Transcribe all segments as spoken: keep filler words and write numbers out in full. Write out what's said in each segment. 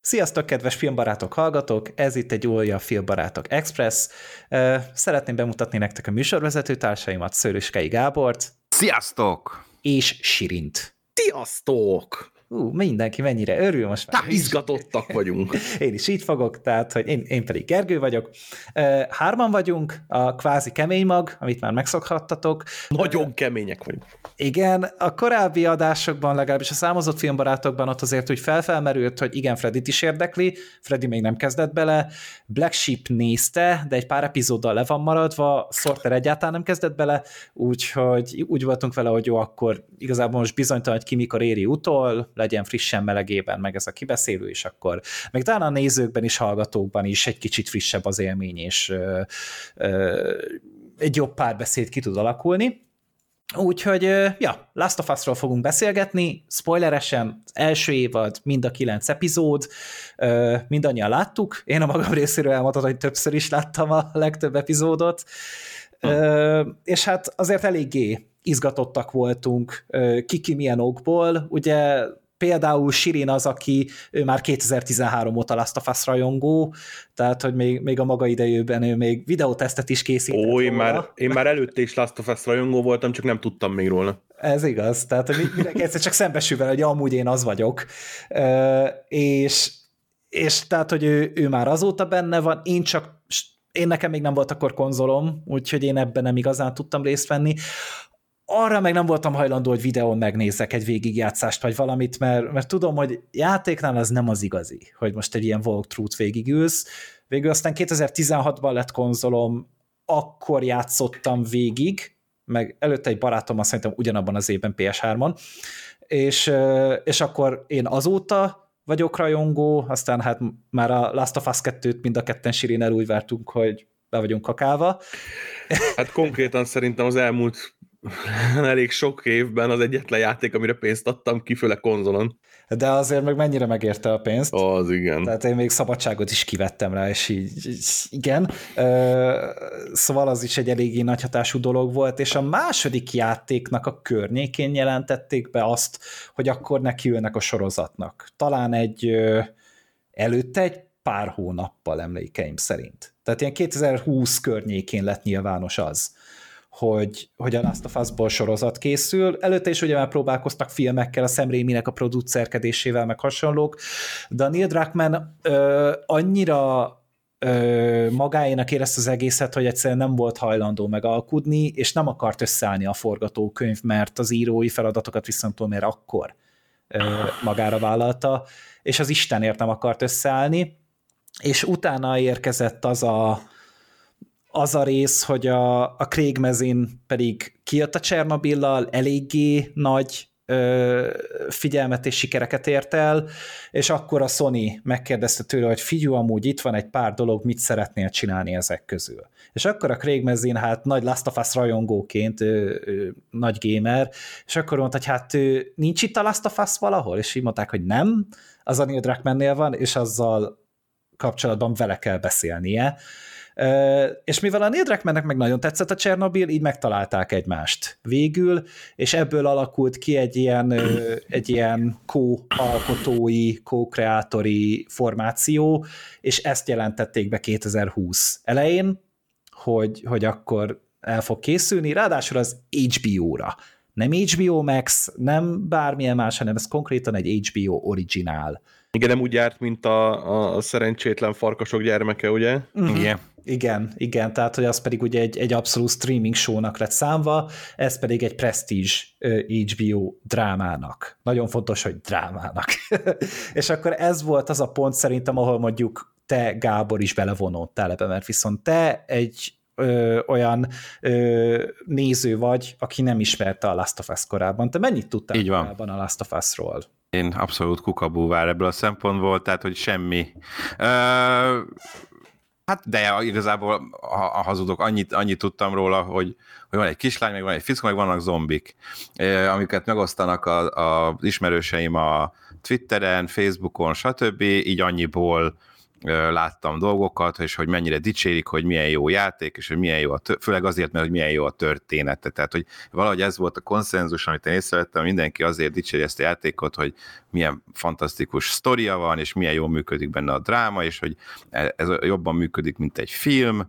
Sziasztok, kedves filmbarátok, hallgatók! Ez itt egy újabb Filmbarátok Express. Szeretném bemutatni nektek a műsorvezető társaimat, Szőlőskei Gábort. Sziasztok! És Sirint. Sziasztok! Ú, mindenki mennyire örül most már. Tá, izgatottak vagyunk. Én is így fogok, tehát, hogy én, én pedig Gergő vagyok. Hárman vagyunk, a kvázi kemény mag, amit már megszokhattatok. Nagyon kemények vagyunk. Igen, a korábbi adásokban, legalábbis a számozott filmbarátokban ott azért úgy felfelmerült, hogy igen, Freddit is érdekli, Freddy még nem kezdett bele, Black Sheep nézte, de egy pár epizóddal le van maradva, Sorter egyáltalán nem kezdett bele, úgyhogy úgy voltunk vele, hogy jó, akkor igazából most bizonytalan, hogy ki mikor éri utol, legyen frissen melegében meg ez a kibeszélő, és akkor meg talán a nézőkben is, hallgatókban is egy kicsit frissebb az élmény, és ö, ö, egy jobb párbeszéd ki tud alakulni. Úgyhogy, ja, Last of Us-ról fogunk beszélgetni, spoileresen, az első évad, mind a kilenc epizód, mindannyian láttuk, én a magam részéről elmondhatom, hogy többször is láttam a legtöbb epizódot, hmm. és hát azért eléggé izgatottak voltunk, ki-ki milyen okból, ugye például Sirin az, aki ő már kétezer-tizenhárom óta Last of Us rajongó, tehát, hogy még, még a maga idejében ő még videótesztet is készített. Ó, én már, én már előtte is Last of Us rajongó voltam, csak nem tudtam még róla. Ez igaz, tehát hogy mindenki egyszer csak szembesül vele, hogy amúgy én az vagyok. Uh, és, és tehát, hogy ő, ő már azóta benne van, én csak, én nekem még nem volt akkor konzolom, úgyhogy én ebben nem igazán tudtam részt venni. Arra meg nem voltam hajlandó, hogy videón megnézzek egy végigjátszást, vagy valamit, mert, mert tudom, hogy játéknál az nem az igazi, hogy most egy ilyen walkthrough-t végigülsz. Végül aztán kétezer-tizenhatban lett konzolom, akkor játszottam végig, meg előtte egy barátommal szerintem ugyanabban az évben pé es hármon, és, és akkor én azóta vagyok rajongó, aztán hát már a Last of Us kettőt mind a ketten Sirinnel úgy vártunk, hogy be vagyunk kakálva. Hát konkrétan szerintem az elmúlt elég sok évben az egyetlen játék, amire pénzt adtam ki, főleg konzolon. De azért meg mennyire megérte a pénzt. Az igen. Tehát én még szabadságot is kivettem rá, és így, így igen. Szóval az is egy eléggé nagy hatású dolog volt, és a második játéknak a környékén jelentették be azt, hogy akkor nekiülnek a sorozatnak. Talán egy előtte egy pár hónappal, emlékeim szerint. Tehát ilyen kétezer-húsz környékén lett nyilvános az, hogy, hogy a Last of Us-ból sorozat készül. Előtte is ugye már próbálkoztak filmekkel, a Sam Raimi-nek a producerkedésével, meg hasonlók, de a Neil Druckmann ö, annyira ö, magáénak érezte az egészet, hogy egyszerűen nem volt hajlandó megalkudni, és nem akart összeállni a forgatókönyv, mert az írói feladatokat viszont mert akkor ö, magára vállalta, és az Istenért nem akart összeállni, és utána érkezett az a az a rész, hogy a, a Craig Mazin pedig kijött a Csernobillal, eléggé nagy ö, figyelmet és sikereket ért el, és akkor a Sony megkérdezte tőle, hogy figyelj, amúgy itt van egy pár dolog, mit szeretnél csinálni ezek közül. És akkor a Craig Mazin, hát nagy Last of Us rajongóként, ő, ő, nagy gamer, és akkor mondta, hogy hát ő, nincs itt a Last of Us valahol? És így mondták, hogy nem, az a Neil Druckmannél van, és azzal kapcsolatban vele kell beszélnie. Uh, és mivel a Neil Druckmannnek meg nagyon tetszett a Csernobil, így megtalálták egymást végül, és ebből alakult ki egy ilyen, uh, egy ilyen co-alkotói, co-kreátori formáció, és ezt jelentették be kétezer-húsz elején, hogy, hogy akkor el fog készülni, ráadásul az há bé ó-ra. Nem há bé ó Max, nem bármilyen más, hanem ez konkrétan egy há bé ó originál. Igen, nem úgy járt, mint a, a szerencsétlen farkasok gyermeke, ugye? Uh-huh. Igen. Igen, igen, tehát hogy az pedig ugye egy, egy abszolút streaming show-nak lett számva, ez pedig egy prestige há bé ó drámának. Nagyon fontos, hogy drámának. És akkor ez volt az a pont szerintem, ahol mondjuk te, Gábor, is belevonódtál ebbe, mert viszont te egy ö, olyan ö, néző vagy, aki nem ismerte a Last of Us korábban. Te mennyit tudtál korábban a Last of Us-ról? Én abszolút kukabúvár ebből a szempontból, tehát hogy semmi. Ö... Hát de igazából, ha, ha hazudok, annyit, annyit tudtam róla, hogy, hogy van egy kislány, meg van egy fickó, meg vannak zombik, amiket megosztanak az ismerőseim a Twitteren, Facebookon, stb. Így annyiból láttam dolgokat, és hogy mennyire dicsérik, hogy milyen jó játék, és hogy milyen jó a tör- főleg azért, mert hogy milyen jó a története. Tehát, hogy valahogy ez volt a konszenzus, amit én észrevettem, mindenki azért dicséri ezt a játékot, hogy milyen fantasztikus sztoria van, és milyen jól működik benne a dráma, és hogy ez jobban működik, mint egy film,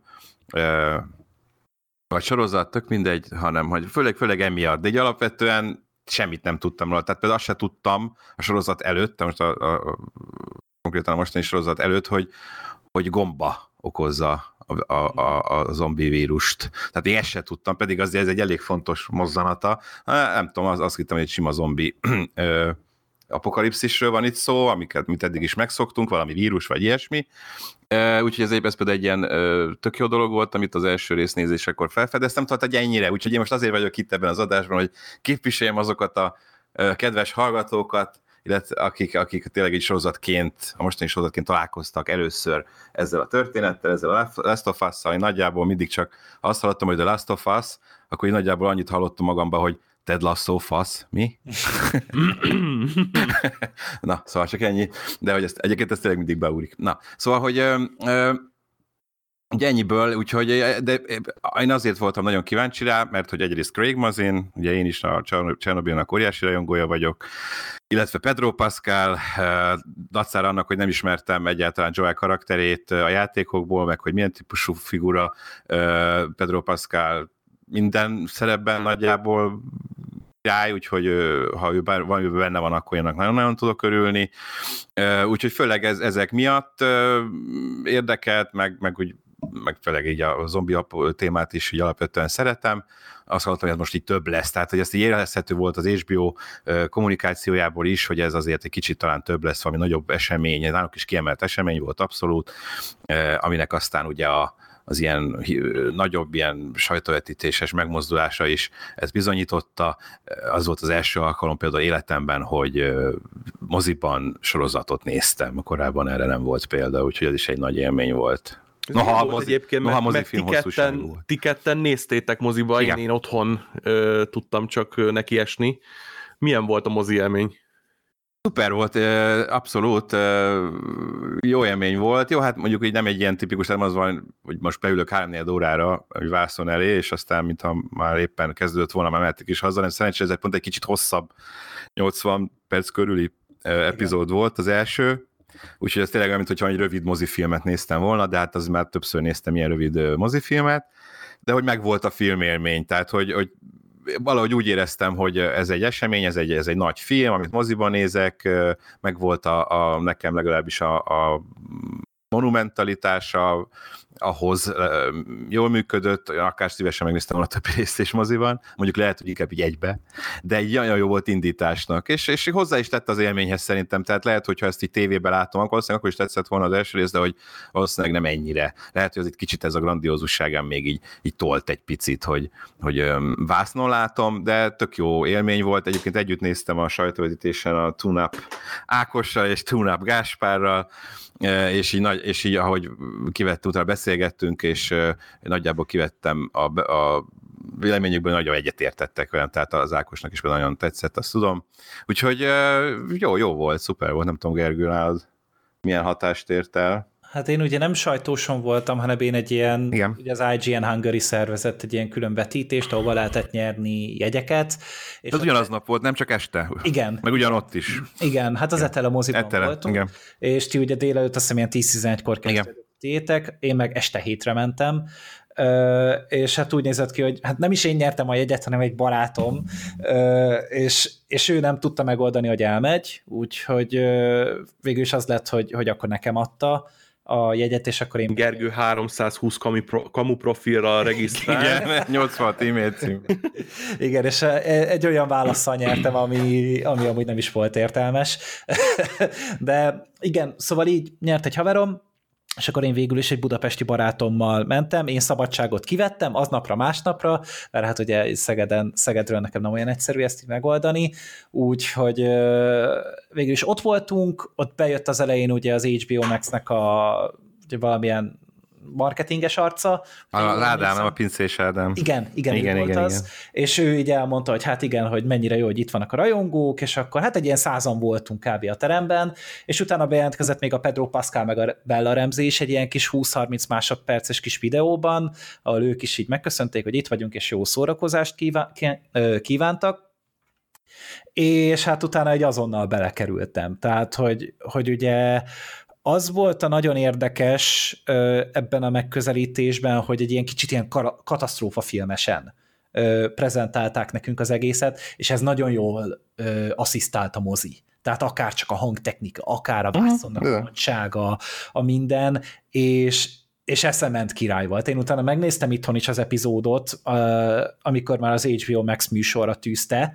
vagy sorozat, tök mindegy, hanem hogy főleg, főleg emiatt, de így alapvetően semmit nem tudtam róla. Tehát például azt se tudtam a sorozat előtt, most a, a, a konkrétan a mostani sorozat előtt, hogy, hogy gomba okozza a, a, a, a zombi vírust. Tehát én ezt se tudtam, pedig azért ez egy elég fontos mozzanata. Nem tudom, az, azt hittem, hogy egy sima zombi apokalipszisről van itt szó, amiket mint eddig is megszoktunk, valami vírus vagy ilyesmi. Úgyhogy ez, ez például egy ilyen tök jó dolog volt, amit az első résznézésekor felfedeztem, tehát egy ennyire, úgyhogy én most azért vagyok itt ebben az adásban, hogy képviseljem azokat a kedves hallgatókat, illetve akik, akik tényleg egy sorozatként, a mostani sorozatként találkoztak először ezzel a történettel, ezzel a Last of Us-szal, én nagyjából mindig csak azt hallottam, hogy The Last of Us, akkor én nagyjából annyit hallottam magamba, hogy Ted Lasso fasz, mi? Na, szóval csak ennyi, de hogy ezt, egyébként ez tényleg mindig beúrik. Na, szóval, hogy ö, ö, ugye ennyiből, úgyhogy de én azért voltam nagyon kíváncsi rá, mert hogy egyrészt Craig Mazin, ugye én is a Csernobylnak óriási rajongója vagyok, illetve Pedro Pascal, dacára annak, hogy nem ismertem egyáltalán Joel karakterét a játékokból, meg hogy milyen típusú figura Pedro Pascal minden szerepben nagyjából király, úgyhogy ha ő valami benne van, akkor ennek nagyon-nagyon tudok örülni. Úgyhogy főleg ez, ezek miatt érdekelt, meg, meg, úgy, meg főleg így a zombi témát is így alapvetően szeretem. Azt hallottam, hogy ez most így több lesz, tehát hogy ezt így érezhető volt az há bé o kommunikációjából is, hogy ez azért egy kicsit talán több lesz, valami nagyobb esemény, náluk is kiemelt esemény volt abszolút, aminek aztán ugye a az ilyen nagyobb ilyen sajtóvetítéses megmozdulása is ezt bizonyította. Az volt az első alkalom például életemben, hogy moziban sorozatot néztem, korábban erre nem volt példa, úgyhogy ez is egy nagy élmény volt. Noha a mozi, noha mozifilm hosszúságú volt. Ti ketten néztétek moziba, én, én otthon ö, tudtam csak nekiesni. Milyen volt a mozi élmény? Szuper volt, abszolút jó élmény volt. Jó, hát mondjuk így nem egy ilyen tipikus, nem az van, hogy most beülök három-négy órára a vászon elé, és aztán, mintha már éppen kezdődött volna, már mehettek is haza, nem szerencsére ez pont egy kicsit hosszabb, nyolcvan perc körüli epizód volt az első, úgyhogy ez tényleg olyan, mintha egy rövid mozifilmet néztem volna, de hát az már többször néztem ilyen rövid mozifilmet, de hogy megvolt a filmélmény, tehát hogy, hogy valahogy úgy éreztem, hogy ez egy esemény, ez egy, ez egy nagy film, amit moziban nézek, meg volt a, a nekem legalábbis a, a monumentalitása, ahhoz jól működött, akár szívesen megnéztem volna többi részt is moziban, mondjuk lehet, hogy inkább így egybe, de egy nagyon jó volt indításnak, és, és hozzá is tett az élményhez szerintem, tehát lehet, hogyha ezt így tévében látom, akkor valószínűleg akkor is tetszett volna az első rész, de hogy valószínűleg nem ennyire. Lehet, hogy az egy kicsit ez a grandiózusságán még így, így tolt egy picit, hogy, hogy vásznon látom, de tök jó élmény volt. Egyébként együtt néztem a sajtóvetítésen a Tune-Up Ákossal és Tune-Up Gáspárral, és így, nagy, és így ahogy kivettünk, utána beszélgettünk, és nagyjából kivettem a, a véleményükből, nagyon egyetértettek velem, tehát az Ákosnak is nagyon tetszett, azt tudom. Úgyhogy jó, jó volt, szuper volt, nem tudom, Gergő, nálad milyen hatást ért el? Hát én ugye nem sajtóson voltam, hanem én egy ilyen, igen. ugye az I G N Hungary szervezett egy ilyen külön vetítést, ahova lehetett nyerni jegyeket. És ez ugyanaznap volt, nem csak este? Igen. Meg ugyanott is. Igen, hát az Etele moziban Etele, voltunk, igen. és ti ugye délelőtt azt hiszem ilyen tíz-tizenegykor kezdődtétek, én meg este hétre mentem, Uh, és hát úgy nézett ki, hogy hát nem is én nyertem a jegyet, hanem egy barátom, uh, és, és ő nem tudta megoldani, hogy elmegy, úgyhogy uh, végül is az lett, hogy, hogy akkor nekem adta a jegyet, és akkor én... Gergő háromszázhúsz kamu, pro, kamu profilra regisztrál. Igen, nyolcvan e-mail cím. Igen, és egy olyan válasszal nyertem, ami, ami amúgy nem is volt értelmes. De igen, szóval így nyert egy haverom, és akkor én végül is egy budapesti barátommal mentem, én szabadságot kivettem, aznapra, másnapra, mert hát ugye Szegeden, Szegedről nekem nem olyan egyszerű ezt így megoldani, úgyhogy végül is ott voltunk, ott bejött az elején ugye az há bé o Max-nek a ugye valamilyen marketinges arca. Az Ádám, nem a pincés Ádám. Igen, igen, igen, volt igen, az. igen. És ő így elmondta, hogy hát igen, hogy mennyire jó, hogy itt vannak a rajongók, és akkor hát egy ilyen százan voltunk kb. A teremben, és utána bejelentkezett még a Pedro Pascal meg a Bella Ramsey is egy ilyen kis húsz-harminc másodperces kis videóban, ahol ők is így megköszönték, hogy itt vagyunk, és jó szórakozást kívántak. És hát utána egy azonnal belekerültem. Tehát, hogy, hogy ugye az volt a nagyon érdekes ebben a megközelítésben, hogy egy ilyen kicsit ilyen katasztrófa filmesen prezentálták nekünk az egészet, és ez nagyon jól asszisztált a mozi. Tehát akár csak a hangtechnika, akár a vászonnak a nagysága, a minden, és és eszement király volt. Én utána megnéztem itthon is az epizódot, amikor már az há bé o Max műsorra tűzte,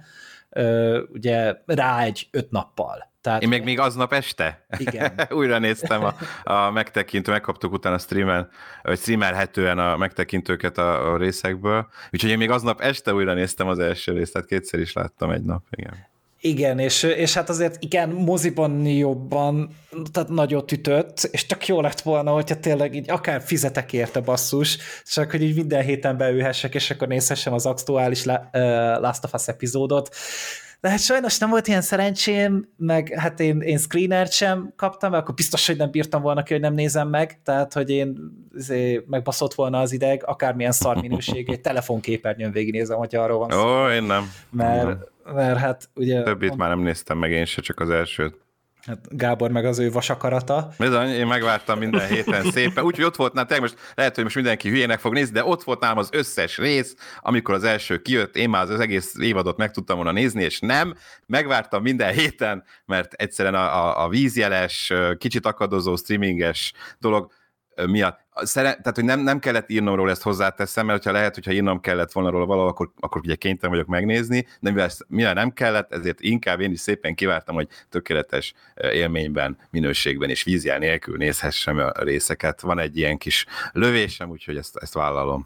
ugye rá egy öt nappal. Tehát, Én még, még aznap este igen. újra néztem a, a megtekintő, megkaptuk utána streamen, vagy streamelhetően a megtekintőket a, a részekből, úgyhogy én még aznap este újra néztem az első részt, tehát kétszer is láttam egy nap, igen. Igen, és, és hát azért igen, moziban jobban, tehát nagyot ütött, és csak jó lett volna, hogyha tényleg így akár fizetek érte basszus, csak hogy így minden héten beülhessek, és akkor nézhessem az aktuális Last of Us epizódot. De hát sajnos nem volt ilyen szerencsém, meg hát én, én screenert sem kaptam, mert akkor biztos, hogy nem bírtam volna ki, hogy nem nézem meg, tehát hogy én megbaszott volna az ideg, akármilyen szar minőségű, egy telefonképernyőn végignézem, hogyha arról van szó. Ó, én nem. Mert, nem. mert hát ugye... Többit már nem néztem meg én se, csak az elsőt. Hát Gábor meg az ő vasakarata. Bizony, én megvártam minden héten szépen, úgyhogy ott volt, na tényleg most lehet, hogy most mindenki hülyének fog nézni, de ott volt nálam az összes rész, amikor az első kijött, én már az egész évadot meg tudtam volna nézni, és nem, megvártam minden héten, mert egyszerűen a, a, a vízjeles, kicsit akadozó streaminges dolog miatt, tehát, hogy nem, nem kellett írnom róla, ezt hozzáteszem, mert hogyha lehet, hogyha írnom kellett volna róla valahol, akkor, akkor ugye kénytelen vagyok megnézni, de mivel, mivel nem kellett, ezért inkább én is szépen kivártam, hogy tökéletes élményben, minőségben és vízjel nélkül nézhessem a részeket. Van egy ilyen kis lövésem, úgyhogy ezt, ezt vállalom.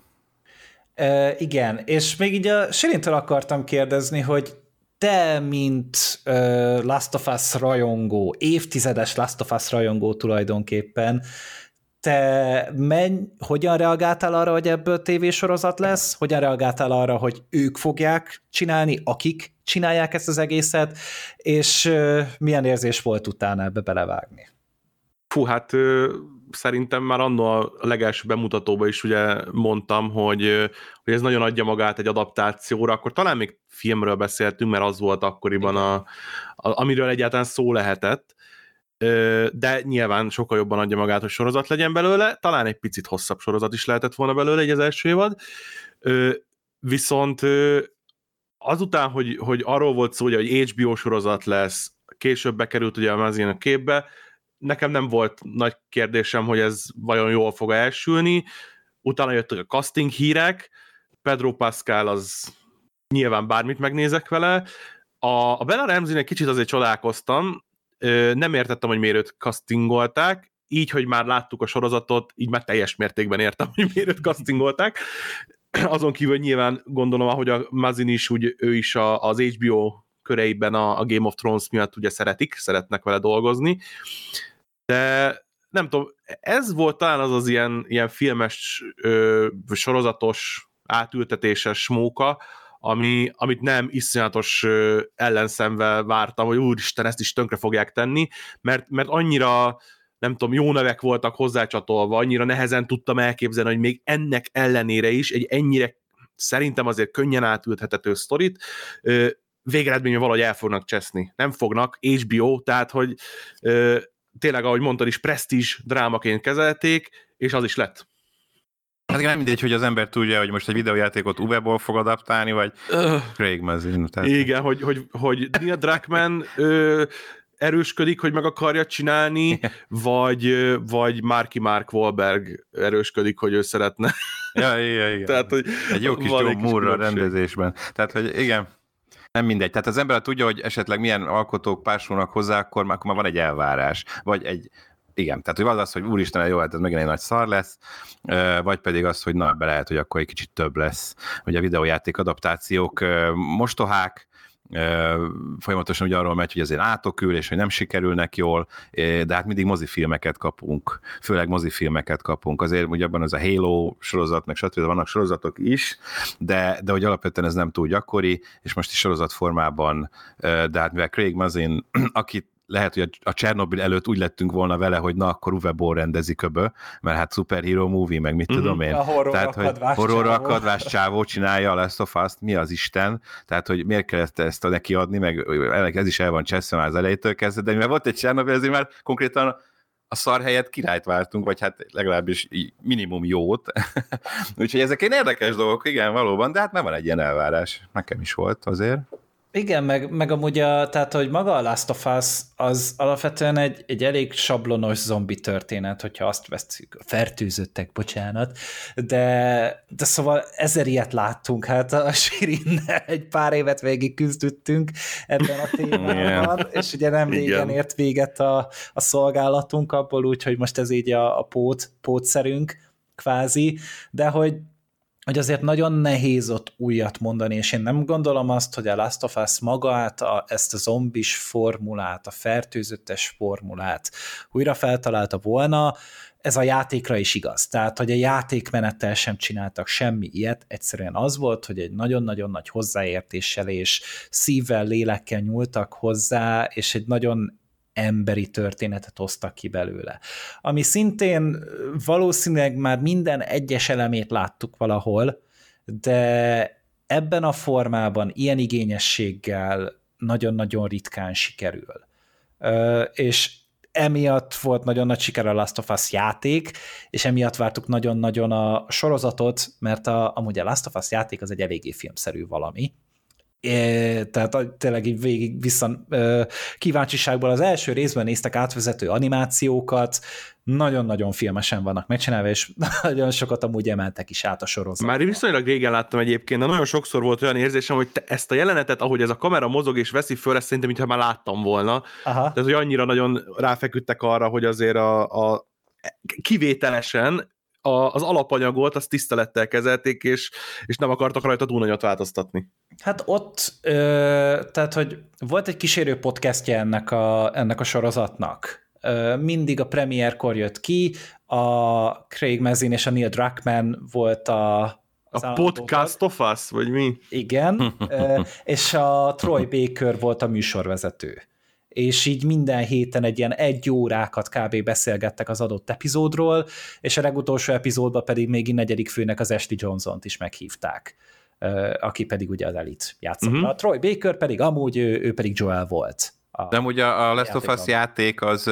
E, igen, és még így a Sirintől akartam kérdezni, hogy te, mint uh, Last of Us rajongó, évtizedes Last of Us rajongó tulajdonképpen, te menj, hogyan reagáltál arra, hogy ebből tévésorozat lesz? Hogyan reagáltál arra, hogy ők fogják csinálni, akik csinálják ezt az egészet, és uh, milyen érzés volt utána ebbe belevágni? Fú, hát ö, szerintem már annó a legelső bemutatóban is ugye mondtam, hogy, hogy ez nagyon adja magát egy adaptációra, akkor talán még filmről beszéltünk, mert az volt akkoriban, a, a, amiről egyáltalán szó lehetett, de nyilván sokkal jobban adja magát, hogy sorozat legyen belőle, talán egy picit hosszabb sorozat is lehetett volna belőle, egy az első évad, viszont azután, hogy, hogy arról volt szó, hogy egy há bé o sorozat lesz, később bekerült ugye a Mazin a képbe, nekem nem volt nagy kérdésem, hogy ez vajon jól fog elsülni, utána jöttek a casting hírek, Pedro Pascal az nyilván bármit megnézek vele, a, a Bella Ramsey-nek kicsit azért csodálkoztam, nem értettem, hogy miért őt castingolták, így, hogy már láttuk a sorozatot, így már teljes mértékben értem, hogy miért őt castingolták. Azon kívül nyilván gondolom, ahogy a Mazin is, úgy ő is a, az há bé o köreiben a, a Game of Thrones miatt ugye szeretik, szeretnek vele dolgozni, de nem tudom, ez volt talán az az ilyen, ilyen filmes, ö, sorozatos, átültetéses móka, Ami, amit nem iszonyatos ellenszemvel vártam, hogy úristen, ezt is tönkre fogják tenni, mert, mert annyira, nem tudom, jó nevek voltak hozzácsatolva, annyira nehezen tudtam elképzelni, hogy még ennek ellenére is egy ennyire szerintem azért könnyen átülthető sztorit végeredményben valahogy el fognak cseszni. Nem fognak, há bé o, tehát, hogy tényleg, ahogy mondtad is, presztízs drámaként kezelték, és az is lett. Hát nem mindegy, hogy az ember tudja, hogy most egy videójátékot Uwe-ból fog adaptálni, vagy uh, Craig Mazin. Tehát... Igen, hogy, hogy, hogy Neil Druckmann ö, erősködik, hogy meg akarja csinálni, vagy, vagy Marky Mark Wahlberg erősködik, hogy ő szeretne. Ja, igen, igen. Tehát, hogy egy jó kis Joe Moore rendezésben. Tehát, hogy igen, nem mindegy. Tehát az ember tudja, hogy esetleg milyen alkotók pársulnak hozzá, akkor már, akkor már van egy elvárás, vagy egy igen, tehát hogy az az, hogy úristen, jó, hát ez megint egy nagy szar lesz, vagy pedig az, hogy na, be lehet, hogy akkor egy kicsit több lesz. Ugye a videójáték adaptációk mostohák, folyamatosan ugye arról megy, hogy azért átokül, és hogy nem sikerülnek jól, de hát mindig mozifilmeket kapunk, főleg mozifilmeket kapunk. Azért ugye abban az a Halo sorozat, meg stb. Vannak sorozatok is, de, de hogy alapvetően ez nem túl gyakori, és most is sorozat formában, de hát mivel Craig Mazin, akit lehet, hogy a Csernobil előtt úgy lettünk volna vele, hogy na, akkor Uwe Boll rendezik köbö, mert hát superhero movie, meg mit mm-hmm. tudom én. A horror tehát, hogy horror akadvás csávó csinálja a Last of Us-t, mi az Isten, tehát, hogy miért kellett ezt neki adni, meg ez is el van cseszve már az elejétől kezdve, de mivel volt egy Csernobil, ezért már konkrétan a szar helyett királyt váltunk, vagy hát legalábbis minimum jót. Úgyhogy ezek egy érdekes dolgok, igen, valóban, de hát nem van egy ilyen elvárás. Nekem is volt azért. Igen, meg, meg amúgy a, tehát, hogy maga a Last of Us az alapvetően egy, egy elég sablonos zombi történet, hogyha azt veszük, fertőzöttek, bocsánat, de, de szóval ezer ilyet láttunk, hát a Sirinnel egy pár évet végig küzdöttünk ebben a témában, és ugye nem régen ért véget a, a szolgálatunk abból, úgyhogy most ez így a, a pót, pótszerünk kvázi, de hogy hogy azért nagyon nehéz ott újat mondani, és én nem gondolom azt, hogy a Last of Us magát, a, ezt a zombis formulát, a fertőzöttes formulát újra feltalálta volna, ez a játékra is igaz. Tehát, hogy a játékmenettel sem csináltak semmi ilyet, egyszerűen az volt, hogy egy nagyon-nagyon nagy hozzáértéssel és szívvel, lélekkel nyúltak hozzá, és egy nagyon emberi történetet hoztak ki belőle. Ami szintén valószínűleg már minden egyes elemét láttuk valahol, de ebben a formában, ilyen igényességgel nagyon-nagyon ritkán sikerül. És emiatt volt nagyon nagy siker a Last of Us játék, és emiatt vártuk nagyon-nagyon a sorozatot, mert a, amúgy a Last of Us játék az egy eléggé filmszerű valami. É, tehát tényleg így végig vissza kíváncsiságból az első részben néztek átvezető animációkat, nagyon-nagyon filmesen vannak megcsinálva, és nagyon sokat amúgy emeltek is át a sorozatban. Már viszonylag régen láttam egyébként, de nagyon sokszor volt olyan érzésem, hogy ezt a jelenetet, ahogy ez a kamera mozog és veszi föl, ezt szerintem, mintha már láttam volna. Aha. Tehát, hogy annyira nagyon ráfeküdtek arra, hogy azért a, a kivételesen a, az alapanyagot, azt tisztelettel kezelték, és, és nem akartak rajta túl nagyot változtatni. Hát ott, ö, tehát, hogy volt egy kísérő podcastje ennek a, ennek a sorozatnak. Ö, mindig a premierkor jött ki, a Craig Mazin és a Neil Druckmann volt a A Podcast of Us, vagy mi? Igen, ö, és a Troy Baker volt a műsorvezető. És így minden héten egy ilyen egy órákat kb. Beszélgettek az adott epizódról, és a legutolsó epizódban pedig még negyedik főnek az Ashley Johnson-t is meghívták, aki pedig ugye az Elit játszott. Uh-huh. A Troy Baker pedig amúgy, ő, ő pedig Joel volt. A De amúgy a, a Last of Us játék az,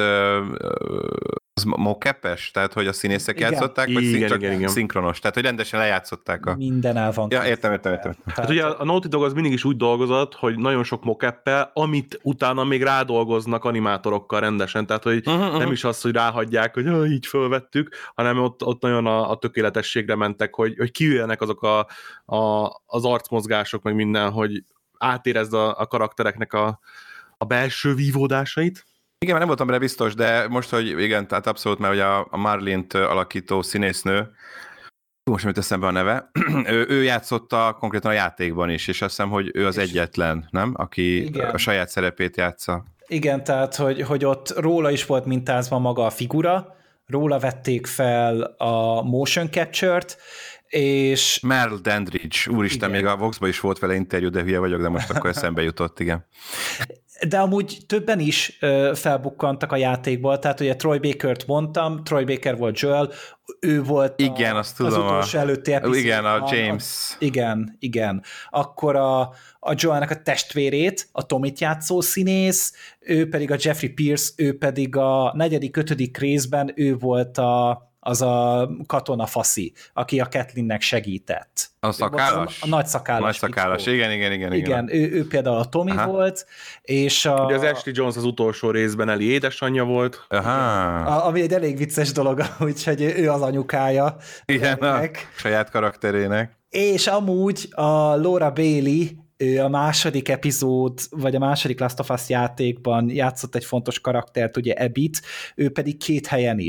az mocap-es? Tehát, hogy a színészek igen. játszották, vagy igen, csak igen, igen. szinkronos? Tehát, hogy rendesen lejátszották a... Minden el van. Ja, értem, értem, értem. Tehát, hát ugye a Naughty Dog az mindig is úgy dolgozott, hogy nagyon sok mocap-el, amit utána még rádolgoznak animátorokkal rendesen, tehát, hogy uh-huh, uh-huh. nem is az, hogy ráhagyják, hogy ah, így fölvettük, hanem ott, ott nagyon a, a tökéletességre mentek, hogy, hogy kiüljenek azok a, a, az arcmozgások, meg minden, hogy átérezd a, a karaktereknek a, a belső vívódásait. Igen, nem voltam benne biztos, de most, hogy igen, tehát abszolút, mert ugye a, a Marlint alakító színésznő, most jut eszembe a neve, ő, ő játszotta konkrétan a játékban is, és azt hiszem, hogy ő az és egyetlen, nem? Aki igen. a saját szerepét játsza. Igen, tehát, hogy, hogy ott róla is volt mintázva maga a figura, róla vették fel a motion capture-t, és... Merle Dandridge, úristen, igen. még a Vox-ba is volt vele interjú, de hülye vagyok, de most akkor eszembe jutott, igen. De amúgy többen is ö, felbukkantak a játékból, tehát ugye Troy Bakert mondtam, Troy Baker volt Joel, ő volt igen, a, azt tudom, az utolsó előtti epizódban. Igen, a James. A, igen, igen. Akkor a, a Joelnek a testvérét, a Tomit játszó színész, ő pedig a Jeffrey Pierce, ő pedig a negyedik, ötödik részben ő volt a az a katona faszi, aki a Kathleennek segített. A szakállas? A, a nagy szakállas. Nagy szakállas, igen, igen, igen. Igen, igen. Ő, ő például a Tommy Aha. volt, és a... Ugye az Ashley Jones az utolsó részben Ellie édesanyja volt. Aha. A, ami egy elég vicces dolog, úgyhogy ő az anyukája. Igen, a saját karakterének. És amúgy a Laura Bailey, ő a második epizód, vagy a második Last of Us játékban játszott egy fontos karaktert, ugye Abbyt, ő pedig két helyen is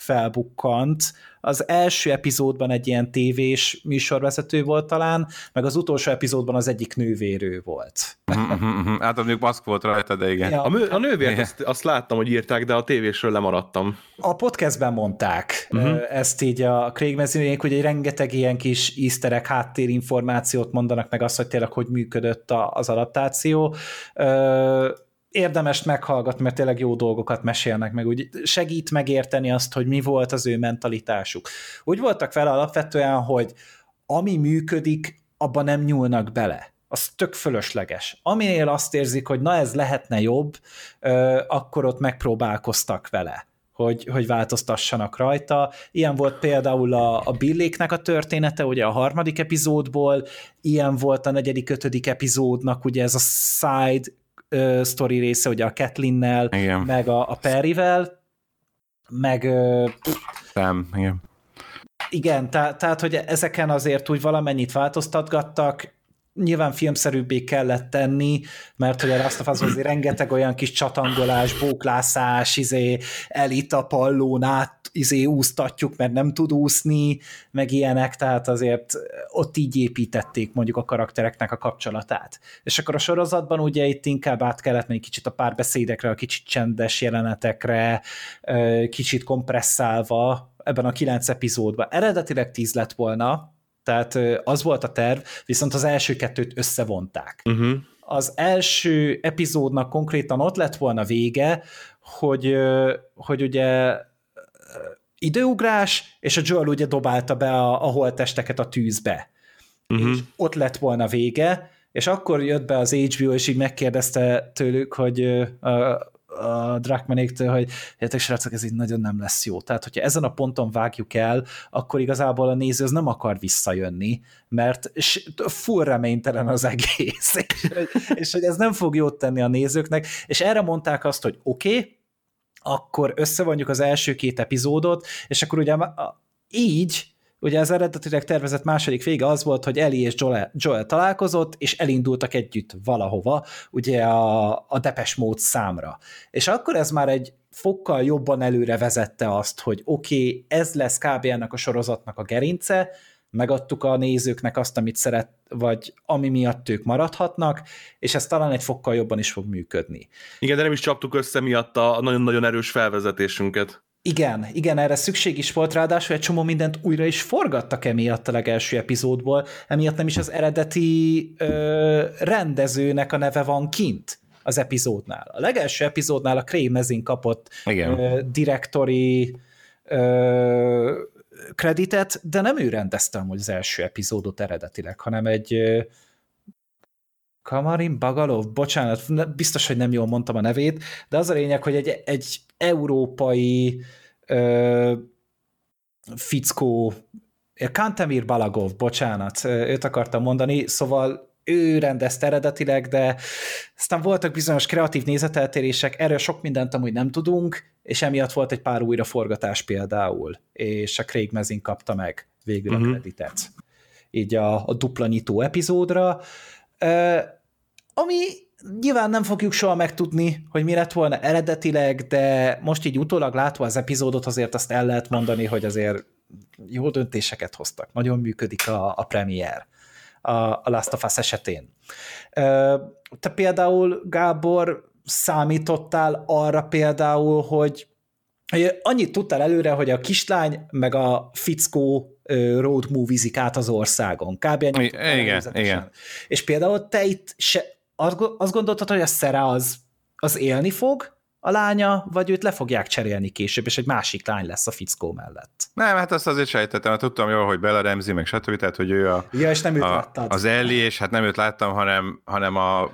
felbukkant. Az első epizódban egy ilyen tévés műsorvezető volt talán, meg az utolsó epizódban az egyik nővérő volt. Hát mondjuk maszk volt rajta, de igen. Ja. A, mű, a nővért azt, azt láttam, hogy írták, de a tévésről lemaradtam. A podcastben mondták uh-huh. ezt így a Craig Mazin-ék, hogy egy rengeteg ilyen kis easter egg háttérinformációt mondanak meg azt, hogy tényleg hogy működött az adaptáció. Érdemes meghallgatni, mert tényleg jó dolgokat mesélnek meg, úgy segít megérteni azt, hogy mi volt az ő mentalitásuk. Úgy voltak vele alapvetően, hogy ami működik, abban nem nyúlnak bele. Az tök fölösleges. Aminél azt érzik, hogy na ez lehetne jobb, akkor ott megpróbálkoztak vele, hogy, hogy változtassanak rajta. Ilyen volt például a, a Billéknek a története, ugye a harmadik epizódból, ilyen volt a negyedik, ötödik epizódnak, ugye ez a side uh, story része, ugye a Kathlyn-nel, meg a, a Perryvel, meg... Uh, Nem, igen. Igen, tehát, tehát, hogy ezeken azért úgy valamennyit változtatgattak, nyilván filmszerűbbé kellett tenni, mert hogy a Last of Us azért rengeteg olyan kis csatangolás, bóklászás, izé, elit a pallón át, izé, úsztatjuk, mert nem tud úszni, meg ilyenek, tehát azért ott így építették mondjuk a karaktereknek a kapcsolatát. És akkor a sorozatban ugye itt inkább át kellett menni kicsit a párbeszédekre, a kicsit csendes jelenetekre, kicsit kompresszálva ebben a kilenc epizódban. Eredetileg tíz lett volna, tehát az volt a terv, viszont az első kettőt összevonták. Uh-huh. Az első epizódnak konkrétan ott lett volna vége, hogy, hogy ugye időugrás, és a Joel ugye dobálta be a, a holttesteket a tűzbe. Uh-huh. És ott lett volna vége, és akkor jött be az há bé o, és így megkérdezte tőlük, hogy a, a Druckmannéktől, hogy értek srácok, ez így nagyon nem lesz jó. Tehát, hogyha ezen a ponton vágjuk el, akkor igazából a néző az nem akar visszajönni, mert full reménytelen az egész, és, és hogy ez nem fog jót tenni a nézőknek, és erre mondták azt, hogy oké, okay, akkor összevonjuk az első két epizódot, és akkor ugye így, ugye az eredetileg tervezett második vége az volt, hogy Ellie és Joel, Joel találkozott, és elindultak együtt valahova, ugye a, a Depeche Mode számra. És akkor ez már egy fokkal jobban előre vezette azt, hogy oké, okay, ez lesz kb. Ennek a sorozatnak a gerince, megadtuk a nézőknek azt, amit szeret, vagy ami miatt ők maradhatnak, és ez talán egy fokkal jobban is fog működni. Igen, de nem is csaptuk össze miatt a nagyon-nagyon erős felvezetésünket. Igen, igen, erre szükség is volt, ráadásul egy csomó mindent újra is forgattak emiatt a legelső epizódból, emiatt nem is az eredeti ö, rendezőnek a neve van kint az epizódnál. A legelső epizódnál a Craig Mazin kapott ö, direktori ö, kreditet, de nem ő rendezte amúgy az első epizódot eredetileg, hanem egy ö, Kamarin Bagalov, bocsánat, biztos, hogy nem jól mondtam a nevét, de az a lényeg, hogy egy, egy európai ö, fickó, Kantemir Balagov, bocsánat, őt akartam mondani, szóval ő rendezte eredetileg, de aztán voltak bizonyos kreatív nézeteltérések, erről sok mindent amúgy nem tudunk, és emiatt volt egy pár újraforgatás például, és a Craig Mazin kapta meg végül uh-huh. a kreditet. Így a, a dupla nyitó epizódra, Uh, ami nyilván nem fogjuk soha megtudni, hogy mi lett volna eredetileg, de most így utólag látva az epizódot azért azt el lehet mondani, hogy azért jó döntéseket hoztak. Nagyon működik a, a premier a, a Last of Us esetén. Uh, te például, Gábor, számítottál arra például, hogy annyit tudtál előre, hogy a kislány meg a fickó road movie-zik át az országon. Kb. Ennyit igen, igen. És például te itt se, azt gondoltad, hogy a Sarah az, az élni fog, a lánya, vagy őt le fogják cserélni később, és egy másik lány lesz a fickó mellett. Nem, hát azt azért sejtettem, tudtam jól, hogy Bella Ramsey, meg stb. Tehát, hogy ő a, ja, és nem őt a, az Ellie, és hát nem őt láttam, hanem, hanem a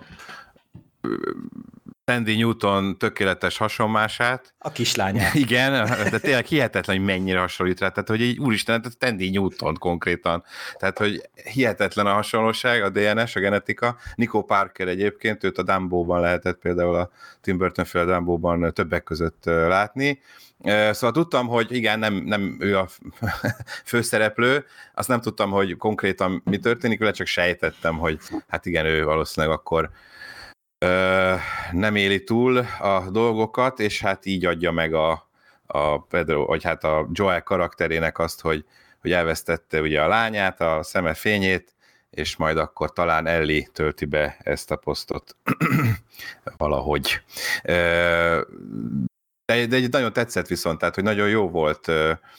Tandy Newton tökéletes hasonmását. A kislányát. Igen, de tényleg hihetetlen, hogy mennyire hasonlít rá. Tehát, hogy így úristen, tehát Tandy Newton konkrétan. Tehát, hogy hihetetlen a hasonlóság, a dé en es, a genetika. Nico Parker egyébként, őt a Dumbo-ban lehetett például a Tim Burton-féle Dumbo-ban többek között látni. Szóval tudtam, hogy igen, nem, nem ő a főszereplő, azt nem tudtam, hogy konkrétan mi történik vele, csak sejtettem, hogy hát igen, ő valószínűleg akkor Ö, nem éli túl a dolgokat, és hát így adja meg a, a Pedro, vagy hát a Joel karakterének azt, hogy, hogy elvesztette ugye a lányát, a szeme fényét, és majd akkor talán Ellie tölti be ezt a posztot valahogy. De, de nagyon tetszett viszont, tehát, hogy nagyon jó volt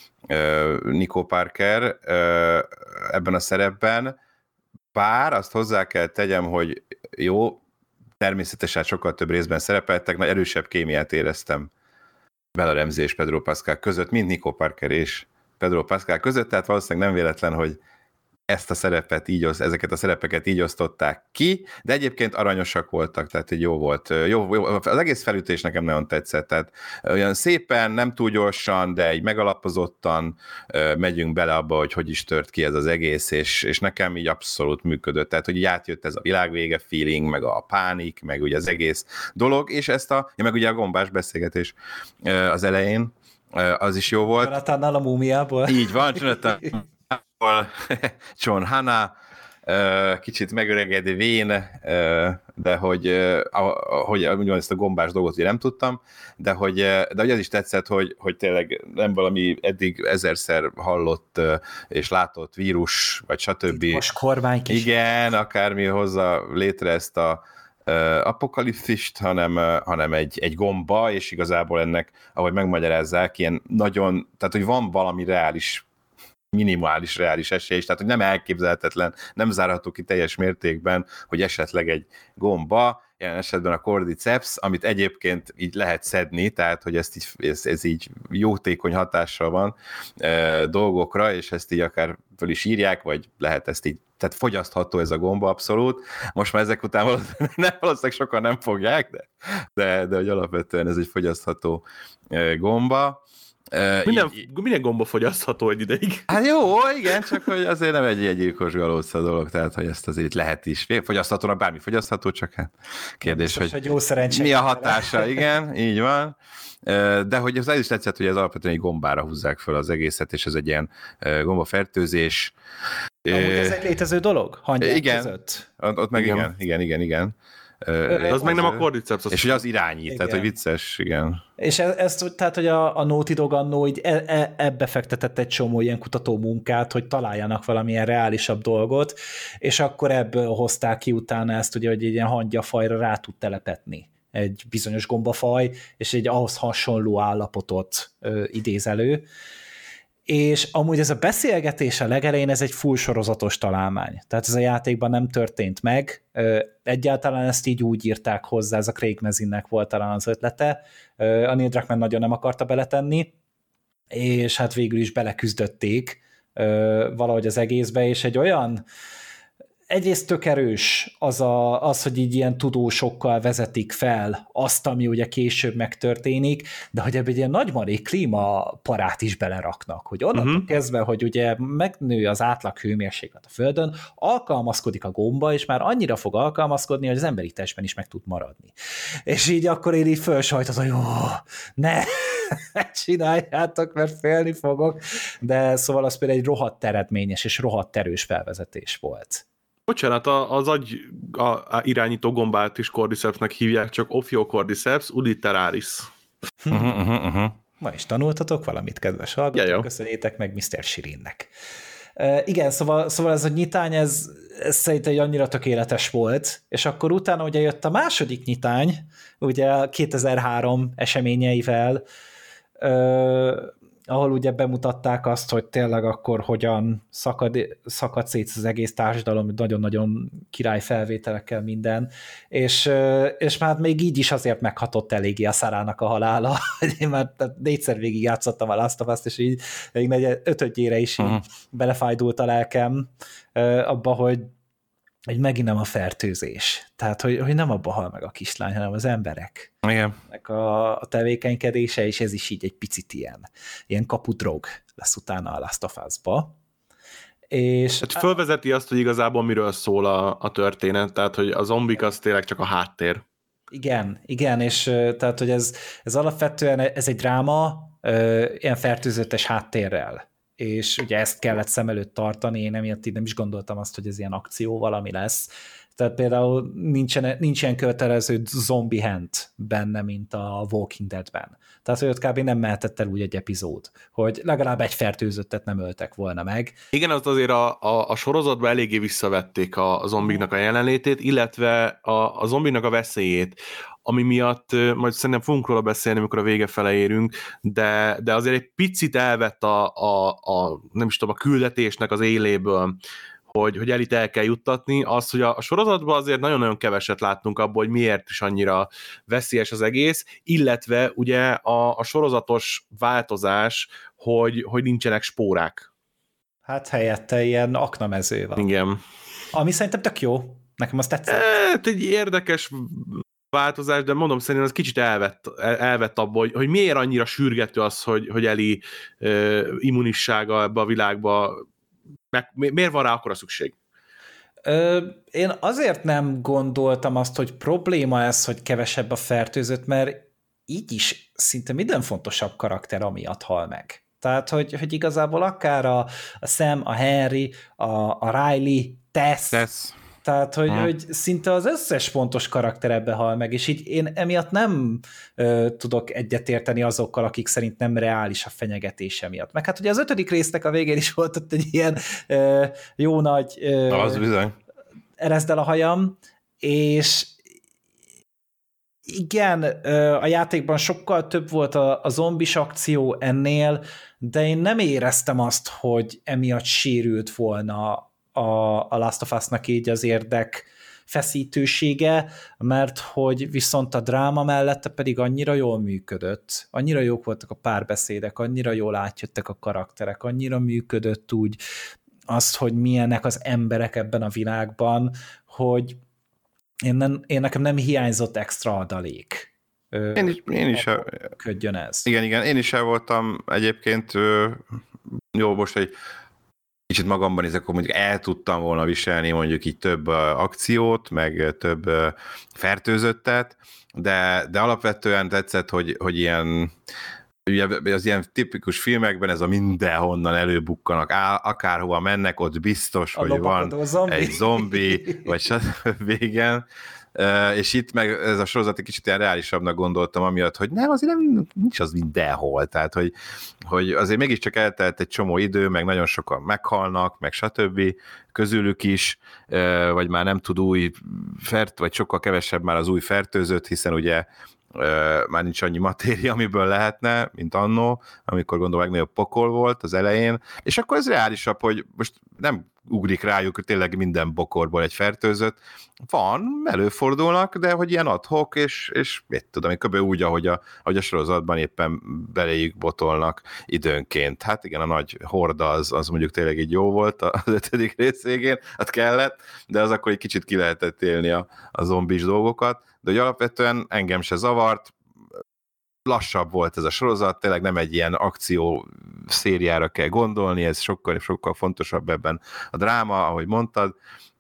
Nico Parker ebben a szerepben, bár azt hozzá kell tegyem, hogy jó, természetesen sokkal több részben szerepeltek, nagy erősebb kémiát éreztem Bella Ramsey és Pedro Pascal között, mint Nico Parker és Pedro Pascal között, tehát valószínűleg nem véletlen, hogy ezt a szerepet így, ezeket a szerepeket így osztották ki, de egyébként aranyosak voltak, tehát így jó volt. Jó, jó, az egész felütés nekem nagyon tetszett, tehát olyan szépen, nem túl gyorsan, de egy megalapozottan megyünk bele abba, hogy hogy is tört ki ez az egész, és, és nekem így abszolút működött, tehát hogy így átjött ez a világvége feeling, meg a pánik, meg ugye az egész dolog, és ezt a, ja, meg ugye a gombás beszélgetés az elején, az is jó volt. Jonathannal a múmiából. Így van, Jonathan John Hannah, kicsit megöregedő vén, de hogy, hogy mondjam, ezt a gombás dolgot ugye nem tudtam, de hogy, de hogy az is tetszett, hogy, hogy tényleg nem valami eddig ezerszer hallott és látott vírus, vagy stb. Most kormány kis. Igen, akármi hozza létre ezt a apokalipszist, hanem, hanem egy, egy gomba, és igazából ennek, ahogy megmagyarázzák, ilyen nagyon, tehát hogy van valami reális minimális reális esély, tehát hogy nem elképzelhetetlen, nem zárható ki teljes mértékben, hogy esetleg egy gomba, jelen esetben a cordyceps, amit egyébként így lehet szedni, tehát hogy ezt így, ez, ez így jótékony hatással van e, dolgokra, és ezt így akár föl is írják, vagy lehet ezt így, tehát fogyasztható ez a gomba abszolút. Most már ezek után valószínűleg, nem, valószínűleg sokan nem fogják, de, de, de hogy alapvetően ez egy fogyasztható e, gomba. Uh, minden, így, minden gomba fogyasztható egy ideig. Hát jó, igen, csak hogy azért nem egy gyilkos galóca dolog, tehát hogy ezt azért lehet is. Fogyaszthatónak bármi fogyasztható, csak hát kérdés, biztos, hogy, hogy jó mi a hatása, igen, így van. De hogy az is tetszett, hogy ez alapvetően egy gombára húzzák föl az egészet, és ez egy ilyen gombafertőzés. Amúgy ez egy létező dolog? Hangyák igen, között? Ott meg igen, igen, igen, igen. igen. De az meg nem a cordyceps. És hogy az irányít, igen. Tehát hogy vicces, igen. És ez, ez tehát, hogy a, a Naughty Dog annó így e, e, ebbe fektetett egy csomó ilyen kutató munkát, hogy találjanak valamilyen reálisabb dolgot, és akkor ebből hozták ki utána ezt, ugye, hogy egy ilyen hangyafajra rá tud telepetni egy bizonyos gombafaj, és egy ahhoz hasonló állapotot ö, idéz elő. És amúgy ez a beszélgetés a legelején, ez egy full sorozatos találmány. Tehát ez a játékban nem történt meg. Egyáltalán ezt így úgy írták hozzá, ez a Craig Mazinnek volt talán az ötlete. A Neil Druckmann nagyon nem akarta beletenni, és hát végül is beleküzdötték valahogy az egészbe, és egy olyan egyrészt tök erős az, a, az, hogy így ilyen tudósokkal vezetik fel azt, ami ugye később megtörténik, de hogy ebben egy ilyen nagymarék klímaparát is beleraknak, hogy onnantól uh-huh. kezdve, hogy ugye megnő az átlag hőmérséklet a Földön, alkalmazkodik a gomba, és már annyira fog alkalmazkodni, hogy az emberi testben is meg tud maradni. És így akkor én így fölsajtozom, hogy ó, ne, csináljátok, mert félni fogok, de szóval az például egy rohadt eredményes és rohadt erős felvezetés volt. Bocsánat, az agy a, a irányító gombát is cordycepsnek hívják, csak Ophiocordyceps uditeralis. Uh-huh, uh-huh, uh-huh. Ma is tanultatok valamit, kedves hallgatók, ja, köszönjétek meg miszter Sirinnek. Uh, igen, szóval, szóval ez a nyitány, ez, ez szerintem egy annyira tökéletes volt, és akkor utána ugye jött a második nyitány, ugye kétezer-három eseményeivel, uh, ahol ugye bemutatták azt, hogy tényleg akkor hogyan szakad, szakad szét az egész társadalom, nagyon-nagyon király felvételekkel minden, és, és már még így is azért meghatott eléggé a Sarahnak a halála, én már négyszer végig játszottam a Last of Us-t, és így még negy, ötödjére is így belefájdult a lelkem abba, hogy hogy megint nem a fertőzés. Tehát, hogy, hogy nem abba hal meg a kislány, hanem az emberek. Igen. A, a tevékenykedése, és ez is így egy picit ilyen, ilyen kapudrog lesz utána a Last of Us-ba. És hát fölvezeti azt, hogy igazából miről szól a, a történet, tehát, hogy a zombik az tényleg csak a háttér. Igen, igen, és tehát, hogy ez, ez alapvetően ez egy dráma ilyen fertőzöttes háttérrel. És ugye ezt kellett szem előtt tartani, én emiatt így nem is gondoltam azt, hogy ez ilyen akció valami lesz. Tehát például nincsen, nincs ilyen kötelező zombie hand benne, mint a Walking Deadben. Tehát, hogy ott kb. Nem mehetett el úgy egy epizód, hogy legalább egy fertőzöttet nem öltek volna meg. Igen, azt azért a, a, a sorozatban eléggé visszavették a, a zombiknak a jelenlétét, illetve a, a zombiknak a veszélyét, ami miatt majd szerintem fogunk róla beszélni, amikor a vége fele érünk, de, de azért egy picit elvett a, a, a, nem is tudom, a küldetésnek az éléből, hogy, hogy elit el kell juttatni, az, hogy a, a sorozatban azért nagyon-nagyon keveset láttunk abból, hogy miért is annyira veszélyes az egész, illetve ugye a, a sorozatos változás, hogy, hogy nincsenek spórák. Hát helyette ilyen aknamező van. Igen. Ami szerintem tök jó. Nekem azt tetszett. Hát egy érdekes változás, de mondom, szerintem az kicsit elvett, elvett abból, hogy, hogy miért annyira sürgető az, hogy, hogy Eli uh, immunissága ebbe a világba, meg, miért van rá akkora szükség? Ö, én azért nem gondoltam azt, hogy probléma ez, hogy kevesebb a fertőzött, mert így is szinte minden fontosabb karakter amiatt hal meg. Tehát, hogy, hogy igazából akár a, a Sam, a Henry, a, a Riley, Tess, Tess. Tehát, hogy, hmm. hogy szinte az összes fontos karakter ebbe hal meg, és így én emiatt nem ö, tudok egyetérteni azokkal, akik szerint nem reális a fenyegetése miatt. Meg hát ugye az ötödik résznek a végén is volt ott egy ilyen ö, jó nagy ö, az bizony. ereszd el a hajam, és igen, ö, a játékban sokkal több volt a, a zombis akció ennél, de én nem éreztem azt, hogy emiatt sérült volna a, a Last of Us-nak így az érdek feszítősége, mert hogy viszont a dráma mellette pedig annyira jól működött, annyira jók voltak a párbeszédek, annyira jól átjöttek a karakterek, annyira működött úgy azt, hogy milyenek az emberek ebben a világban, hogy én, nem, én nekem nem hiányzott extra adalék. Én is, én is el... ködjön ez. Igen, igen, én is el voltam egyébként, jó, most egy kicsit magamban nézek, akkor mondjuk el tudtam volna viselni mondjuk így több akciót, meg több fertőzöttet, de, de alapvetően tetszett, hogy, hogy ilyen, ugye az ilyen tipikus filmekben ez a mindenhonnan előbukkanak, akárhova mennek, ott biztos, a hogy van zombi. Egy zombi, vagy stb. Igen. Uh, és itt meg ez a sorozat egy kicsit ilyen reálisabbnak gondoltam, amiatt, hogy nem, azért nem, nincs az mindenhol, tehát, hogy, hogy azért mégiscsak eltelt egy csomó idő, meg nagyon sokan meghalnak, meg stb. Közülük is, uh, vagy már nem tud új fert, vagy sokkal kevesebb már az új fertőzött, hiszen ugye uh, már nincs annyi matéria, amiből lehetne, mint annó, amikor gondolom legnagyobb pokol volt az elején, és akkor ez reálisabb, hogy most nem ugrik rájuk, hogy tényleg minden bokorból egy fertőzött. Van, előfordulnak, de hogy ilyen adhok, és, és mit tudom, kb. Úgy, ahogy a, ahogy a sorozatban éppen beléjük botolnak időnként. Hát igen, a nagy horda az, az mondjuk tényleg így jó volt az ötödik rész végén, hát kellett, de az akkor egy kicsit ki lehetett élni a, a zombis dolgokat, de hogy alapvetően engem se zavart, lassabb volt ez a sorozat, tényleg nem egy ilyen akció szériára kell gondolni, ez sokkal, sokkal fontosabb ebben a dráma, ahogy mondtad,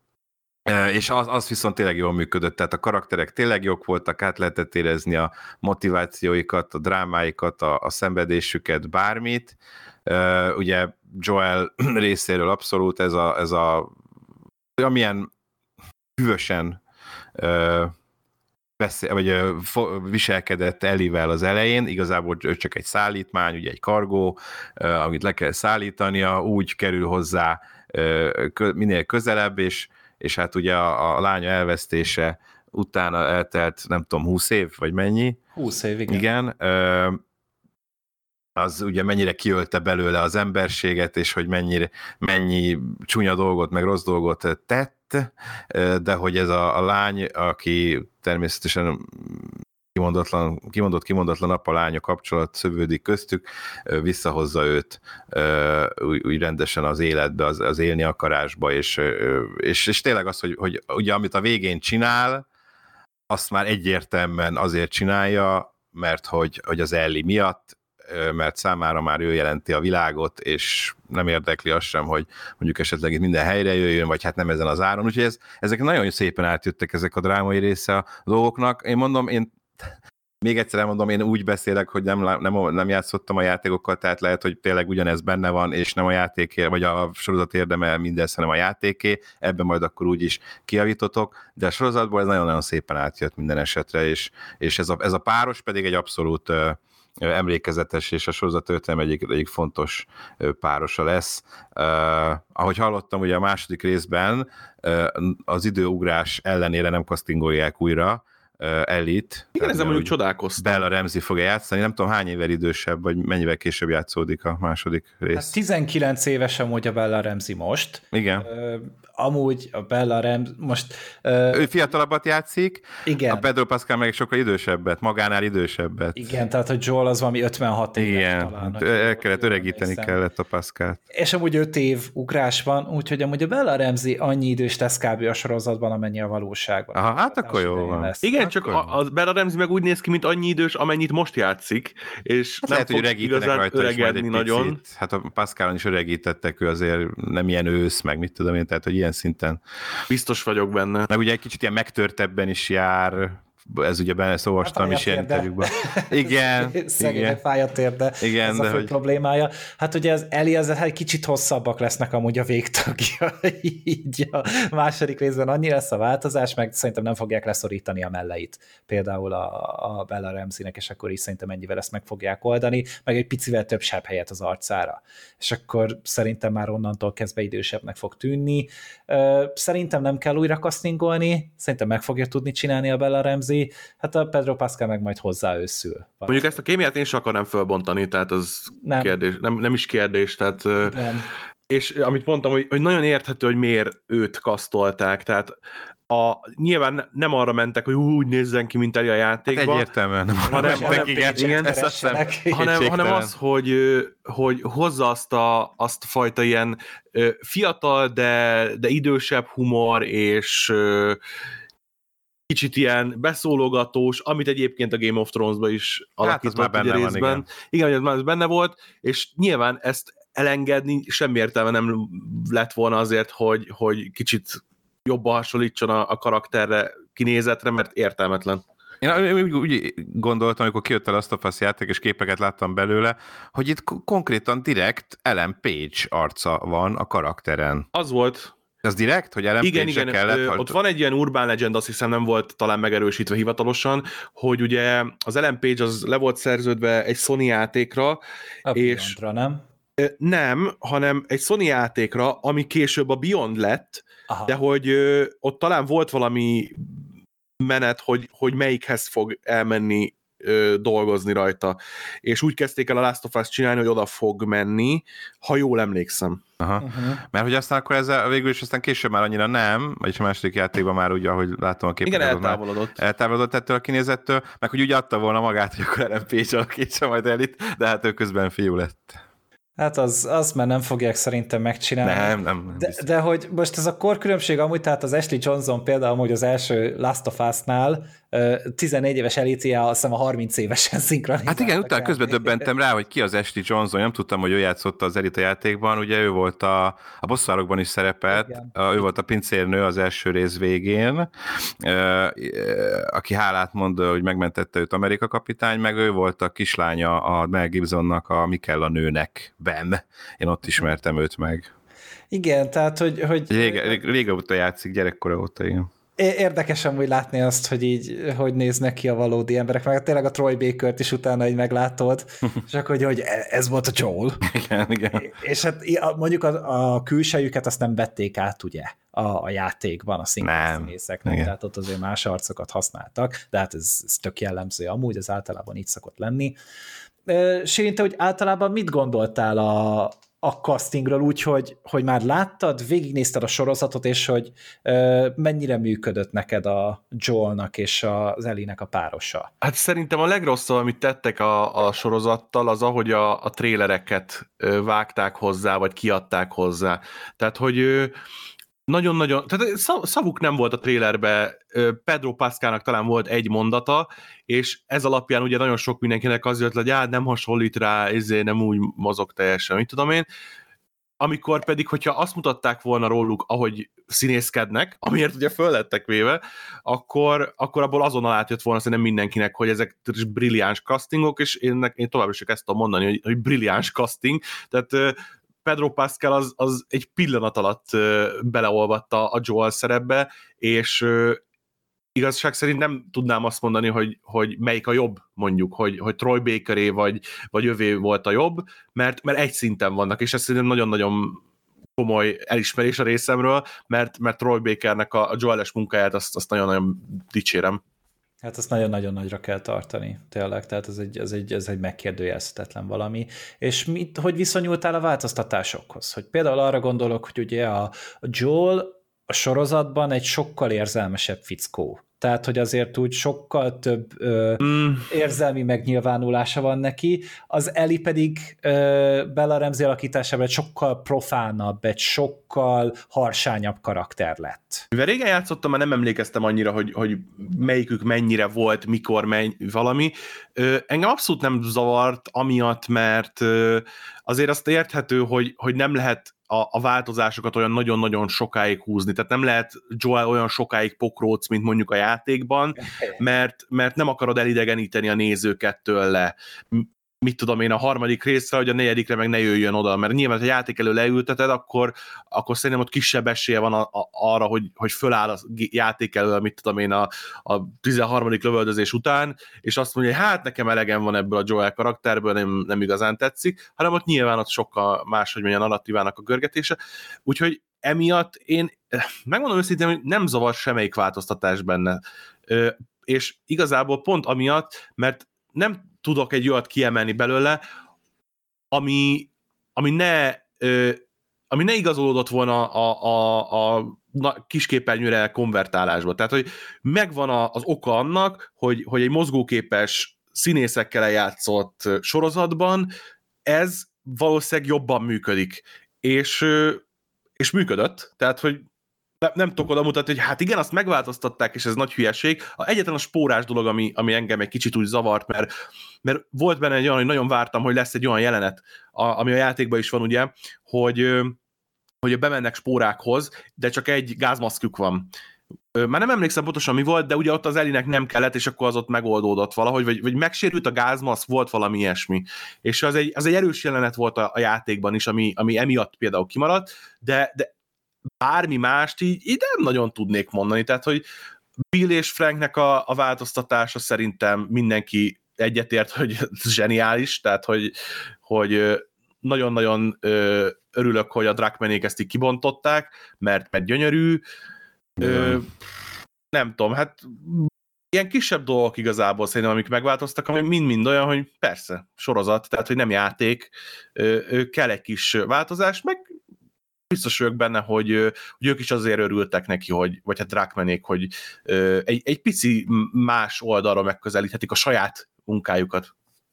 és az, az viszont tényleg jól működött, tehát a karakterek tényleg jók voltak, át lehetett érezni a motivációikat, a drámáikat, a, a szenvedésüket, bármit. Ugye Joel részéről abszolút ez a, ez a amilyen hűvösen beszél, vagy viselkedett Ellie-vel az elején, igazából csak egy szállítmány, ugye egy kargó, amit le kell szállítania, úgy kerül hozzá minél közelebb, és, és hát ugye a, a lánya elvesztése utána eltelt, nem tudom, húsz év, vagy mennyi? húsz év, igen. Igen, az ugye mennyire kiölte belőle az emberséget, és hogy mennyire, mennyi csúnya dolgot, meg rossz dolgot tett, de hogy ez a, a lány, aki természetesen kimondatlan, kimondott, kimondatlan apa-lánya kapcsolat szövődik köztük, visszahozza őt úgy, úgy rendesen az életbe, az, az élni akarásba, és, és, és tényleg az, hogy, hogy ugye amit a végén csinál, azt már egyértelműen azért csinálja, mert hogy, hogy az Ellie miatt, mert számára már ő jelenti a világot, és nem érdekli azt sem, hogy mondjuk esetleg itt minden helyre jöjjön, vagy hát nem ezen az áron. Úgyhogy ez, ezek nagyon szépen átjöttek ezek a drámai része a dolgoknak. Én mondom, én még egyszer elmondom, én úgy beszélek, hogy nem, nem, nem játszottam a játékokkal, tehát lehet, hogy tényleg ugyanez benne van, és nem a játéké, vagy a sorozat érdemel mindez, hanem a játéké, ebben majd akkor úgy is kijavítotok, de a sorozatból ez nagyon-nagyon szépen átjött minden esetre, és, és ez, a, ez a páros pedig egy abszolút emlékezetes, és a sorozat történelem egyik, egyik fontos párosa lesz. Uh, ahogy hallottam, ugye a második részben uh, az időugrás ellenére nem castingolják újra uh, Ellie-t. Igen, ezzel mondjuk csodálkoztam. Bella Ramsey fogja játszani, nem tudom hány évvel idősebb, vagy mennyivel később játszódik a második rész. Hát tizenkilenc éves amúgy a Bella Ramsey most. Igen. Uh, amúgy a Bella Ramsey most... Uh, ő fiatalabbat játszik, igen. A Pedro Pascal meg sokkal idősebbet, magánál idősebbet. Igen, tehát hogy Joel az valami ötvenhat éves. Igen, talán, hát el kellett öregíteni kellett a Pascalt. És amúgy öt év ugrás van, úgyhogy amúgy a Bella Ramsey annyi idős lesz kb. A sorozatban, amennyi a valóságban. Aha, hát akkor jó van. Lesz. Igen, akkor csak jó. a, a Bella Ramsey meg úgy néz ki, mint annyi idős, amennyit most játszik, és Hát nem lehet, fog hogy igazán rajta öregedni nagyon. Picit. Hát a Pascalon is öregítettek, ő azért nem ilyen ősz, meg mit tudom én, tehát hogy ilyen szinten. Biztos vagyok benne. Meg ugye egy kicsit ilyen megtörtebben is jár, ez ugye benne szóvastam is ilyen interjúkban. Igen. Szegénynek fáj a térde. Igen, ez de a fő hogy... problémája. Hát ugye az Ellie az egy kicsit hosszabbak lesznek amúgy a végtagja. Így a második részben annyi lesz a változás, meg szerintem nem fogják leszorítani a melleit. Például a, a Bella Ramseynek, és akkor is szerintem ennyivel ezt meg fogják oldani, meg egy picivel több sebb helyet az arcára. És akkor szerintem már onnantól kezdve idősebbnek fog tűnni. Szerintem nem kell újra castingolni, szerintem meg fogja tudni csinálni a Bella Ramsey. Hát a Pedro Pascal meg majd hozzáőszül. Mondjuk ezt a kémiát én sem akarnám fölbontani, tehát az nem. kérdés, nem, nem is kérdés, tehát nem. És amit mondtam, hogy, hogy nagyon érthető, hogy miért őt kasztolták, tehát a, nyilván nem arra mentek, hogy úgy nézzen ki, mint Ellie a játékban. Hát egyértelműen nem arra hanem, mentek, hanem, igen, igen, ezt azt hiszem, hanem, hanem az, hogy, hogy hozza azt a, azt a fajta ilyen fiatal, de, de idősebb humor, és kicsit ilyen beszólogatós, amit egyébként a Game of Thrones-ban is alakított hát benne részben. Van, igen, igen, hogy ez benne volt, és nyilván ezt elengedni semmi értelme nem lett volna azért, hogy, hogy kicsit jobban hasonlítson a, a karakterre, kinézetre, mert értelmetlen. Én úgy, úgy gondoltam, amikor kijött a Last of Us játék, és képeket láttam belőle, hogy itt konkrétan direkt Ellen Page arca van a karakteren. Az volt. Ez direkt, hogy Ellen igen, Page-e igen, kellett? ö, hogy... ott van egy ilyen urban legend, azt hiszem nem volt talán megerősítve hivatalosan, hogy ugye az Ellen Page az le volt szerződve egy Sony játékra, a és Beyondra, nem? Nem, hanem egy Sony játékra, ami később a Beyond lett, aha. De hogy ö, ott talán volt valami menet, hogy, hogy melyikhez fog elmenni ö, dolgozni rajta. És úgy kezdték el a Last of Us csinálni, hogy oda fog menni, ha jól emlékszem. Aha. Uh-huh. Mert hogy aztán akkor ezzel végül is aztán később már annyira nem, vagyis a második játékban már úgy, ahogy látom a képeket. Igen, eltávolodott. Eltávolodott ettől a kinézettől, meg hogy úgy adta volna magát, hogy akkor Ellen Page alakítsa majd Ellie-t, de hát ő közben fiú lett. Hát az, az már nem fogják szerintem megcsinálni. Nem, nem. nem de, de hogy most ez a korkülönbség amúgy, tehát az Ashley Johnson például amúgy az első Last of Us-nál tizennégy éves Alicia, azt hiszem a harminc évesen szinkronizáltak. Hát igen, utána közben döbbentem rá, hogy ki az Ashley Johnson, nem tudtam, hogy ő játszotta az Elite játékban, ugye ő volt a, a bosszárokban is szerepelt, a, ő volt a pincérnő az első rész végén, aki hálát mond, hogy megmentette őt Amerika kapitány, meg ő volt a kislánya a Mel Gibsonnak, a Mikella nőnek Ben. Én ott ismertem őt meg. Igen, tehát, hogy... hogy Rége, rég, régóta játszik, gyerekkora óta, igen. Érdekes amúgy látni azt, hogy így, hogy néznek ki a valódi emberek, meg tényleg a Troy Bakert is utána így meglátod, és akkor, hogy, hogy ez volt a Joel. Igen, igen. És hát mondjuk a, a külsejüket azt nem vették át, ugye, a, a játékban, a szinkronszínészeknek, tehát ott azért más arcokat használtak, de hát ez, ez tök jellemző amúgy, ez általában így szokott lenni. Sirin, te, hogy általában mit gondoltál a, a castingról úgy, hogy, hogy már láttad, végignézted a sorozatot, és hogy ö, mennyire működött neked a Joelnak és az Ellie-nek a párosa? Hát szerintem a legrosszabb, amit tettek a, a sorozattal, az ahogy a, a trélereket vágták hozzá, vagy kiadták hozzá. Tehát, hogy nagyon-nagyon, tehát szavuk nem volt a trélerbe, Pedro Pascalnak talán volt egy mondata, és ez alapján ugye nagyon sok mindenkinek az jött, hogy hát nem hasonlít rá, ezért nem úgy mozog teljesen, mit tudom én. Amikor pedig, hogyha azt mutatták volna róluk, ahogy színészkednek, amiért ugye föl lettek véve, akkor, akkor abból azonnal átjött volna szerintem mindenkinek, hogy ezek brilliáns castingok, és én, én tovább is csak ezt tudom mondani, hogy, hogy brilliáns casting, tehát Pedro Pascal az, az egy pillanat alatt beleolvatta a Joel szerepbe, és igazság szerint nem tudnám azt mondani, hogy, hogy melyik a jobb, mondjuk, hogy, hogy Troy Bakeré vagy, vagy övé volt a jobb, mert, mert egy szinten vannak, és ez szerintem nagyon-nagyon komoly elismerés a részemről, mert, mert Troy Bakernek a, a Joel-es munkáját azt, azt nagyon-nagyon dicsérem. Hát azt nagyon-nagyon nagyra kell tartani, tényleg, tehát ez egy, ez egy, ez egy megkérdőjelezhetetlen valami. És mit, hogy viszonyultál a változtatásokhoz? Hogy például arra gondolok, hogy ugye a, a Joel a sorozatban egy sokkal érzelmesebb fickó. Tehát, hogy azért úgy sokkal több ö, mm. érzelmi megnyilvánulása van neki, az Ellie pedig ö, Bella Ramsey alakításában egy sokkal profánabb, egy sokkal harsányabb karakter lett. Mivel régen játszottam, már nem emlékeztem annyira, hogy, hogy melyikük mennyire volt, mikor menny, valami. Ö, engem abszolút nem zavart amiatt, mert ö, azért azt érthető, hogy, hogy nem lehet A, a változásokat olyan nagyon-nagyon sokáig húzni. Tehát nem lehet Joel olyan sokáig pokróc, mint mondjuk a játékban, mert, mert nem akarod elidegeníteni a nézőket tőle. Mit tudom én, a harmadik részre, hogy a negyedikre meg ne jöjjön oda, mert nyilván, ha a játék elő leülteted, akkor, akkor szerintem ott kisebb esélye van a, a, arra, hogy, hogy föláll a játék elő, mit tudom én, a, a tizenharmadik lövöldözés után, és azt mondja, hogy hát nekem elegem van ebből a Joel karakterből, nem, nem igazán tetszik, hanem ott nyilván ott sokkal más, hogy mondja a narratívának a görgetése. Úgyhogy emiatt én megmondom őszintén, hogy nem zavar semmelyik változtatás benne. Ö, és igazából pont amiatt, mert nem tudok egy olyat kiemelni belőle, ami, ami, ne, ö, ami ne igazolódott volna a, a, a kisképernyőre konvertálásba. Tehát, hogy megvan a, az oka annak, hogy, hogy egy mozgóképes színészekkel játszott sorozatban ez valószínűleg jobban működik. És, és működött. Tehát, hogy Nem, nem tudok oda mutatni, hogy hát igen, azt megváltoztatták, és ez nagy hülyeség. A egyetlen a spórás dolog, ami, ami engem egy kicsit úgy zavart, mert, mert volt benne egy olyan, hogy nagyon vártam, hogy lesz egy olyan jelenet, a, ami a játékban is van, ugye, hogy, hogy bemennek spórákhoz, de csak egy gázmaszkjuk van. Már nem emlékszem pontosan mi volt, de ugye ott az Ellie-nek nem kellett, és akkor az ott megoldódott valahogy, vagy, vagy megsérült a gázmaszk, volt valami ilyesmi. És az egy, az egy erős jelenet volt a, a játékban is, ami, ami emiatt például kimaradt, de, de bármi mást így, így nem nagyon tudnék mondani, tehát, hogy Bill és Franknek a, a változtatása szerintem mindenki egyetért, hogy zseniális, tehát, hogy, hogy nagyon-nagyon örülök, hogy a Druckmannék ezt így kibontották, mert, mert gyönyörű. Ö, nem tudom, hát ilyen kisebb dolgok igazából szerintem, amik megváltoztak, ami mind-mind olyan, hogy persze, sorozat, tehát, hogy nem játék, kell egy kis változás, meg biztos vagyok benne, hogy, hogy ők is azért örültek neki, hogy, vagy hát Druckmannék, hogy egy, egy pici más oldalra megközelíthetik a saját munkájukat.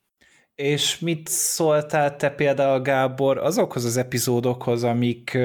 És mit szóltál te például, Gábor, azokhoz az epizódokhoz, amik,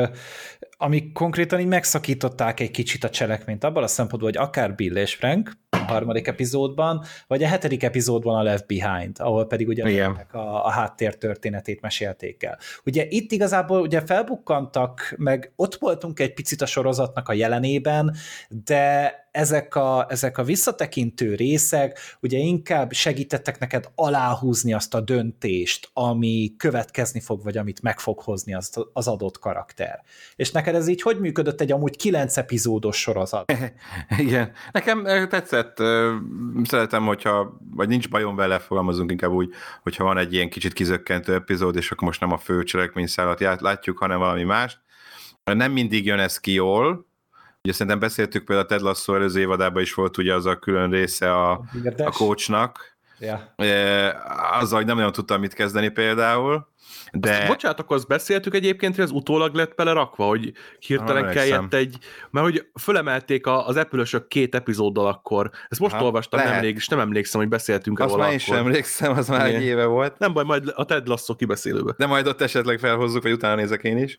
amik konkrétan így megszakították egy kicsit a cselekményt, abban a szempontból, hogy akár Bill és Frank a harmadik epizódban, vagy a hetedik epizódban a Left Behind, ahol pedig ugye a, a háttér történetét mesélték el. Ugye itt igazából ugye felbukkantak, meg ott voltunk egy picit a sorozatnak a jelenében, de ezek a, ezek a visszatekintő részek ugye inkább segítettek neked aláhúzni azt a döntést, ami következni fog, vagy amit meg fog hozni az, az adott karakter. És neked ez így hogy működött egy amúgy kilenc epizódos sorozat? Igen. Nekem tetszett, szeretem, hogyha, vagy nincs bajom vele, fogalmazunk inkább úgy, hogyha van egy ilyen kicsit kizökkentő epizód, és akkor most nem a fő cselekményszálat látjuk, hanem valami más. Nem mindig jön ez ki jól. Ugye szerintem beszéltük például a Ted Lasso előző évadában is volt ugye az a külön része a, a coachnak. Yeah. Azzal, hogy nem nagyon tudtam mit kezdeni például. De... Azt, bocsánat, akkor azt beszéltük egyébként, hogy az utólag lett belerakva, hogy hirtelen ha, kellett egy... Mert hogy fölemelték az Apple-ösök két epizóddal akkor. Ezt most ha, olvastam nemrég, és nem emlékszem, hogy beszéltünk azt róla akkor. Azt már én sem emlékszem, az már egy éve volt. Nem baj, majd a Ted Lasso kibeszélőbe. De majd ott esetleg felhozzuk, vagy utána nézek én is.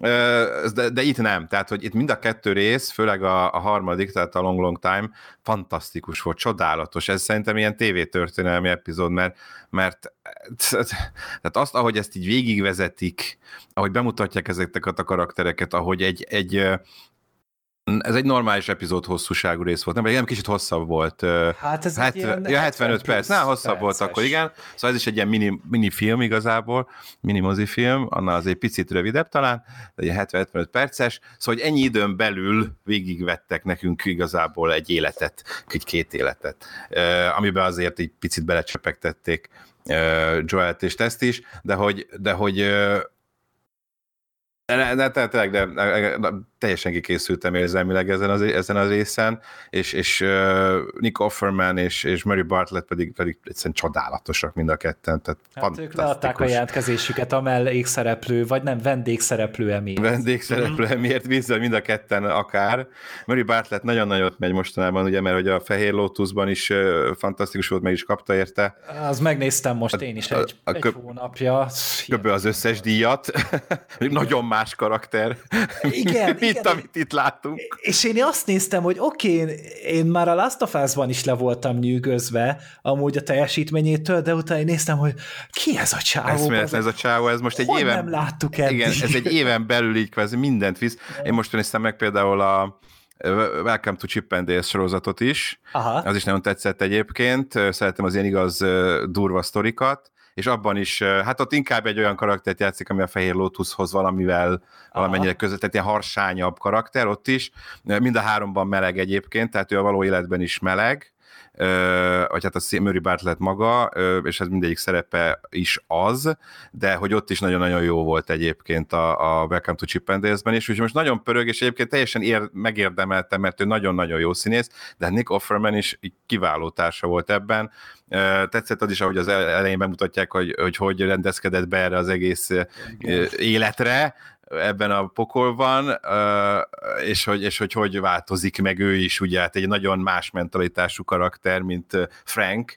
De, de itt nem. Tehát, hogy itt mind a kettő rész, főleg a, a harmadik, tehát a Long Long Time, fantasztikus volt, csodálatos. Ez szerintem ilyen tévétörténelmi epizód, mert, mert tehát azt, ahogy ezt így végigvezetik, ahogy bemutatják ezeket a karaktereket, ahogy egy, egy Ez egy normális epizód hosszúságú rész volt, nem, nem kicsit hosszabb volt. Hát ez hát, egy ilyen ja, hetvenöt perc, nem, hosszabb perces. Volt akkor, igen. Szóval ez is egy ilyen mini, mini film igazából, mini mozifilm, annál azért picit rövidebb talán, de egy hetven-hetvenöt perces, szóval hogy ennyi időn belül végigvettek nekünk igazából egy életet, egy két életet, amiben azért így picit belecsepegtették Joelt és Test is, de hogy, de hogy De, de, de, de, de, de, de teljesen kikészültem érzelmileg ezen az, ezen az részen, és, és uh, Nick Offerman és, és Mary Bartlett pedig, pedig egyszerűen csodálatosak mind a ketten. Tehát hát ők leadták a jelentkezésüket a mellékszereplő, vagy nem, vendégszereplő emiatt. Vendégszereplő mm. emiatt bizony mind a ketten akár. Mary Bartlett nagyon nagyot megy mostanában, ugye, mert hogy a Fehér Lotusban is uh, fantasztikus volt, meg is kapta érte. Az megnéztem most a, én is egy, a, a egy köp, hónapja. Kb. Az összes díjat. Nagyon más karakter, igen, mint igen, amit itt láttunk. És én azt néztem, hogy oké, okay, én már a Last of Us-ban is le voltam nyűgözve amúgy a teljesítményétől, de utána én néztem, hogy ki ez a csávó? Eszméletlen ez a csávó, ez most egy hogy éven... nem láttuk eddig? Igen, ez egy éven belül így kvázi mindent visz. Én most néztem meg például a Welcome to Chip and Dale sorozatot is. Aha. Az is nagyon tetszett egyébként. Szeretem az ilyen igaz durva sztorikat, és abban is, hát ott inkább egy olyan karaktert játszik, ami a Fehér Lotushoz valamivel, valamennyire között, tehát ilyen harsányabb karakter ott is. Mind a háromban meleg egyébként, tehát ő a való életben is meleg, vagy hát a Mary Bartlett maga, és ez mindegyik szerepe is az, de hogy ott is nagyon-nagyon jó volt egyébként a, a Welcome to Chip and Dale-ben is, úgyhogy most nagyon pörög, és egyébként teljesen ér, megérdemelte, mert ő nagyon-nagyon jó színész, de Nick Offerman is kiváló társa volt ebben. Tetszett az is, ahogy az elején bemutatják, hogy hogy, hogy rendezkedett be erre az egész igen. életre, ebben a pokolban, és hogy, és hogy hogy változik meg ő is, ugye, hát egy nagyon más mentalitású karakter, mint Frank,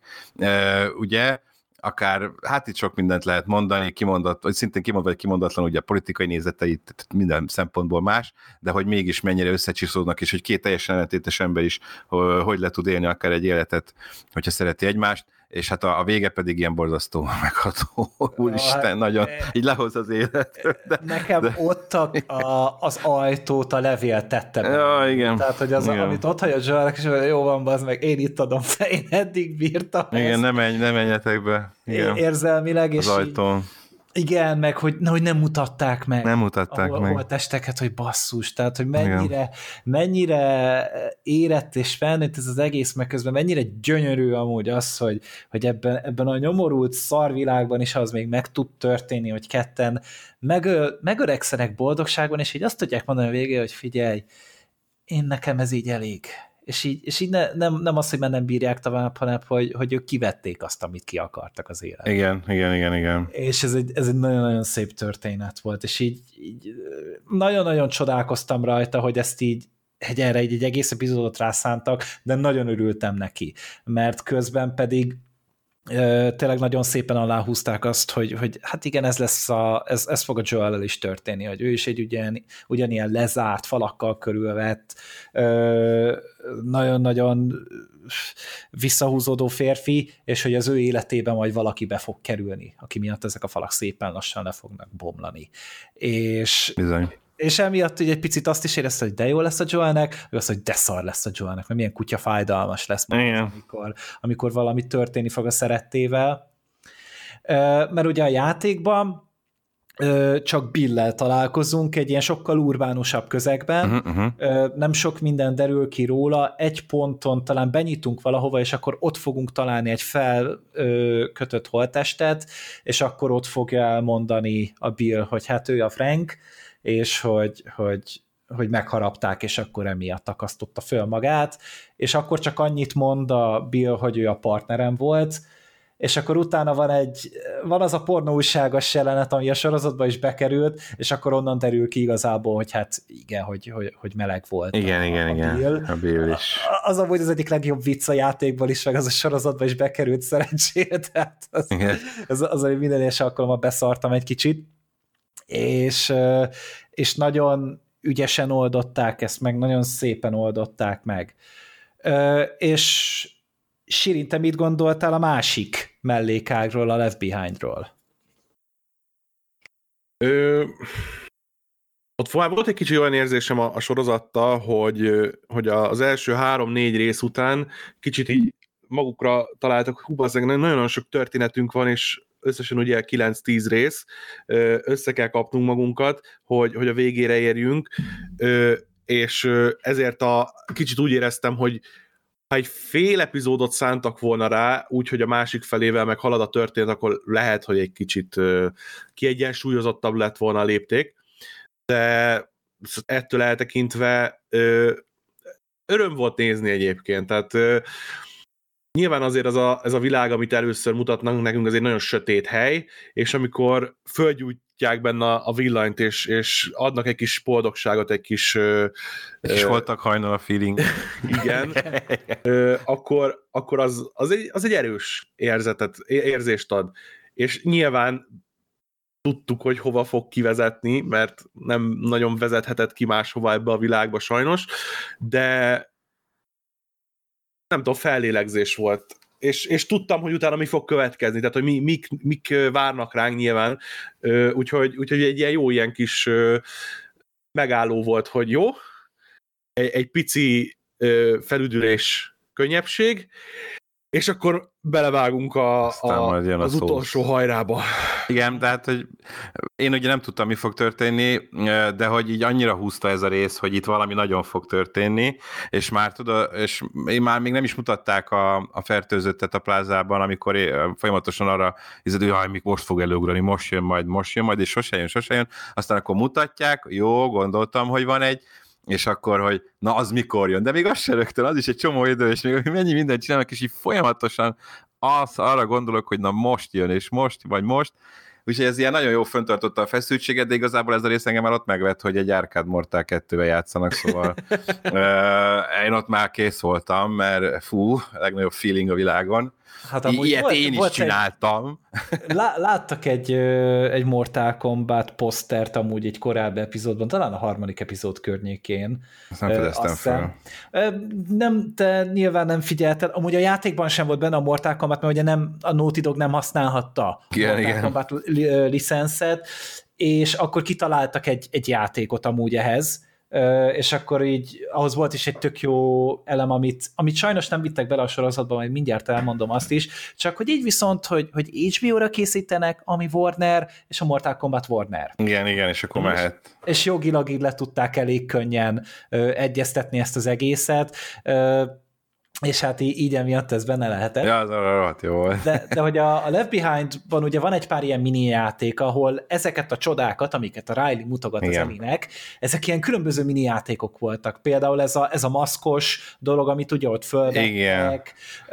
ugye, akár, hát itt sok mindent lehet mondani, kimondott, vagy szintén kimondva, vagy kimondatlan, ugye a politikai nézeteit minden szempontból más, de hogy mégis mennyire összecsiszódnak, és hogy két teljesen ellentétes ember is hogy le tud élni akár egy életet, hogyha szereti egymást, és hát a, a vége pedig ilyen borzasztó, megható, úristen, hát, nagyon, így lehoz az élet. De, nekem de... ott a, a, az ajtót a levél tette be. Ja, igen. Tehát, hogy az, igen. amit ott hagy a Joelnek, és jó van, bazd meg, én itt adom fel, én eddig bírtam. Igen, ezt. nem, menj, nem menjetek be. Igen. Érzelmileg, és az ajtón. Így, igen, meg hogy, hogy nem mutatták meg. Nem mutatták ahol, meg. Ahol testeket, hogy basszus, tehát, hogy mennyire, mennyire érett és felnőtt ez az egész, meg közben mennyire gyönyörű amúgy az, hogy, hogy ebben, ebben a nyomorult szarvilágban is az még meg tud történni, hogy ketten megö, megöregszenek boldogságban, és így azt tudják mondani a végén, hogy figyelj, én nekem ez így elég. És így, és így ne, nem, nem az, hogy már nem bírják tovább, hanem hogy, hogy ők kivették azt, amit ki akartak az életben. Igen, igen, igen, igen. És ez egy, ez egy nagyon-nagyon szép történet volt, és így, így nagyon-nagyon csodálkoztam rajta, hogy ezt így egy, erre egy, egy egész epizódot rászántak, de nagyon örültem neki, mert közben pedig tényleg nagyon szépen aláhúzták azt, hogy, hogy hát igen, ez lesz a, ez, ez fog a Joel-el is történni, hogy ő is egy ugyan, ugyanilyen lezárt, falakkal körülvett, nagyon-nagyon visszahúzódó férfi, és hogy az ő életében majd valaki be fog kerülni, aki miatt ezek a falak szépen lassan le fognak bomlani. És bizony. És emiatt egy picit azt is érezte, hogy de jó lesz a Joelnek, ő azt, hogy de szar lesz a Joelnek, mert milyen kutya fájdalmas lesz, majd, amikor, amikor valami történni fog a szerettével. Mert ugye a játékban csak Bill-lel találkozunk egy ilyen sokkal urbánusabb közegben, uh-huh, uh-huh. nem sok minden derül ki róla, egy ponton talán benyitunk valahova, és akkor ott fogunk találni egy felkötött holttestet, és akkor ott fogja elmondani a Bill, hogy hát ő a Frank, és hogy, hogy, hogy megharapták, és akkor emiatt akasztotta föl magát, és akkor csak annyit mond a Bill, hogy ő a partnerem volt, és akkor utána van egy, van az a pornóújságos jelenet, ami a sorozatba is bekerült, és akkor onnan derül ki igazából, hogy hát igen, hogy, hogy, hogy meleg volt. Igen, a, igen, a igen, Bill. A Bill is. Az amúgy az egyik legjobb vicc a játékból is, meg az a sorozatban is bekerült szerencsére, tehát az, az, az, az minden egyes alkalommal beszartam egy kicsit, és, és nagyon ügyesen oldották ezt meg, nagyon szépen oldották meg. És Sirin, te mit gondoltál a másik mellékágról, a Left Behind-ról? Ö, Ott volt egy kicsi olyan érzésem a, a sorozattal, hogy, hogy az első három-négy rész után kicsit így magukra találtak, hú, nagyon-nagyon sok történetünk van, és összesen ugye kilenc-tíz rész, össze kell kapnunk magunkat, hogy, hogy a végére érjünk, és ezért a, kicsit úgy éreztem, hogy ha egy fél epizódot szántak volna rá, úgyhogy a másik felével meg halad a történet, akkor lehet, hogy egy kicsit kiegyensúlyozottabb lett volna a lépték, de ettől eltekintve öröm volt nézni egyébként, tehát nyilván azért az a, ez a világ, amit először mutatnak nekünk, az egy nagyon sötét hely, és amikor fölgyújtják benne a villanyt, és, és adnak egy kis boldogságot, egy kis... És uh, voltak hajnal a feeling. Igen. uh, akkor akkor az, az, egy, az egy erős érzetet, érzést ad. És nyilván tudtuk, hogy hova fog kivezetni, mert nem nagyon vezethetett ki máshova ebbe a világba sajnos, de nem tudom, fellélegzés volt. És, és tudtam, hogy utána mi fog következni, tehát hogy mi, mik, mik várnak ránk nyilván, úgyhogy, úgyhogy egy ilyen jó ilyen kis megálló volt, hogy jó, egy, egy pici felüdülés, könnyebbség, és akkor belevágunk a, a, az a utolsó hajrába. Igen, tehát, hogy én ugye nem tudtam, mi fog történni, de hogy így annyira húzta ez a rész, hogy itt valami nagyon fog történni, és már tudod, és én már még nem is mutatták a, a fertőzöttet a plázában, amikor én folyamatosan arra hiszed, hogy jaj, most fog előugrani, most jön majd, most jön majd, és sose jön, sose jön, aztán akkor mutatják, jó, gondoltam, hogy van egy, és akkor, hogy na, az mikor jön, de még az se rögtön, az is egy csomó idő, és még mennyi mindent csinálnak, és így folyamatosan az, arra gondolok, hogy na most jön, és most, vagy most, úgyhogy ez ilyen nagyon jó föntartotta a feszültséget, de igazából ez a rész engem már ott megvett, hogy egy Arcade Mortal kettővel játszanak, szóval uh, én ott már kész voltam, mert fú, a legnagyobb feeling a világon. Hát ilyet volt, én is volt csináltam. Egy, lá, láttak egy, egy Mortal Kombat posztert amúgy egy korábbi epizódban, talán a harmadik epizód környékén. Azt nem fedeztem fel. Nem, te nyilván nem figyelted. Amúgy a játékban sem volt benne a Mortal Kombat, mert ugye nem, a Naughty Dog nem használhatta igen, Mortal igen. Kombat licenszet, és akkor kitaláltak egy, egy játékot amúgy ehhez, és akkor így ahhoz volt is egy tök jó elem, amit, amit sajnos nem vittek bele a sorozatba, majd mindjárt elmondom azt is, csak hogy így viszont, hogy, hogy há bé ó-ra készítenek, ami Warner, és a Mortal Kombat Warner. Igen, igen, és akkor mehet. És, és jogilag így le tudták elég könnyen ö, egyeztetni ezt az egészet, ö, és hát így, így emiatt ez benne lehetett. Ja, az arra rohadt jó volt. De, de hogy a, a Left Behind-ban ugye van egy pár ilyen mini játék, ahol ezeket a csodákat, amiket a Riley mutogat igen. az Ellie-nek, ezek ilyen különböző mini játékok voltak. Például ez a, ez a maszkos dolog, amit ugye ott fölvettek.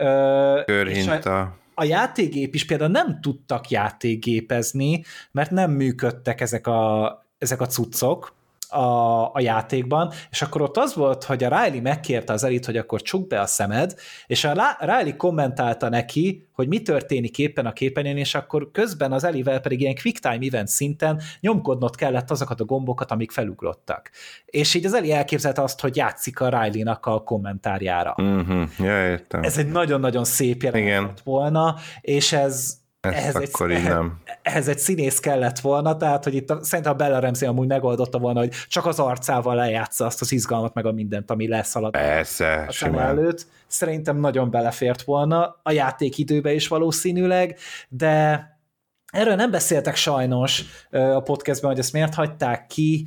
Körhinta. A, a játékgép is például nem tudtak játékgépezni, mert nem működtek ezek a, ezek a cuccok, A, a játékban, és akkor ott az volt, hogy a Riley megkérte az Ellie-t, hogy akkor csukd be a szemed, és a Riley kommentálta neki, hogy mi történik éppen a képernyőn, és akkor közben az Ellie-vel pedig ilyen quick time event szinten nyomkodnod kellett azokat a gombokat, amik felugrottak. És így az Ellie elképzelte azt, hogy játszik a Riley-nak a kommentárjára. Uh-huh. Ja, értem. Ez egy nagyon-nagyon szép jelenet volna, és ez Ehhez egy, ehhez, ehhez egy színész kellett volna, tehát, hogy itt a, szerintem a Bella Ramsey amúgy megoldotta volna, hogy csak az arcával lejátsza azt az izgalmat, meg a mindent, ami leszalad Persze, a szem előtt. Szerintem nagyon belefért volna, a játékidőbe is valószínűleg, de erről nem beszéltek sajnos a podcastben, hogy ezt miért hagyták ki.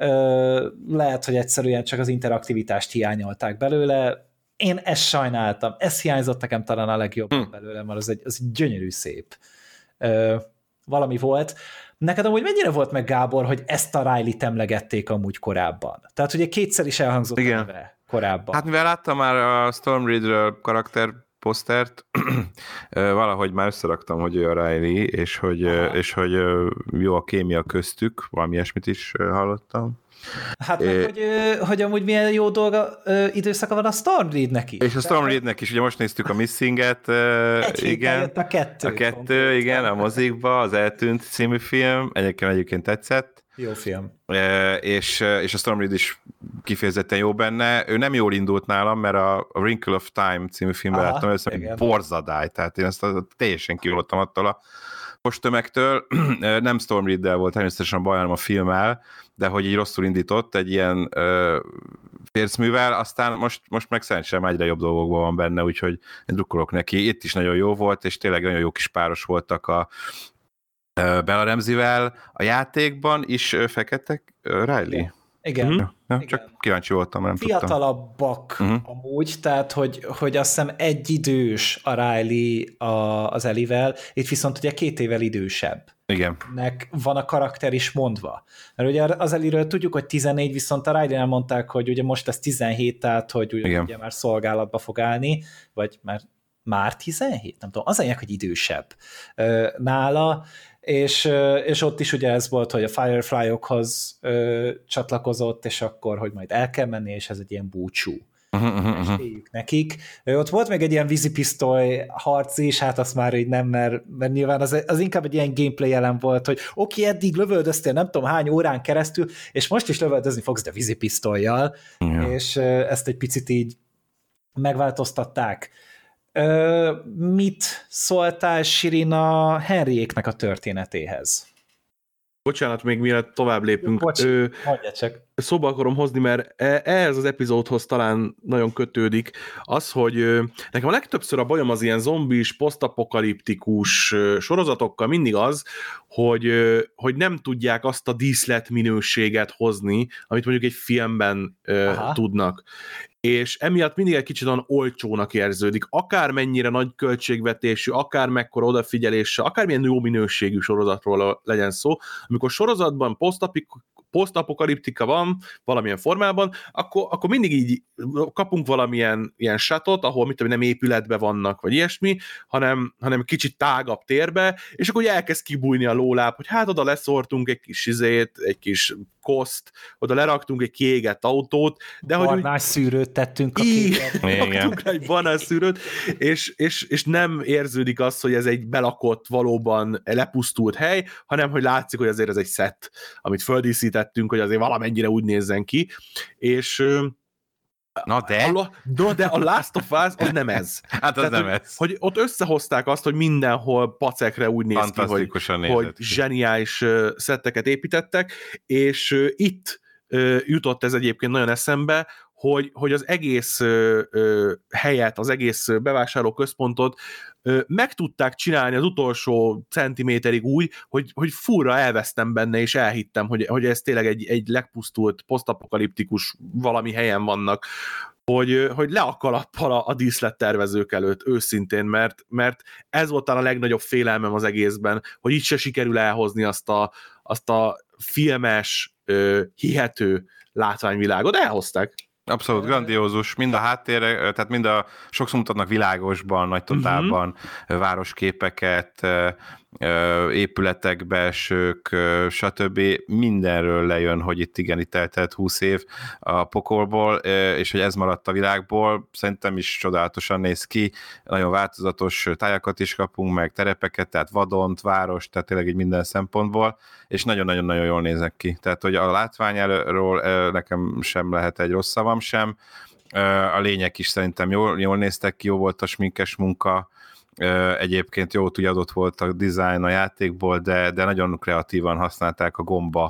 Lehet, hogy egyszerűen csak az interaktivitást hiányolták belőle. Én ezt sajnáltam. Ez hiányzott nekem talán a legjobban hmm. belőle, mert az egy, az egy gyönyörű szép ö, valami volt. Neked amúgy mennyire volt meg, Gábor, hogy ezt a Riley-t emlegették amúgy korábban? Tehát ugye kétszer is elhangzott igen. a neve korábban. Hát mivel láttam már a Storm Reader karakter posztert, valahogy már összeraktam, hogy ő a Riley, és hogy, és hogy jó a kémia köztük, valami ilyesmit is hallottam. Hát meg, hogy, hogy amúgy milyen jó dolga, időszaka van a Stormreed-nek is. És a Stormreed-nek is, ugye most néztük a Missinget. Egy igen, jött a kettő. A kettő, konkrét. Igen, a mozikba, az Eltűnt című film, egyébként egyébként tetszett. Jó film. És, és a Stormreed is kifejezetten jó benne. Ő nem jól indult nálam, mert a Wrinkle of Time című filmben láttam, hogy borzadály, tehát én ezt a, teljesen kivoltam attól a most tömegtől, nem Storm Riddle volt természetesen a baj, hanem a filmmel, de hogy így rosszul indított egy ilyen ö, fércművel, aztán most, most meg szerencsém egyre jobb dolgokban van benne, úgyhogy én drukkolok neki. Itt is nagyon jó volt, és tényleg nagyon jó kis páros voltak a Bella Ramsey-vel. A játékban is feketek Riley. Igen. Mm-hmm. Ja, Igen. csak kíváncsi voltam, nem Fiatalabbak tudtam. Uh-huh. amúgy, tehát hogy, hogy azt hiszem egy idős a Riley a, az Ellie-vel, itt viszont ugye két évvel idősebb. Igen. Nek van a karakter is mondva. Mert ugye az Ellie-ről tudjuk, hogy tizennégy, viszont a Riley-nál mondták, hogy ugye most ez tizenhét, tehát hogy ugye, ugye már szolgálatba fog állni, vagy már, már tizenhét? Nem tudom, az anyag, hogy idősebb nála, és, és ott is ugye ez volt, hogy a Firefly-okhoz ö, csatlakozott, és akkor, hogy majd el kell menni, és ez egy ilyen búcsú. Uh-huh, uh-huh. nekik. Ott volt még egy ilyen vízipisztoly harc is, hát azt már így nem, mert, mert nyilván az, az inkább egy ilyen gameplay elem volt, hogy oké, okay, eddig lövöldöztél nem tudom hány órán keresztül, és most is lövöldözni fogsz, de vízipisztollyal, yeah. És ezt egy picit így megváltoztatták. Ö, mit szóltál, Sirin, a Henryéknek a történetéhez? Bocsánat, még mielőtt tovább lépünk. Bocs, ö, csak. Szóba akarom hozni, mert ehhez az epizódhoz talán nagyon kötődik az, hogy ö, nekem a legtöbbször a bajom az ilyen zombis, posztapokaliptikus ö, sorozatokkal mindig az, hogy, ö, hogy nem tudják azt a díszlet minőséget hozni, amit mondjuk egy filmben ö, tudnak. És emiatt mindig egy kicsit olyan olcsónak érződik. Akármennyire nagy költségvetésű, akár mekkora odafigyeléssel, akármilyen jó minőségű sorozatról legyen szó, amikor sorozatban posztapik posztapokaliptika van valamilyen formában, akkor, akkor mindig így kapunk valamilyen ilyen satot, ahol mit tudom, nem épületbe vannak, vagy ilyesmi, hanem, hanem kicsit tágabb térbe, és akkor ugye elkezd kibújni a lóláb, hogy hát oda leszortunk egy kis izét, egy kis koszt, oda leraktunk egy kiégett autót, de hogy barnás úgy... szűrőt tettünk a raktunk egy barnás szűrőt, és, és, és nem érződik az, hogy ez egy belakott, valóban lepusztult hely, hanem hogy látszik, hogy azért ez egy szett, amit földíszítettünk, hogy azért valamennyire úgy nézzen ki, és Na de? A, no, de a Last of Us az nem ez. Hát az Tehát, nem hogy, ez. Hogy ott összehozták azt, hogy mindenhol pacekre úgy néz ki, hogy, hogy zseniális uh, szetteket építettek, és uh, itt uh, jutott ez egyébként nagyon eszembe, hogy, hogy az egész uh, uh, helyet, az egész bevásárlóközpontot uh, meg tudták csinálni az utolsó centiméterig úgy, hogy, hogy furra elvesztem benne, és elhittem, hogy, hogy ez tényleg egy, egy legpusztult, posztapokaliptikus valami helyen vannak, hogy, hogy le a kalappal a, a díszlettervezők előtt, őszintén, mert, mert ez volt a legnagyobb félelmem az egészben, hogy itt se sikerül elhozni azt a, azt a filmes, uh, hihető látványvilágot. Elhozták. Abszolút grandiózus, mind a háttérre, tehát mind a sokszor mutatnak világosban, nagy totálban uh-huh. városképeket, épületek, belsők, stb. Mindenről lejön, hogy itt igen, itt eltelt húsz év a pokolból, és hogy ez maradt a világból, szerintem is csodálatosan néz ki, nagyon változatos tájakat is kapunk, meg terepeket, tehát vadont, város, tehát tényleg így minden szempontból, és nagyon-nagyon-nagyon jól néznek ki. Tehát, hogy a látványról nekem sem lehet egy rossz szavam sem, a lények is szerintem jól, jól néztek ki, jó volt a sminkes munka, egyébként jó, ugye adott volt a design a játékból, de, de nagyon kreatívan használták a gomba,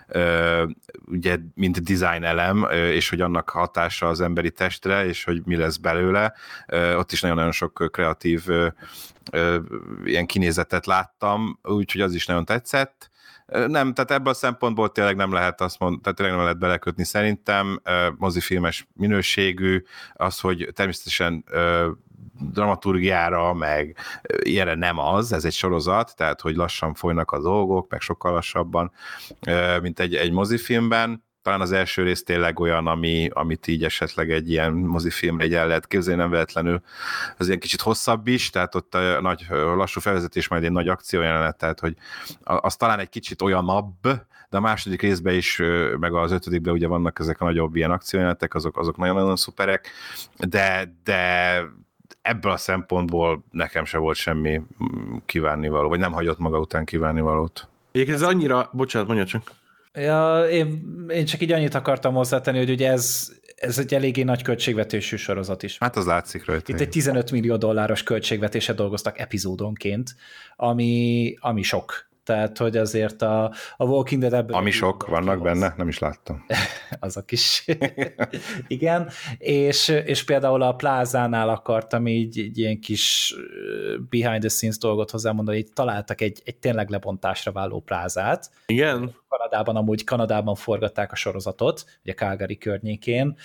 ugye, mint design elem, és hogy annak hatása az emberi testre, és hogy mi lesz belőle. Ott is nagyon-nagyon sok kreatív ilyen kinézetet láttam, úgyhogy az is nagyon tetszett. Nem, tehát ebből a szempontból tényleg nem lehet azt mondani, tehát tényleg nem lehet belekötni szerintem, mozifilmes minőségű, az, hogy természetesen dramaturgiára, meg ilyenre nem az, ez egy sorozat, tehát hogy lassan folynak a dolgok, meg sokkal lassabban, mint egy, egy mozifilmben. Talán az első rész tényleg olyan, ami, amit így esetleg egy ilyen mozifilmre egy el lehet képzelni, nem véletlenül. Az ilyen kicsit hosszabb is, tehát ott a nagy lassú felvezetés, majd egy nagy akciójelenet, tehát hogy az talán egy kicsit olyanabb, de a második részben is, meg az ötödikben ugye vannak ezek a nagyobb ilyen akciójelenetek, azok, azok nagyon-nagyon szuperek, de, de ebből a szempontból nekem se volt semmi kívánnivaló, vagy nem hagyott maga után kívánnivalót. Egyébként ez annyira, bocsánat, mondja csak. Ja, én, én csak így annyit akartam hozzátenni, hogy ugye ez ez egy eléggé nagy költségvetésű sorozat is. Hát az látszik rajta. Itt egy tizenöt millió dolláros költségvetése dolgoztak epizódonként, ami, ami sok. Tehát, hogy azért a, a Walking Dead ebből... Ami sok, vannak benne? Nem is láttam. Azok is. Igen, és, és például a Plázánál akartam így, így ilyen kis behind the scenes dolgot hozzámondani, hogy találtak egy, egy tényleg lebontásra váló plázát. Igen? Kanadában, amúgy Kanadában forgatták a sorozatot, ugye Calgary környékén,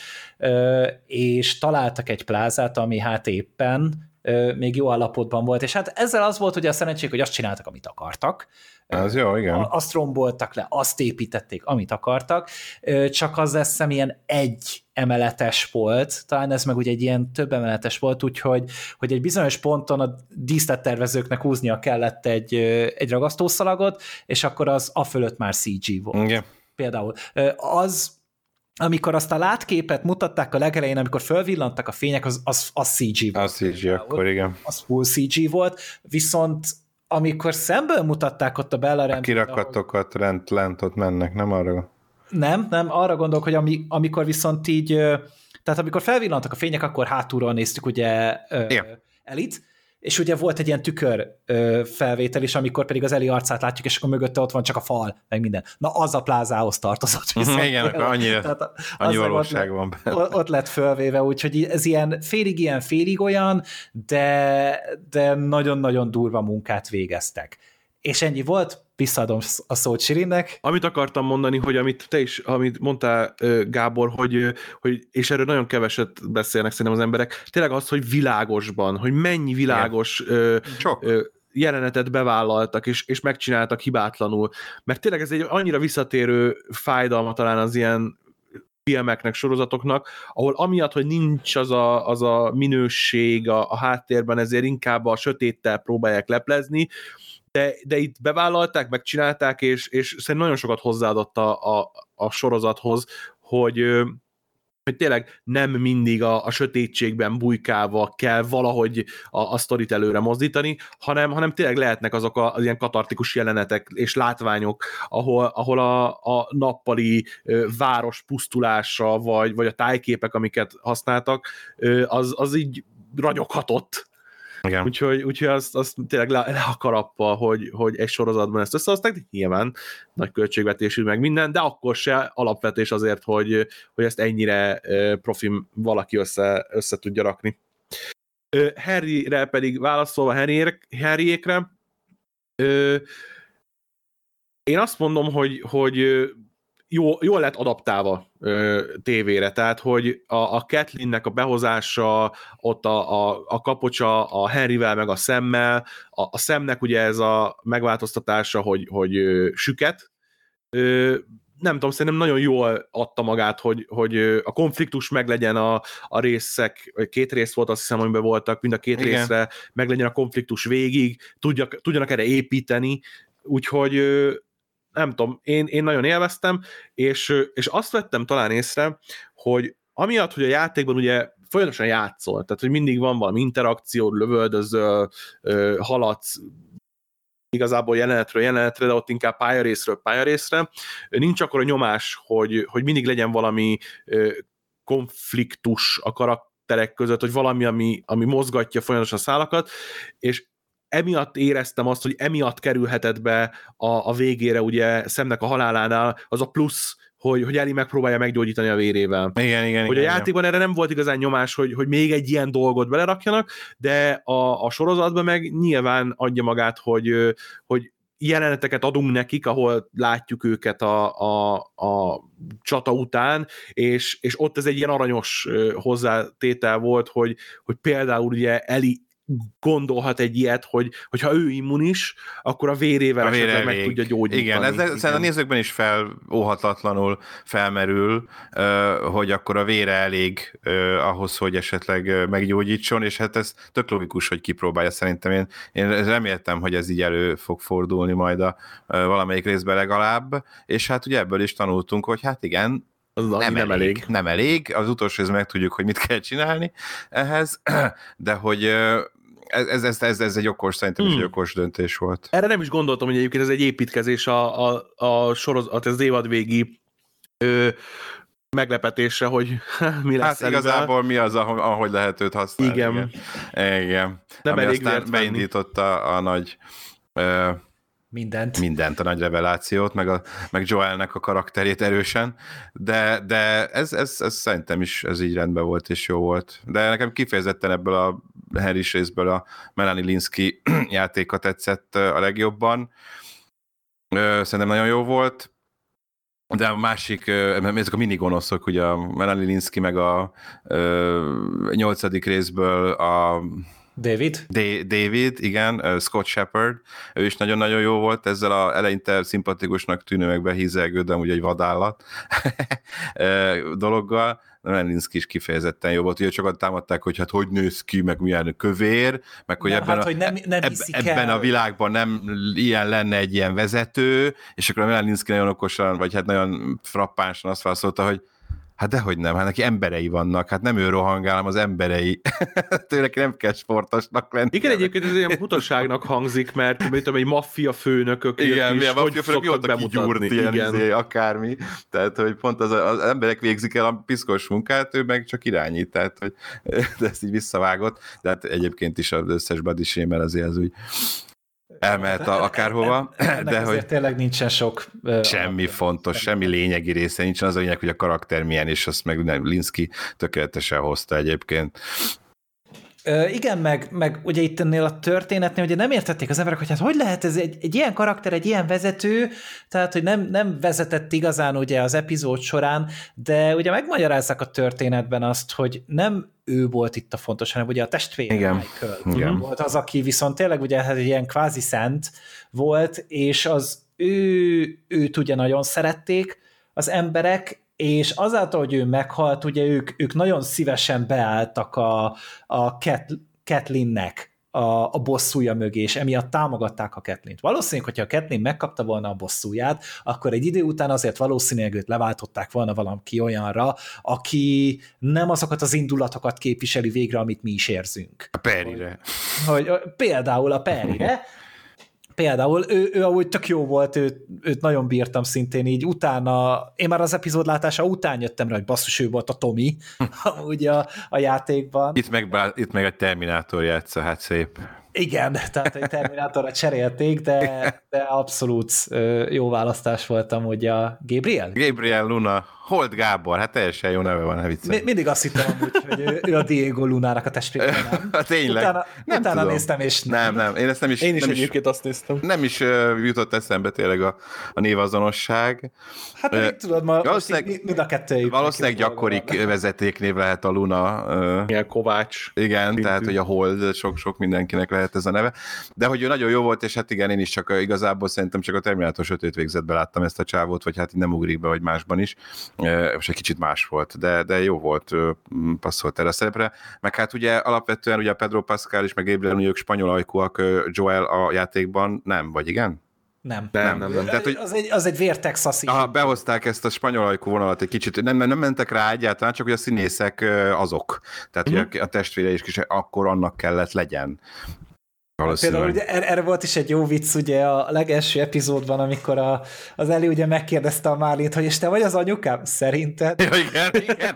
és találtak egy plázát, ami hát éppen még jó állapotban volt, és hát ezzel az volt ugye a szerencsék, hogy azt csináltak, amit akartak. Az jó, igen. Azt romboltak le, azt építették, amit akartak, csak az lesz hiszem ilyen egy emeletes volt, talán ez meg ugye egy ilyen több emeletes volt, úgyhogy hogy egy bizonyos ponton a díszlettervezőknek húznia kellett egy, egy ragasztószalagot, és akkor az a fölött már cé gé volt. Igen. Például. Az amikor azt a látképet mutatták a legelején, amikor fölvillantak a fények, az, az, az cé gé volt. Az cé gé akkor, igen. Az full cé gé volt, viszont amikor szemből mutatták ott a Bella Ramsey... A kirakatokat ahol... lent, lent ott mennek, nem arra? Nem, nem, arra gondolok, hogy ami, amikor viszont így, tehát amikor felvillantak a fények, akkor hátulról néztük ugye igen. Elit, és ugye volt egy ilyen tükör ö, felvétel is, amikor pedig az Eli arcát látjuk, és akkor mögötte ott van csak a fal, meg minden. Na, az a plázához tartozott. Viszont, igen, akkor annyira, tehát annyi valóság ott, van benne. Ott lett fölvéve, úgyhogy ez ilyen félig ilyen, félig olyan, de, de nagyon-nagyon durva munkát végeztek. És ennyi volt, visszaadom a szót Sirinnek. Amit akartam mondani, hogy amit te is, amit mondtál, Gábor, hogy, hogy és erről nagyon keveset beszélnek szerintem az emberek, tényleg az, hogy világosban, hogy mennyi világos ö, ö, jelenetet bevállaltak, és, és megcsináltak hibátlanul. Mert tényleg ez egy annyira visszatérő fájdalma talán az ilyen filmeknek, sorozatoknak, ahol amiatt, hogy nincs az a, az a minőség a, a háttérben, ezért inkább a sötéttel próbálják leplezni, De, de itt bevállalták, megcsinálták, és, és szerintem nagyon sokat hozzáadott a, a, a sorozathoz, hogy, hogy tényleg nem mindig a, a sötétségben bujkálva kell valahogy a, a sztorit előre mozdítani, hanem, hanem tényleg lehetnek azok a, az ilyen katartikus jelenetek és látványok, ahol, ahol a, a nappali ö, város pusztulása, vagy, vagy a tájképek, amiket használtak, ö, az, az így ragyoghatott. Igen. Úgyhogy, úgyhogy azt, azt tényleg le, le a karappal, hogy, hogy egy sorozatban ezt összehozták, nyilván nagy költségvetésű meg minden, de akkor se alapvetés azért, hogy, hogy ezt ennyire profim valaki össze, össze tudja rakni. Harryre pedig válaszolva Harryékre, én azt mondom, hogy, hogy Jó, jól lett adaptálva ö, tévére, tehát hogy a, a Catelynnek a behozása, ott a, a, a kapocsa a Henryvel meg a Sammel, a, a Samnek ugye ez a megváltoztatása, hogy, hogy ö, süket, ö, nem tudom, szerintem nagyon jól adta magát, hogy, hogy a konfliktus meglegyen a, a részek, két rész volt, azt hiszem, amiben voltak, mind a két Igen. részre meglegyen a konfliktus végig, tudjak, tudjanak erre építeni, úgyhogy nem tudom, én, én nagyon élveztem, és, és azt vettem talán észre, hogy amiatt, hogy a játékban ugye folyamatosan játszol, tehát hogy mindig van valami interakció, lövöldözöl, haladsz, igazából jelenetről jelenetre, de ott inkább pályarészről pályarészre. Nincs akkor a nyomás, hogy, hogy mindig legyen valami konfliktus a karakterek között, hogy valami, ami, ami mozgatja folyamatosan a szálakat, és emiatt éreztem azt, hogy emiatt kerülhetett be a, a végére ugye Samnek a halálánál az a plusz, hogy, hogy Ellie megpróbálja meggyógyítani a vérével. Igen, igen, hogy igen, a játékban igen. Erre nem volt igazán nyomás, hogy, hogy még egy ilyen dolgot belerakjanak, de a, a sorozatban meg nyilván adja magát, hogy, hogy jeleneteket adunk nekik, ahol látjuk őket a, a, a csata után, és, és ott ez egy ilyen aranyos hozzátétel volt, hogy, hogy például ugye Ellie gondolhat egy ilyet, hogy hogyha ő immunis, akkor a vérével a vére esetleg meg tudja gyógyítani. Igen, ez szerintem a nézőkben is fel, óhatatlanul felmerül, hogy akkor a vére elég ahhoz, hogy esetleg meggyógyítson, és hát ez tök logikus, hogy kipróbálja szerintem. Én, én reméltem, hogy ez így elő fog fordulni majd a valamelyik részben legalább, és hát ugye ebből is tanultunk, hogy hát igen, az nem, nem elég, elég. Nem elég, az utolsó részben meg tudjuk, hogy mit kell csinálni ehhez, de hogy ez, ez, ez, ez egy okos, szerintem hmm. is egy okos döntés volt. Erre nem is gondoltam, hogy egyébként ez egy építkezés a, a, a sorozat, ez az évadvégi ö, meglepetésre, hogy mi lesz. Hát igazából mi az, ahogy lehet őt használni. Igen. Igen. Igen. Nem Ami elég aztán beindította a nagy... Ö, mindent. Mindent, a nagy revelációt, meg, a, meg Joelnek a karakterét erősen, de, de ez, ez, ez szerintem is ez így rendben volt és jó volt. De nekem kifejezetten ebből a Harry részből a Melanie Lynskey játéka tetszett a legjobban. Szerintem nagyon jó volt, de a másik, ezek a minigonoszok, ugye a Melanie Lynskey meg a nyolcadik részből a David? D- David, igen, Scott Shepard, ő is nagyon-nagyon jó volt ezzel a eleinte szimpatikusnak tűnő meg behízelgő, de ugye egy vadállat dologgal. Melinszki is kifejezetten jó volt, ugye sokat támadták, hogy hát hogy néz ki, meg milyen kövér, meg hogy, nem, ebben, hát, a, hogy nem, nem eb, ebben a világban nem ilyen lenne egy ilyen vezető, és akkor a Melinszki nagyon okosan, vagy hát nagyon frappánsan azt válaszolta, hogy hát dehogy nem, hát neki emberei vannak, hát nem ő rohangál, hanem az emberei. Tőle nem kell sportosnak lenni. Igen, egyébként ez ilyen butaságnak hangzik, mert mit tudom, egy maffia főnökök igen, is, hogy szoktak bemutatni. Ilyen izé, akármi. Tehát, hogy pont az, az emberek végzik el a piszkos munkát, ő meg csak irányít, tehát, hogy de ezt így visszavágott, de hát egyébként is az összes body shame-el azért az úgy elmehet a, akárhova. Ennek de hogy tényleg nincsen sok... Uh, semmi fontos, semmi lényegi része nincsen, az a lényeg, hogy a karakter milyen, és azt meg Lynskey tökéletesen hozta egyébként. Uh, igen, meg, meg ugye itt ennél a történetnél ugye nem értették az emberek, hogy hát hogy lehet ez egy, egy ilyen karakter, egy ilyen vezető, tehát hogy nem, nem vezetett igazán ugye az epizód során, de ugye megmagyarázzák a történetben azt, hogy nem ő volt itt a fontos, hanem ugye a testvére igen. Michael Igen. volt az, aki viszont tényleg ugye egy ilyen kvázi szent volt, és az ő, őt ugye nagyon szerették az emberek, és azáltal, hogy ő meghalt, ugye ők, ők nagyon szívesen beálltak a, a Cat, Kathleen-nek a, a bosszúja mögé, és emiatt támogatták a Kathleen-t. Valószínűleg, hogyha a Kathleen megkapta volna a bosszúját, akkor egy idő után azért valószínűleg őt leváltották volna valaki olyanra, aki nem azokat az indulatokat képviseli végre, amit mi is érzünk. A Perryre. Hogy, hogy, például a Perryre, Például ő, ő amúgy tök jó volt, őt, őt nagyon bírtam szintén így utána, én már az epizód látása után jöttem rá, hogy basszus, ő volt a Tommy amúgy a, a játékban. Itt meg, itt meg a Terminátor játsza, hát szép. Igen, tehát egy Terminátorra cserélték, de, de abszolút jó választás volt amúgy a Gabriel. Gabriel Luna, Holt Gábor, hát teljesen jó neve van, ne viccelj. Mi, mindig azt hittem amúgy, hogy ő, ő a Diego Lunának a testvére, nem? Tényleg? Utána, nem utána tudom. néztem, és nem. Nem, nem, én ezt nem is... Én is nem egyébként azt néztem. Nem is uh, jutott eszembe tényleg a, a névazonosság. Hát uh, tudod, ma valószínűleg, mind a kettőjük. valószínűleg gyakori vezetéknév lehet a Luna. Uh, Ilyen Kovács. Igen, Pintű. tehát hogy a Hold, sok-sok mindenkinek lehet ez a neve. De hogy ő nagyon jó volt, és hát igen, én is csak igazából szerintem csak a Terminátor sötét végzetben láttam ezt a csávót, vagy hát így nem ugrik be, vagy másban is. Uh, most egy kicsit más volt, de, de jó volt, uh, passzolt erre a szerepre. Meg hát ugye alapvetően ugye a Pedro Pascal és meg Gabriel, ők spanyol ajkúak, uh, Joel a játékban nem, vagy igen? Nem. Nem, nem, nem. Tehát, hogy az, egy, az egy vértexasi. Aha, behozták ezt a spanyol ajkú vonalat egy kicsit, nem, nem mentek rá egyáltalán, csak hogy a színészek azok. Tehát uh-huh. ugye a testvére is kis, akkor annak kellett legyen. Például ugye erre volt is egy jó vicc ugye a legelső epizódban, amikor a, az Eli ugye megkérdezte a Marlint, hogy és te vagy az anyukám? Szerinted? Ja, igen, igen.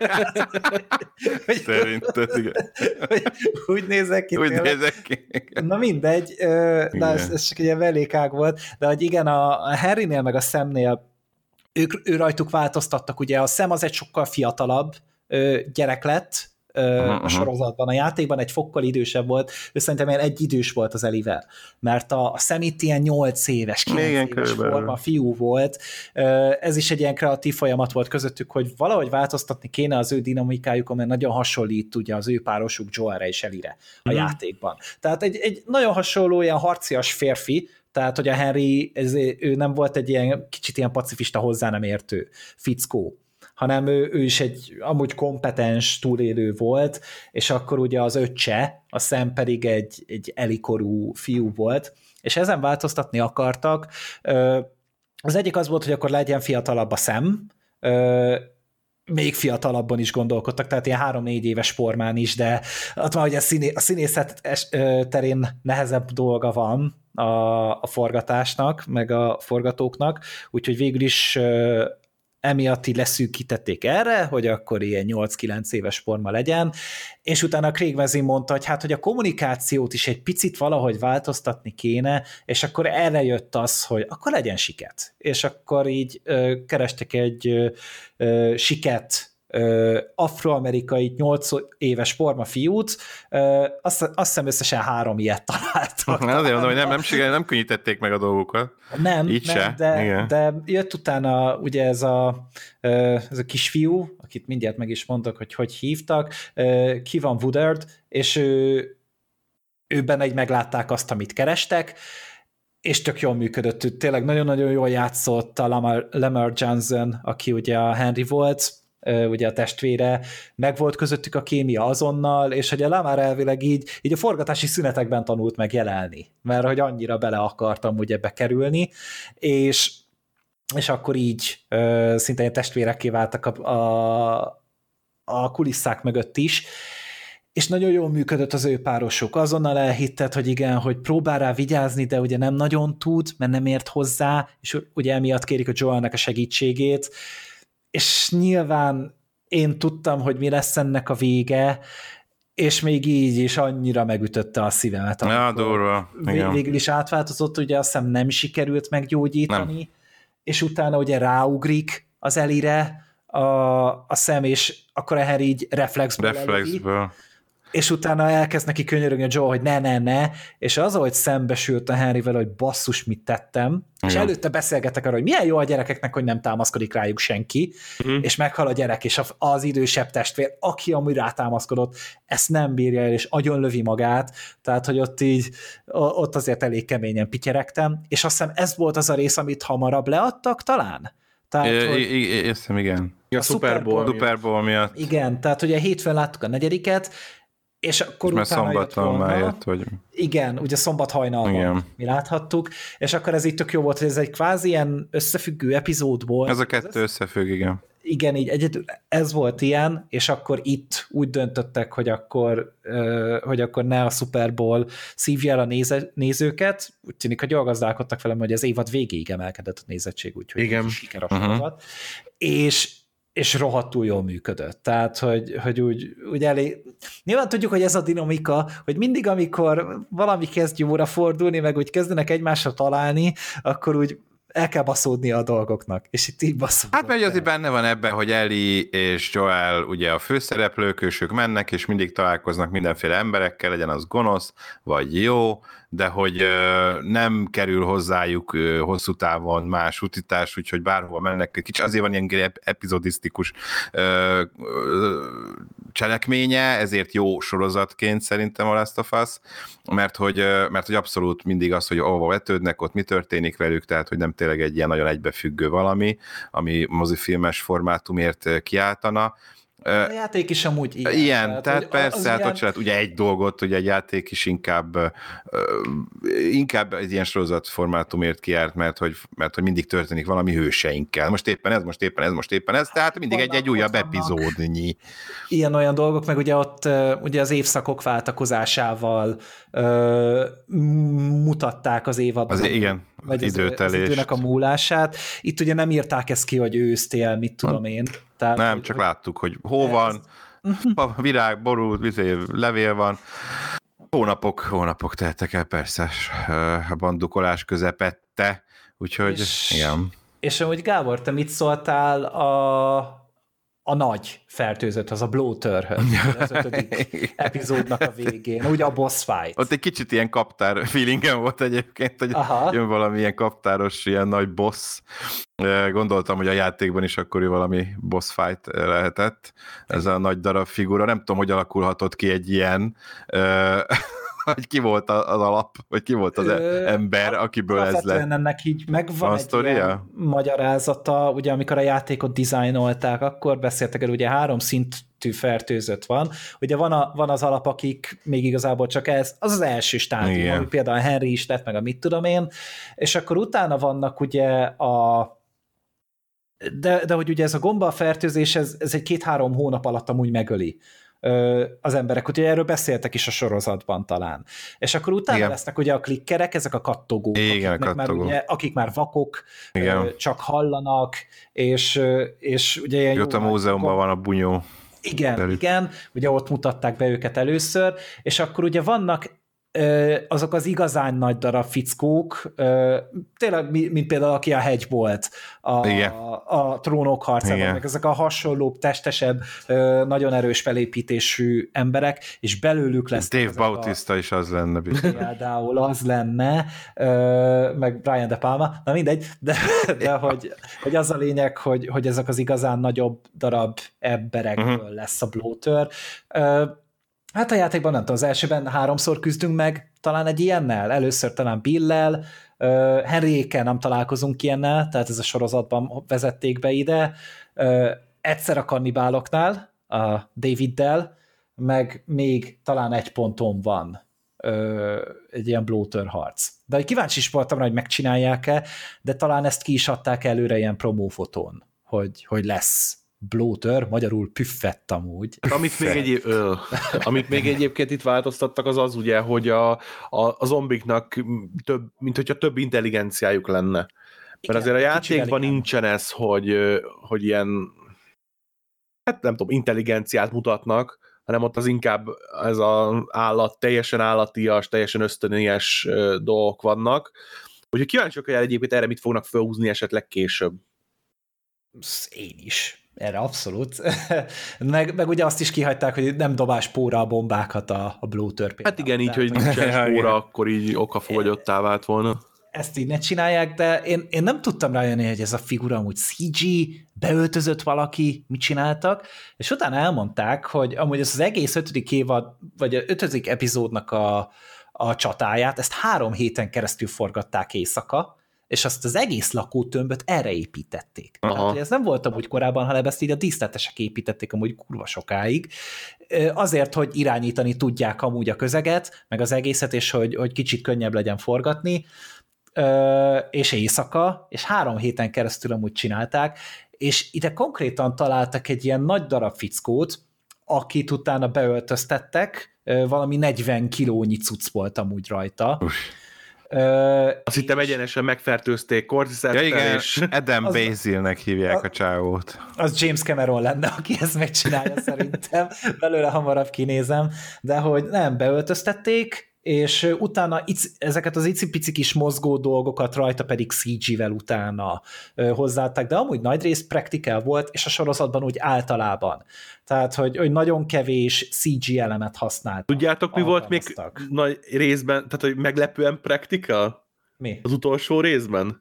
Szerinted, igen. Úgy nézek ki. Úgy nézek ki. Na mindegy, de ez, ez csak egy mellékág volt, de hogy igen, a Harrynél meg a Samnél ők, ő rajtuk változtattak, ugye a Sam az egy sokkal fiatalabb gyerek lett, Uh-huh. a sorozatban, a játékban egy fokkal idősebb volt, ő szerintem ilyen egy idős volt az Elivel, mert a, a Sam itt ilyen nyolc éves, kilenc éves forma fiú volt, ez is egy ilyen kreatív folyamat volt közöttük, hogy valahogy változtatni kéne az ő dinamikájukon, mert nagyon hasonlít ugye az ő párosuk Joelre és Elire a uh-huh. játékban. Tehát egy, egy nagyon hasonló ilyen harcias férfi, tehát hogy a Henry, ez, ő nem volt egy ilyen kicsit ilyen pacifista, hozzá nem értő fickó, hanem ő, ő is egy amúgy kompetens túlélő volt, és akkor ugye az öccse, a Sam pedig egy, egy elikorú fiú volt, és ezen változtatni akartak. Az egyik az volt, hogy akkor legyen fiatalabb a Sam, még fiatalabban is gondolkodtak, tehát ilyen három-négy éves formán is, de ott már ugye a, színé, a színészet terén nehezebb dolga van a, a forgatásnak, meg a forgatóknak, úgyhogy végül is emiatt így leszűkítették erre, hogy akkor ilyen nyolc-kilenc éves forma legyen, és utána Craig Mazin mondta, hogy hát, hogy a kommunikációt is egy picit valahogy változtatni kéne, és akkor erre jött az, hogy akkor legyen siket. És akkor így ö, kerestek egy ö, ö, siket ö, afroamerikai nyolc éves forma fiút, ö, azt, azt hiszem összesen három ilyet találtak. Azért mondom, hogy nem, nem, nem, nem könnyítették meg a dolgokat. Nem, Így nem se. de, de jött utána ugye ez a, ez a kisfiú, akit mindjárt meg is mondok, hogy hogy hívtak, Kevin Woodard, és ő, őben egy meglátták azt, amit kerestek, és tök jól működött. Ő tényleg nagyon-nagyon jól játszott a Lamar, Lamar Johnson, aki ugye a Henry volt, ugye a testvére, meg volt közöttük a kémia azonnal, és hogy a Lamar elvileg így, így a forgatási szünetekben tanult meg jelenni, mert hogy annyira bele akartam ugye bekerülni, és, és akkor így ö, szinte ilyen testvérekké váltak a, a, a kulisszák mögött is, és nagyon jól működött az ő párosuk. Azonnal elhitted, hogy igen, hogy próbál rá vigyázni, de ugye nem nagyon tud, mert nem ért hozzá, és ugye emiatt kérik a Joelnek a segítségét, és nyilván én tudtam, hogy mi lesz ennek a vége, és még így is annyira megütötte a szívemet. Ja, durva. Vég, végül is átváltozott, ugye azt hiszem nem sikerült meggyógyítani, nem. És utána ugye ráugrik az Elire a, a szem, és akkor ehhez így reflexből, reflexből. És utána elkezd neki könyörögni a Joe, hogy ne, ne, ne, és az, ahogy szembesült a Henryvel, hogy basszus, mit tettem, igen. És előtte beszélgettek arra, hogy milyen jó a gyerekeknek, hogy nem támaszkodik rájuk senki, mm. és meghal a gyerek, és az idősebb testvér, aki amúgy rátámaszkodott, ezt nem bírja el, és agyonlövi magát, tehát, hogy ott így, ott azért elég keményen pityeregtem, és azt hiszem ez volt az a rész, amit hamarabb leadtak talán? Tehát, é, hogy é, értem, igen. A, a Super Bowl, Super Bowl miatt. Igen, tehát ugye hétfőn láttuk a negyediket, és akkor és utána jött volna. Már jött, hogy... Igen, ugye szombat hajnalban igen. Mi láthattuk, és akkor ez így tök jó volt, hogy ez egy kvázi ilyen összefüggő epizód volt. Ez a kettő ez összefügg, igen. Igen, így egyedül ez volt ilyen, és akkor itt úgy döntöttek, hogy akkor, uh, hogy akkor ne a Super Bowl szívja el a néze, nézőket, úgy tűnik, hogy jól gazdálkodtak velem, hogy az évad végéig emelkedett a nézettség, úgyhogy igen. siker a sorozat. Uh-huh. És és rohadtul jól működött. Tehát, hogy, hogy úgy, úgy elég... Nyilván tudjuk, hogy ez a dinamika, hogy mindig, amikor valami kezd jóra fordulni, meg úgy kezdenek egymásra találni, akkor úgy el kell baszódni a dolgoknak, és itt így baszódnak. Hát mert azért benne van ebben, hogy Ellie és Joel ugye a főszereplők, és ők mennek, és mindig találkoznak mindenféle emberekkel, legyen az gonosz, vagy jó, de hogy ö, nem kerül hozzájuk ö, hosszú távon más utitás, úgyhogy bárhova mennek, kicsi azért van ilyen epizodisztikus ö, ö, cselekménye, ezért jó sorozatként szerintem a Last of Us, mert hogy, ö, mert hogy abszolút mindig az, hogy ahova vetődnek, ott mi történik velük, tehát hogy nem tényleg egy ilyen nagyon egybefüggő valami, ami mozifilmes formátumért kiáltana. A játék is amúgy ilyen. Ilyen, tehát, tehát persze, hát ilyen... ott csinált ugye egy dolgot, ugye egy játék is inkább uh, inkább egy ilyen sorozat formátumért kiárt, mert hogy, mert hogy mindig történik valami hőseinkkel. Most éppen ez, most éppen ez, most éppen ez, tehát mindig egy, egy újabb epizódnyi. Ilyen-olyan dolgok, meg ugye ott ugye az évszakok váltakozásával uh, mutatták az évadban. Az, igen, vagy az, az, az időnek a múlását. Itt ugye nem írták ezt ki, hogy ősztél, mit tudom én. Tehát, nem, hogy, csak láttuk, hogy hó van, ez... virág, borult, vizé, levél van. Hónapok, hónapok teltek el, persze, a bandukolás közepette, úgyhogy és, igen. És amúgy Gábor, te mit szóltál a, a nagy fertőzött, az a Bloater-höz, az ötödik epizódnak a végén, ugye a boss fight. Ott egy kicsit ilyen kaptár feelingem volt egyébként, hogy aha. Jön valami ilyen kaptáros, ilyen nagy boss. Gondoltam, hogy a játékban is akkor valami boss fight lehetett. Ez a nagy darab figura. Nem tudom, hogy alakulhatott ki egy ilyen, hogy ki volt az alap, vagy ki volt az Ö, ember, akiből ez lett. Ennek így megvan a egy ilyen magyarázata, ugye amikor a játékot dizájnolták, akkor beszéltek el, ugye három szintű fertőzött van. Ugye van, a, van az alap, akik még igazából csak ez, az az első stádium, ami például a Henry is lett, meg a mit tudom én, és akkor utána vannak ugye a De, de hogy ugye ez a gomba fertőzés, ez, ez egy két-három hónap alatt amúgy megöli az emberek, úgyhogy erről beszéltek is a sorozatban talán. És akkor utána Igen. lesznek ugye a klikkerek, ezek a kattogók, Igen, akiknek kattogó. már ugye, akik már vakok, Igen. csak hallanak, és, és ugye ilyen Ott a múzeumban van a bunyó. Igen, Belül. igen, ugye ott mutatták be őket először, és akkor ugye vannak azok az igazán nagy darab fickók, tényleg, mint például aki a hegy volt a, a, a trónok harcában, Igen. meg ezek a hasonló, testesebb, nagyon erős felépítésű emberek, és belőlük lesz. Dave Bautista a, is az lenne. Például az lenne, meg Brian De Palma, na mindegy, de, de hogy, hogy az a lényeg, hogy, hogy ezek az igazán nagyobb darab emberekből uh-huh. lesz a bloater. Hát a játékban nem tudom, az elsőben háromszor küzdünk meg talán egy ilyennel, először talán Bill-lel, uh, Henryékkel nem találkozunk ilyennel, tehát ez a sorozatban vezették be ide, uh, egyszer a kannibáloknál, a Daviddel, meg még talán egy ponton van uh, egy ilyen bloater harc. De kíváncsi is voltam rá, hogy megcsinálják-e, de talán ezt ki is adták előre ilyen promófotón, hogy, hogy lesz bloater, magyarul püffett amúgy. Amit még, egy, ö, amit még egyébként itt változtattak, az az ugye, hogy a, a, a zombiknak több, mint hogyha több intelligenciájuk lenne. Mert igen, azért a játékban nincsen ez, hogy, hogy ilyen hát nem tudom, intelligenciát mutatnak, hanem ott az inkább ez az állat, teljesen állatias, teljesen ösztönies dolgok vannak. Úgyhogy kíváncsiak, hogy egyébként erre mit fognak felhúzni esetleg később. Én is. Erre abszolút. meg, meg ugye azt is kihagyták, hogy nem dobál spóra a bombákat a, a bloater például. Hát igen, így, tehát, hogy nincsen spóra, akkor így okafogyottá vált volna. Ezt így ne csinálják, de én, én nem tudtam rájönni, hogy ez a figura amúgy cé gé, beöltözött valaki, mit csináltak, és utána elmondták, hogy amúgy ez az egész ötödik évad, vagy a ötödik epizódnak a, a csatáját, ezt három héten keresztül forgatták éjszaka, és azt az egész lakótömböt erre építették. Aha. Tehát, hogy ez nem volt amúgy korábban, hanem ezt így a díszletesek építették amúgy kurva sokáig. Azért, hogy irányítani tudják amúgy a közeget, meg az egészet, és hogy, hogy kicsit könnyebb legyen forgatni, és éjszaka, és három héten keresztül amúgy csinálták, és ide konkrétan találtak egy ilyen nagy darab fickót, akit utána beöltöztettek, valami negyven kilónyi cucc volt amúgy rajta. Uff. Uh, Azt hittem egyenesen megfertőzték kortiszertel, ja, igen, és... Adam Basilnek hívják a, a csávót. Az James Cameron lenne, aki ezt megcsinálja szerintem. Belőle hamarabb kinézem, de hogy nem, beöltöztették, és utána ic, ezeket az icipici kis mozgó dolgokat rajta pedig cé gé-vel utána hozzáadták, de amúgy nagy rész practical volt, és a sorozatban úgy általában. Tehát, hogy, hogy nagyon kevés cé gé elemet használtak. Tudjátok, mi volt még nagy részben, tehát, hogy meglepően practical? Mi? Az utolsó részben?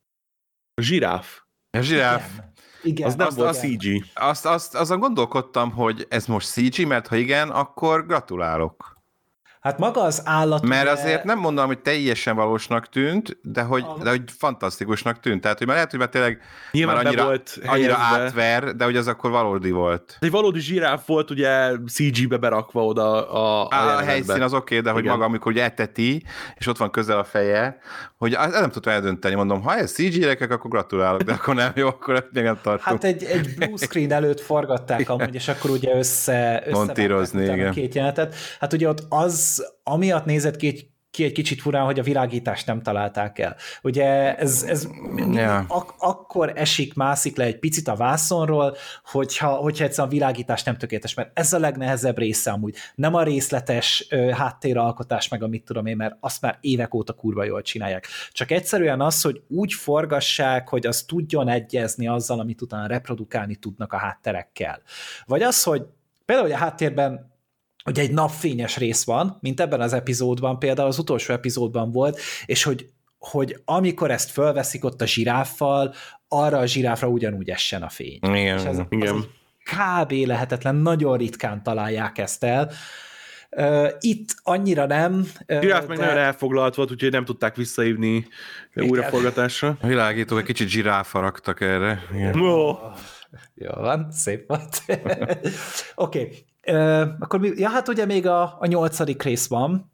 A zsiráf. A zsiráf. Igen. Igen, az nem azt, volt azt, cé gé. Azt, azt, azon gondolkodtam, hogy ez most cé gé, mert ha igen, akkor gratulálok. Hát maga az állat... Mert de... azért nem mondom, hogy teljesen valósnak tűnt, de hogy, a... de hogy fantasztikusnak tűnt. Tehát, hogy már lehet, hogy már tényleg nyilván már annyira, volt annyira átver, de hogy az akkor valódi volt. Egy valódi zsiráf volt ugye cé gé-be berakva oda a, a, a helyszín az oké, okay, de hogy igen. Maga, amikor ugye eteti, és ott van közel a feje, hogy ez nem tudtam eldönteni, mondom, ha ez cé gé-rekek, akkor gratulálok, de akkor nem jó, akkor még nem tartunk. Hát egy, egy blue screen előtt forgatták amúgy, és akkor ugye össze, montírozni, igen. Két jelenetet. Hát ugye ott az amiatt nézett ki, ki egy kicsit furán, hogy a világítást nem találták el. Ugye ez, ez yeah. ak- akkor esik, mászik le egy picit a vászonról, hogyha, hogyha egyszerűen a világítás nem tökéletes, mert ez a legnehezebb része amúgy. Nem a részletes ö, háttéralkotás, meg amit tudom én, mert azt már évek óta kurva jól csinálják. Csak egyszerűen az, hogy úgy forgassák, hogy az tudjon egyezni azzal, amit utána reprodukálni tudnak a hátterekkel. Vagy az, hogy például a háttérben hogy egy napfényes rész van, mint ebben az epizódban, például az utolsó epizódban volt, és hogy, hogy amikor ezt fölveszik ott a zsiráffal, arra a zsiráfra ugyanúgy essen a fény. Igen, és ez, igen. Az kb. Lehetetlen, nagyon ritkán találják ezt el. Uh, itt annyira nem. Uh, zsiráf meg de... nagyon elfoglalt volt, úgyhogy nem tudták visszahívni újraforgatásra. A világítók egy kicsit zsiráfra raktak erre. Oh. Jó van, szép volt. Oké. Okay. Uh, akkor mi, ja, hát ugye még a, a nyolcadik rész van.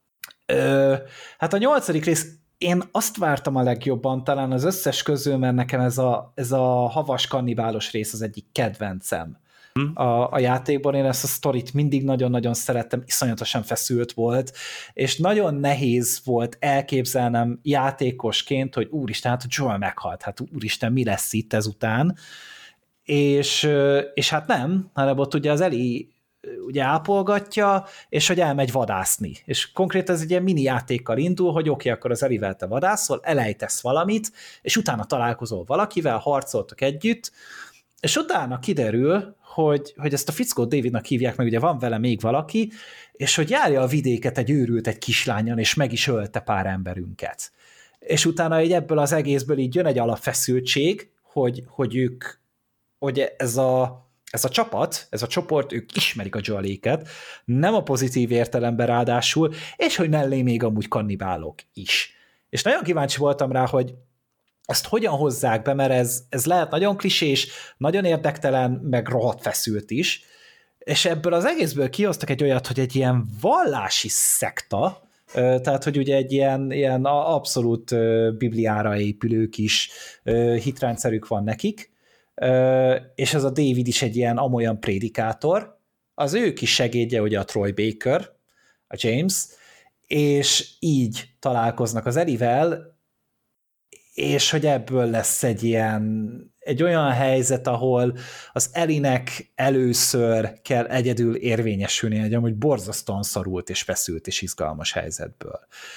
Uh, hát a nyolcadik rész, én azt vártam a legjobban talán az összes közül, mert nekem ez a, ez a havas kannibálos rész az egyik kedvencem a, a játékban. Én ezt a sztorit mindig nagyon-nagyon szerettem, iszonyatosan feszült volt, és nagyon nehéz volt elképzelnem játékosként, hogy úristen, hát Joel meghalt, hát úristen, mi lesz itt ezután, és, és hát nem, hanem ott ugye az Eli ugye ápolgatja, és hogy elmegy vadászni. És konkrétan ez egy ilyen mini játékkal indul, hogy oké, okay, akkor az Elivel te vadászol, elejtesz valamit, és utána találkozol valakivel, harcoltok együtt, és utána kiderül, hogy, hogy ezt a fickót Davidnak hívják, meg ugye van vele még valaki, és hogy járja a vidéket egy őrült egy kislányon, és meg is ölte pár emberünket. És utána így ebből az egészből így jön egy alapfeszültség, hogy, hogy ők, hogy ez a ez a csapat, ez a csoport, ők ismerik a Joeléket, nem a pozitív értelemben ráadásul, és hogy mellé még amúgy kannibálok is. És nagyon kíváncsi voltam rá, hogy ezt hogyan hozzák be, mert ez, ez lehet nagyon klisés, nagyon érdektelen, meg rohadt feszült is, és ebből az egészből kihoztak egy olyat, hogy egy ilyen vallási szekta, tehát, hogy ugye egy ilyen, ilyen abszolút bibliára épülő kis hitrendszerük van nekik, és ez a David is egy ilyen amolyan prédikátor, az ő kis segédje ugye a Troy Baker, a James, és így találkoznak az Elivel, és hogy ebből lesz egy ilyen, egy olyan helyzet, ahol az Elinek először kell egyedül érvényesülni, egy amúgy borzasztóan szorult és feszült és izgalmas helyzetből.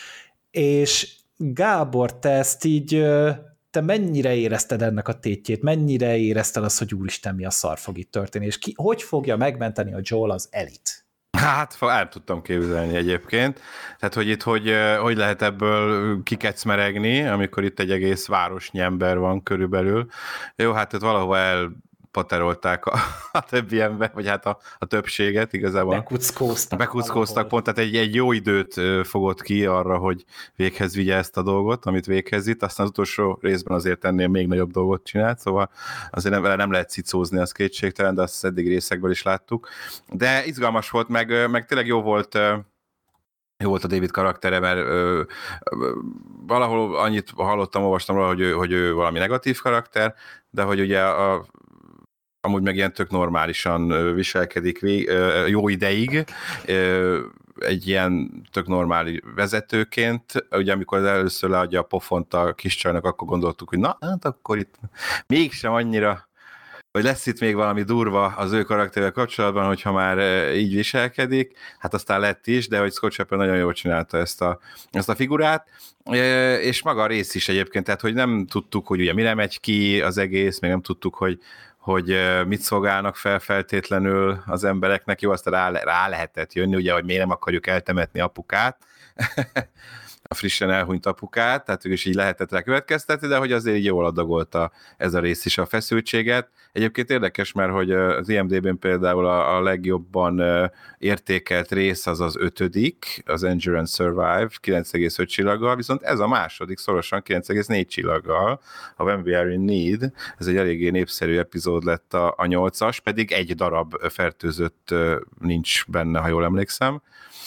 És Gábor, te ezt így te mennyire érezted ennek a tétjét, mennyire érezted azt, hogy úristen, mi a szar fog itt történni, és ki, hogy fogja megmenteni a Joel az Elit? Hát, el tudtam képzelni egyébként. Tehát, hogy itt hogy, hogy lehet ebből kikecmeregni, amikor itt egy egész városnyi ember van körülbelül. Jó, hát itt valahova el paterolták a, a többi ember, vagy hát a, a többséget igazából. Bekuckóztak. Bekuckóztak pont, tehát egy, egy jó időt fogott ki arra, hogy véghez vigye ezt a dolgot, amit véghez itt, aztán az utolsó részben azért ennél még nagyobb dolgot csinált, szóval azért nem, vele nem lehet cicózni, az kétségtelen, de azt eddig részekből is láttuk. De izgalmas volt, meg, meg tényleg jó volt, jó volt a David karaktere, mert ö, ö, valahol annyit hallottam, olvastam róla, hogy ő, hogy ő valami negatív karakter, de hogy ugye a amúgy meg ilyen tök normálisan viselkedik vég, jó ideig, egy ilyen tök normális vezetőként. Ugye amikor először leadja a pofont a kis csajnak, akkor gondoltuk, hogy na, hát akkor itt mégsem annyira, hogy lesz itt még valami durva az ő karakterével kapcsolatban, hogyha már így viselkedik. Hát aztán lett is, de hogy Scott Shepherd nagyon jól csinálta ezt a, ezt a figurát, és maga a rész is egyébként, tehát hogy nem tudtuk, hogy ugye mire megy ki az egész, még nem tudtuk, hogy hogy mit szolgálnak fel feltétlenül az embereknek. Jó, aztán rá, rá lehetett jönni, ugye, hogy miért nem akarjuk eltemetni apukát, a frissen elhunyt apukát, tehát is így lehetett rá következtetni, de hogy azért így jól adagolta ez a rész is a feszültséget. Egyébként érdekes, mert hogy az I M D B-n például a, a legjobban értékelt rész az az ötödik, az Endure and Survive kilenc egész öt csillaggal, viszont ez a második szorosan kilenc egész négy csillaggal, a When We Are in Need, ez egy eléggé népszerű epizód lett a, a nyolcas, pedig egy darab fertőzött nincs benne, ha jól emlékszem.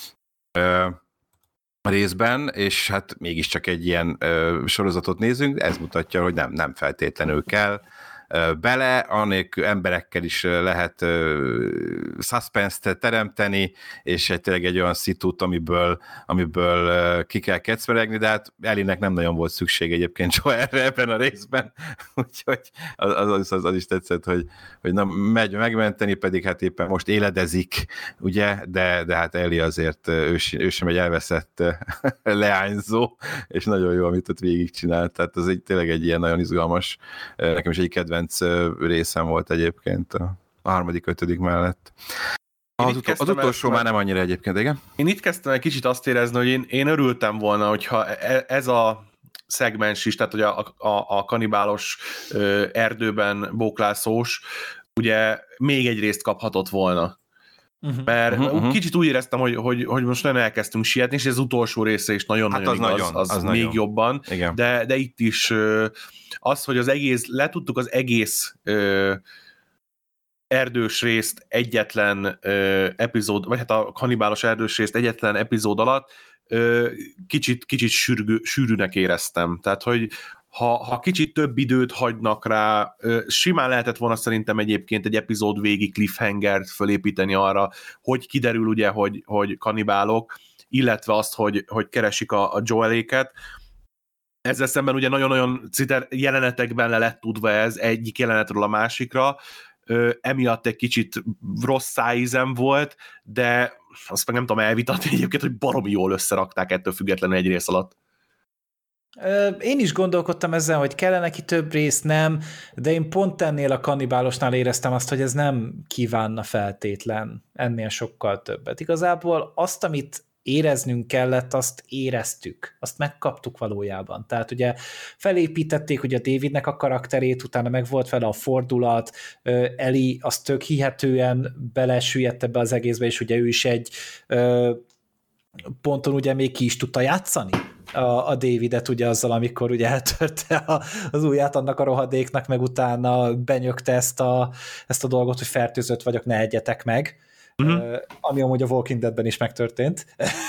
Részben, és hát mégiscsak egy ilyen ö, sorozatot nézünk, ez mutatja, hogy nem, nem feltétlenül kell ö, bele, anélkül emberekkel is lehet ö, suspense-t teremteni, és egy, tényleg egy olyan szitút, amiből, amiből ö, ki kell kecmeregni, de hát Elinek nem nagyon volt szükség egyébként Joelre ebben a részben, úgyhogy az, az, az, az is tetszett, hogy, hogy na, megy megmenteni, pedig hát éppen most éledezik, ugye, de, de hát Eli azért ő, ő sem egy elveszett leányzó, és nagyon jó, amit ott végigcsinált, tehát az egy, tényleg egy ilyen nagyon izgalmas, nekem is egy kedvenc részem volt egyébként a harmadik, ötödik mellett. Az, utol, az utolsó el, már nem annyira egyébként, igen? Én itt kezdtem egy kicsit azt érezni, hogy én, én örültem volna, hogyha ez a szegmens is, tehát hogy a, a, a kanibálos erdőben bóklászós, ugye még egy részt kaphatott volna. Uh-huh. Mert uh-huh. kicsit úgy éreztem, hogy, hogy, hogy most nagyon elkezdtünk sietni, és ez utolsó része is nagyon-nagyon hát az igaz, nagyon, az, az még nagyon. Jobban, de, de itt is az, hogy az egész, letudtuk az egész ö, erdős részt egyetlen ö, epizód, vagy hát a kanibálos erdős részt egyetlen epizód alatt, ö, kicsit, kicsit sürgő, sűrűnek éreztem. Tehát, hogy ha, ha kicsit több időt hagynak rá, simán lehetett volna szerintem egyébként egy epizód végi cliffhangert fölépíteni arra, hogy kiderül ugye, hogy, hogy kanibálok, illetve azt, hogy, hogy keresik a, a Joeléket. Ezzel szemben ugye nagyon-nagyon citer jelenetekben le lett tudva ez egyik jelenetről a másikra, Ö, emiatt egy kicsit rossz szájízem volt, de azt meg nem tudom elvitatni egyébként, hogy baromi jól összerakták ettől függetlenül egy rész alatt. Én is gondolkodtam ezen, hogy kellene neki több rész, nem, de én pont ennél a kannibálosnál éreztem azt, hogy ez nem kívánna feltétlen ennél sokkal többet. Igazából azt, amit éreznünk kellett, azt éreztük, azt megkaptuk valójában. Tehát ugye felépítették ugye a Davidnek a karakterét, utána meg volt vele a fordulat, Ellie az tök hihetően belesüllyedt ebbe az egészbe, és ugye ő is egy ponton ugye még ki is tudta játszani a, a Davidet ugye azzal, amikor ugye eltörte a, az ujját annak a rohadéknak, meg utána benyögte ezt a, ezt a dolgot, hogy fertőzött vagyok, ne egyetek meg. Uh-huh. Ami amúgy a Walking Deadben is megtörtént.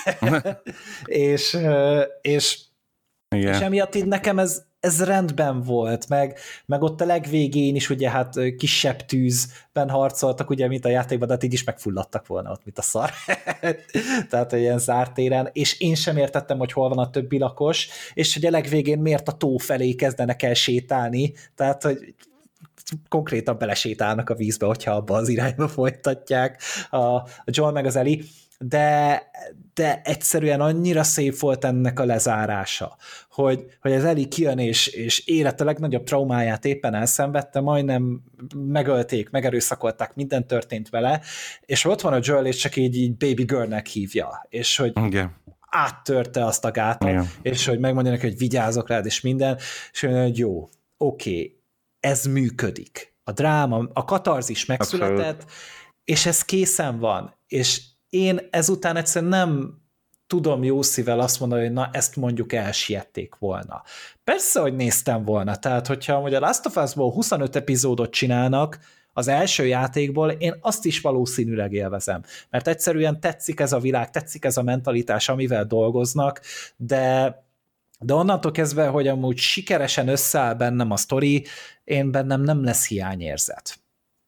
és, és, yeah. és emiatt így nekem ez, ez rendben volt, meg, meg ott a legvégén is ugye hát kisebb tűzben harcoltak, ugye, mint a játékban, de hát így is megfulladtak volna ott, mint a szar. Tehát ilyen zárt téren, és én sem értettem, hogy hol van a többi lakos, és hogy a legvégén miért a tó felé kezdenek el sétálni, tehát, hogy konkrétan belesétálnak a vízbe, hogyha abba az irányba folytatják a, a Joel meg az Ellie, de, de egyszerűen annyira szép volt ennek a lezárása, hogy, hogy az Ellie kijön és, és élete legnagyobb traumáját éppen elszenvedte, majdnem megölték, megerőszakolták, minden történt vele, és ott van a Joel, és csak így, így baby girlnek hívja, és hogy okay. áttörte azt a gátat, yeah. és hogy megmondja neki, hogy vigyázok rád, és minden, és mondja, hogy jó, oké, okay, ez működik. A dráma, a katarzis megszületett, Abszolút. És ez készen van. És én ezután egyszerűen nem tudom jó szívvel azt mondani, hogy na, ezt mondjuk elsiették volna. Persze, hogy néztem volna. Tehát, hogyha hogy a Last of Us-ból huszonöt epizódot csinálnak az első játékból, én azt is valószínűleg élvezem. Mert egyszerűen tetszik ez a világ, tetszik ez a mentalitás, amivel dolgoznak, de de onnantól kezdve, hogy amúgy sikeresen összeáll bennem a sztori, én bennem nem lesz hiányérzet.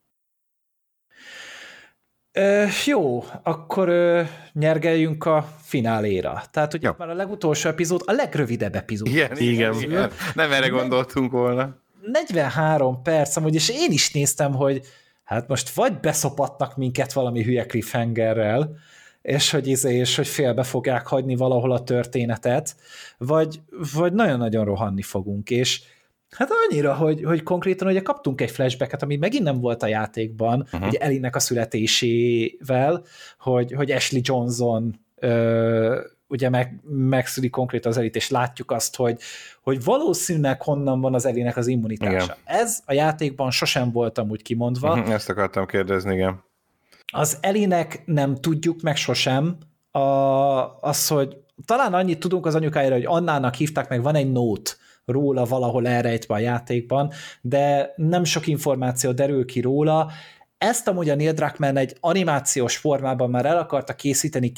Ö, jó, akkor ö, nyergeljünk a fináléra. Tehát, hogy már a legutolsó epizód, a legrövidebb epizód. Igen, igen, igen. Nem erre gondoltunk volna. negyvenhárom perc, amúgy, és én is néztem, hogy hát most vagy beszopatnak minket valami hülye cliffhangerrel, és hogy, izé, és hogy félbe fogják hagyni valahol a történetet, vagy, vagy nagyon-nagyon rohanni fogunk, és hát annyira, hogy, hogy konkrétan ugye kaptunk egy flashbacket, ami megint nem volt a játékban, uh-huh. ugye Ellie-nek a születésével, hogy, hogy Ashley Johnson ö, ugye meg, megszüli konkrétan az Ellie-t, és látjuk azt, hogy, hogy valószínűleg honnan van az Ellie-nek az immunitása. Igen. Ez a játékban sosem volt amúgy kimondva. Uh-huh, ezt akartam kérdezni, igen. Az Ellie-nek nem tudjuk meg sosem a, az, hogy talán annyit tudunk az anyukájára, hogy Annának hívták, meg van egy note róla valahol elrejtve a játékban, de nem sok információ derül ki róla. Ezt amúgy a Neil Druckmann egy animációs formában már el akarta készíteni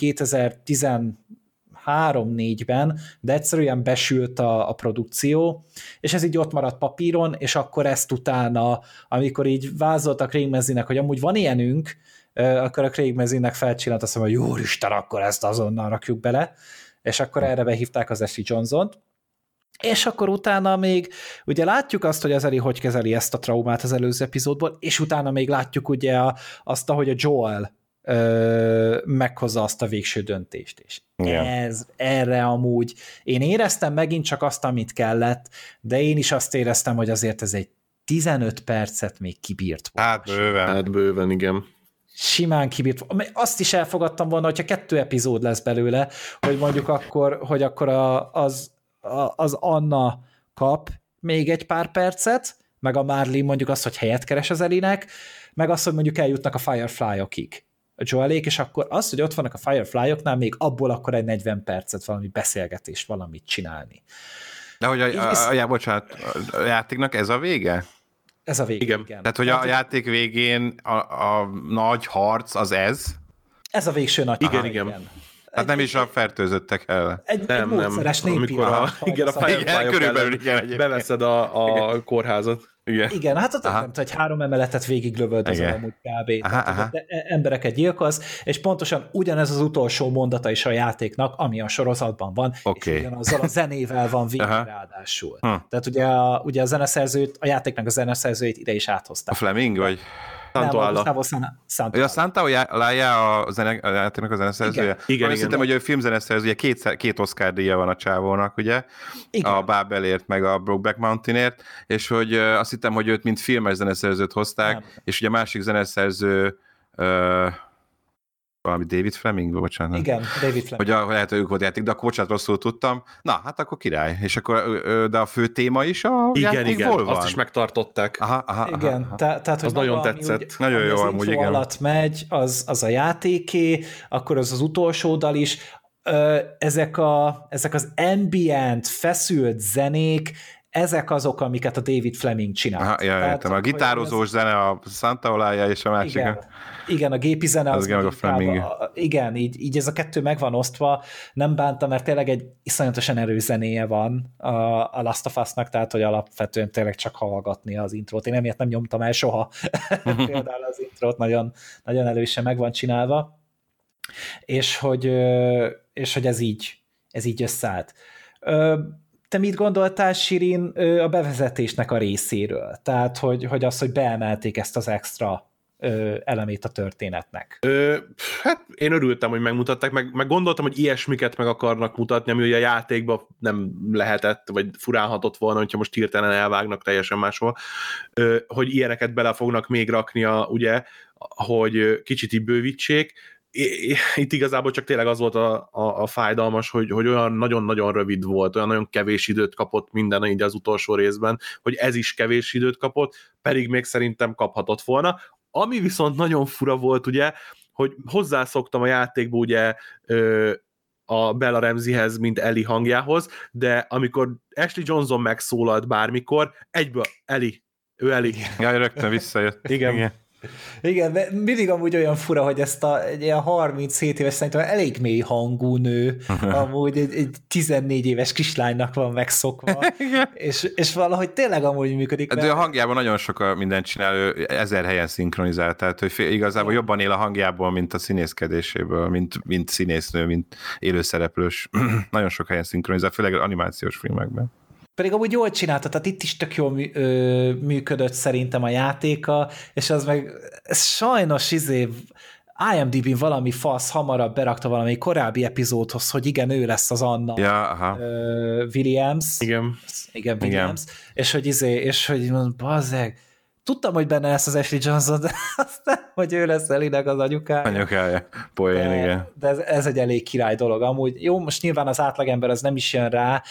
kétezer-tizenhárom-négyben, de egyszerűen besült a, a produkció, és ez így ott maradt papíron, és akkor ezt utána, amikor így vázoltak Craig Mazin-nek, hogy amúgy van ilyenünk, akkor a Craig Mazin-nek felcsillant, azt mondja, hogy úristen, akkor ezt azonnal rakjuk bele, és akkor erre behívták az Ashley Johnson-t, és akkor utána még, ugye látjuk azt, hogy az Ellie hogy kezeli ezt a traumát az előző epizódból, és utána még látjuk ugye a, azt, ahogy a Joel ö, meghozza azt a végső döntést, és yeah. ez, erre amúgy én éreztem megint csak azt, amit kellett, de én is azt éreztem, hogy azért ez egy tizenöt percet még kibírt volna. Hát bőven. Hát bőven, igen. Simán kibírt. Azt is elfogadtam volna, hogyha kettő epizód lesz belőle, hogy mondjuk akkor, hogy akkor a, az, a, az Anna kap még egy pár percet, meg a Marlene mondjuk azt, hogy helyet keres az Ellie-nek, meg azt, hogy mondjuk eljutnak a Firefly-okig a Joelék, és akkor az, hogy ott vannak a Firefly-oknál, még abból akkor egy negyven percet valami beszélgetést, valamit csinálni. De hogy a, a, a, a, bocsánat, a játéknak ez a vége? Ez a vége, igen. igen. Tehát, hogy a játék végén a, a nagy harc az ez? Ez a végső nagy igen, harc, igen. igen. Hát nem is a fertőzöttek el. Egy, Nem, egy módszeres nem. Amikor a, igen, a Firefly körülbelül igen, beveszed a, a kórházat. Igen, igen, hát ott nem tudom, hogy három emeletet végiglövöldözöl amúgy kb. Aha, Tehát, aha. de embereket gyilkolsz, és pontosan ugyanez az utolsó mondata is a játéknak, ami a sorozatban van, Okay. és ugyanazzal a zenével van végig Aha. ráadásul. Hm. Tehát ugye a, ugye a zeneszerzőt, a játéknek a zeneszerzőjét ide is A áthozták. Fleming, vagy? Santoala. Nem, a Gustavo San- Santaolalla. Ja, Santaolalla a, zene, a játéknak a zeneszerzője? Igen. Igen, Azt igen. hittem, hogy ő filmzeneszerzője, két, két Oscar díja van a csávónak, ugye? Igen. A Babelért, meg a Brokeback Mountainért, és hogy uh, azt hittem, hogy őt mint filmes zeneszerzőt hozták, Nem. és ugye a másik zeneszerző uh, valami David Fleming, bocsánat. nem? Igen, David Fleming. Hogy a, lehet, hogy ők volt játék, de akkor bocsánat, rosszul tudtam. Na, hát akkor király. És akkor, ö, ö, de a fő téma is a Igen, játékból igen, van? azt is megtartották. Aha, aha, Igen, aha. te, tehát, hogy Az nagyon maga, ami tetszett. Úgy, Nagyon ami jó az amúgy, intro igen. alatt megy, az, az a játéké, akkor az az utolsó dal is. Ö, ezek, a, ezek az ambient, feszült zenék, ezek azok, amiket a David Fleming csinált. Aha, ja, értem. A hogy gitározós ez- zene a Santaolalla és a másik. Igen, igen, a gépi zene Az az, igen, meg meg a Fleming. inkább a- igen, így, így ez a kettő meg van osztva, nem bántam, mert tényleg egy iszonyatosan erős zenéje van a, a Last of Us-nak, tehát hogy alapvetően tényleg csak hallgatni az intrót. Én emiatt nem nyomtam el soha például az intrót, nagyon, nagyon erősen meg van csinálva, és hogy, ö, és hogy ez így, ez így összeállt. Ö, Te mit gondoltál, Sirin, ö, a bevezetésnek a részéről? Tehát, hogy, hogy az, hogy beemelték ezt az extra ö, elemét a történetnek. Ö, hát én örültem, hogy megmutatták, meg, meg gondoltam, hogy ilyesmiket meg akarnak mutatni, ami ugye a játékban nem lehetett, vagy furálhatott volna, hogyha most hirtelen elvágnak teljesen máshol, ö, hogy ilyeneket bele fognak még rakni, a, ugye, hogy kicsit így bővítsék. Itt igazából csak tényleg az volt a, a, a fájdalmas, hogy, hogy olyan nagyon-nagyon rövid volt, olyan nagyon kevés időt kapott minden így az utolsó részben, hogy ez is kevés időt kapott, pedig még szerintem kaphatott volna. Ami viszont nagyon fura volt, ugye, hogy hozzászoktam a játékba ugye ö, a Bella Ramseyhez, mint Ellie hangjához, de amikor Ashley Johnson megszólalt bármikor, egyből Ellie, ő Ellie. Ja, rögtön visszajött. Igen. Igen. Igen, de mindig amúgy olyan fura, hogy ezt a egy ilyen harminchét éves, szerintem elég mély hangú nő, amúgy egy, egy tizennégy éves kislánynak van megszokva, és, és valahogy tényleg amúgy működik. De a hangjában nagyon sok a mindent csinál, ő ezer helyen szinkronizált, tehát hogy fél, igazából jobban él a hangjából, mint a színészkedéséből, mint, mint színésznő, mint élőszereplős. Nagyon sok helyen szinkronizál, főleg animációs filmekben. Pedig amúgy jól csinálta, tehát itt is tök jól mű, ö, működött szerintem a játéka, és az meg ez sajnos izé IMDb-n valami fasz hamarabb berakta valami korábbi epizódhoz, hogy igen, ő lesz az Anna Ja, aha. ö, Williams. Igen. Igen, Williams. Igen. És hogy izé, és hogy mondom, bazzeg, tudtam, hogy benne lesz az Ashley Johnson, de aztán, hogy ő lesz Elinek az anyukája. Anyukája. Poén, de, igen. de ez, ez egy elég király dolog. Amúgy jó, most nyilván az átlagember az nem is jön rá,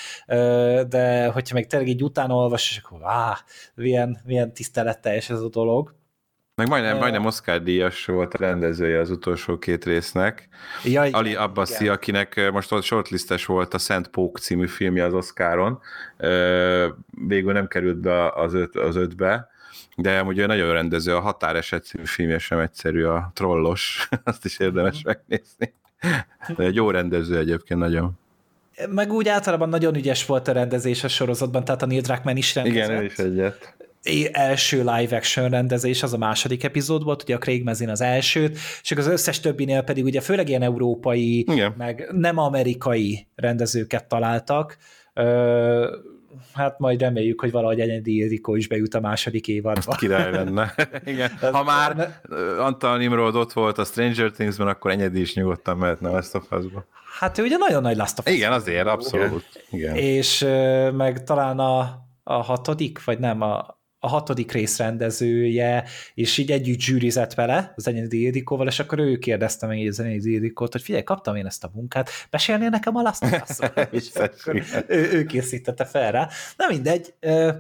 de hogyha meg tényleg így utána olvas, és akkor áh, milyen, milyen tiszteletteljes ez a dolog. Meg majdnem, majdnem Oscar díjas volt a rendezője az utolsó két résznek. Ja, igen, Ali Abbasi, igen. akinek most shortlistes volt a Szent Pók című filmje az Oscaron. Végül nem került be az, öt, az ötbe, de amúgy ő nagyon rendező, a Határeset című filmje sem egyszerű, a Trollos, azt is érdemes megnézni. De egy jó rendező egyébként nagyon. Meg úgy általában nagyon ügyes volt a rendezés a sorozatban, tehát a Neil Druckmann is rendezett. Igen, ő is egyet. Első live action rendezés, az a második epizód volt, ugye a Craig Mazin az elsőt, és az összes többinél pedig ugye főleg ilyen európai, igen, meg nem amerikai rendezőket találtak. Ö, hát majd reméljük, hogy valahogy Enyedi Ildikó is bejut a második évadba. Király lenne. Igen. Ha már Antal Nimrod ott volt a Stranger Things-ben, akkor Enyedi is nyugodtan mehetne a Last of Us-ba. Hát ő ugye nagyon nagy Last of Us. Igen, azért, abszolút. Igen. És meg talán a, a hatodik, vagy nem, a a hatodik rész rendezője, és így együtt zsűrizett vele, az Enyedi Ildikóval, és akkor ő kérdezte meg az Enyedi Ildikót, hogy figyelj, kaptam én ezt a munkát, mesélnél nekem a Last of Us-ról? És akkor ő, ő készítette fel rá. Na mindegy.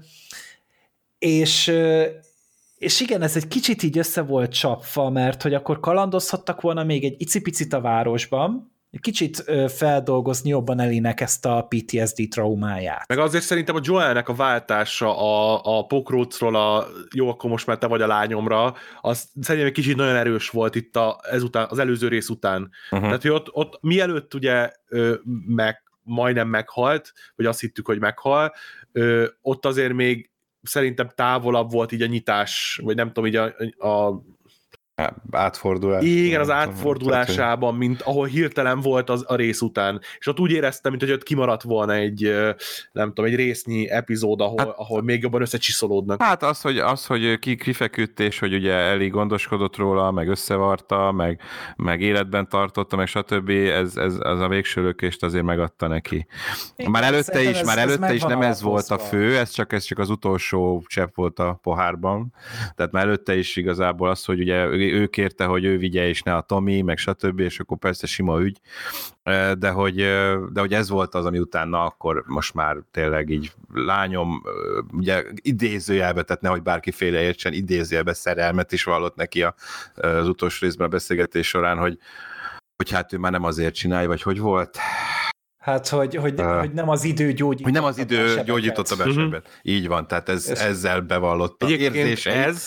És, és igen, ez egy kicsit így össze volt csapva, mert hogy akkor kalandozhattak volna még egy icipicit a városban, kicsit feldolgozni jobban Ellie-nek ezt a pé té es dé traumáját. Meg azért szerintem a Joelnek a váltása a, a pokrócról a jó, akkor most már te vagy a lányomra, az szerintem egy kicsit nagyon erős volt itt a, ezután, az előző rész után. Uh-huh. Tehát, hogy ott, ott mielőtt ugye meg, majdnem meghalt, vagy azt hittük, hogy meghal, ott azért még szerintem távolabb volt így a nyitás, vagy nem tudom, így a, a átfordulás. Igen, az átfordulásában, mint ahol hirtelen volt az a rész után. És ott úgy éreztem, mint hogy ott kimaradt volna egy, nem tudom, egy résznyi epizód, ahol, hát, ahol még jobban összecsiszolódnak. Hát az, hogy, az, hogy ki kifeküdt, és hogy ugye Ellie gondoskodott róla, meg összevarta, meg, meg életben tartotta, meg stb. Ez, ez az a végső lökést azért megadta neki. Én már előtte is, ez, már előtte ez is nem ez volt a fő, ez csak, ez csak az utolsó csepp volt a pohárban. Tehát már előtte is igazából az, hogy ugye ő kérte, hogy ő vigye, és ne a Tommy, meg stb., és akkor persze sima ügy, de hogy, de hogy ez volt az, ami utána akkor most már tényleg így lányom, ugye idézőjelbe, tehát nehogy bárki félreértsen, idézőjelbe szerelmet is vallott neki az utolsó részben a beszélgetés során, hogy, hogy hát ő már nem azért csinálja, vagy hogy volt? Hát, hogy, hogy, uh, hogy nem az idő gyógyította Hogy nem az idő gyógyította be sebet. Uh-huh. Így van, tehát ez, ezzel bevallott. Érzés ez,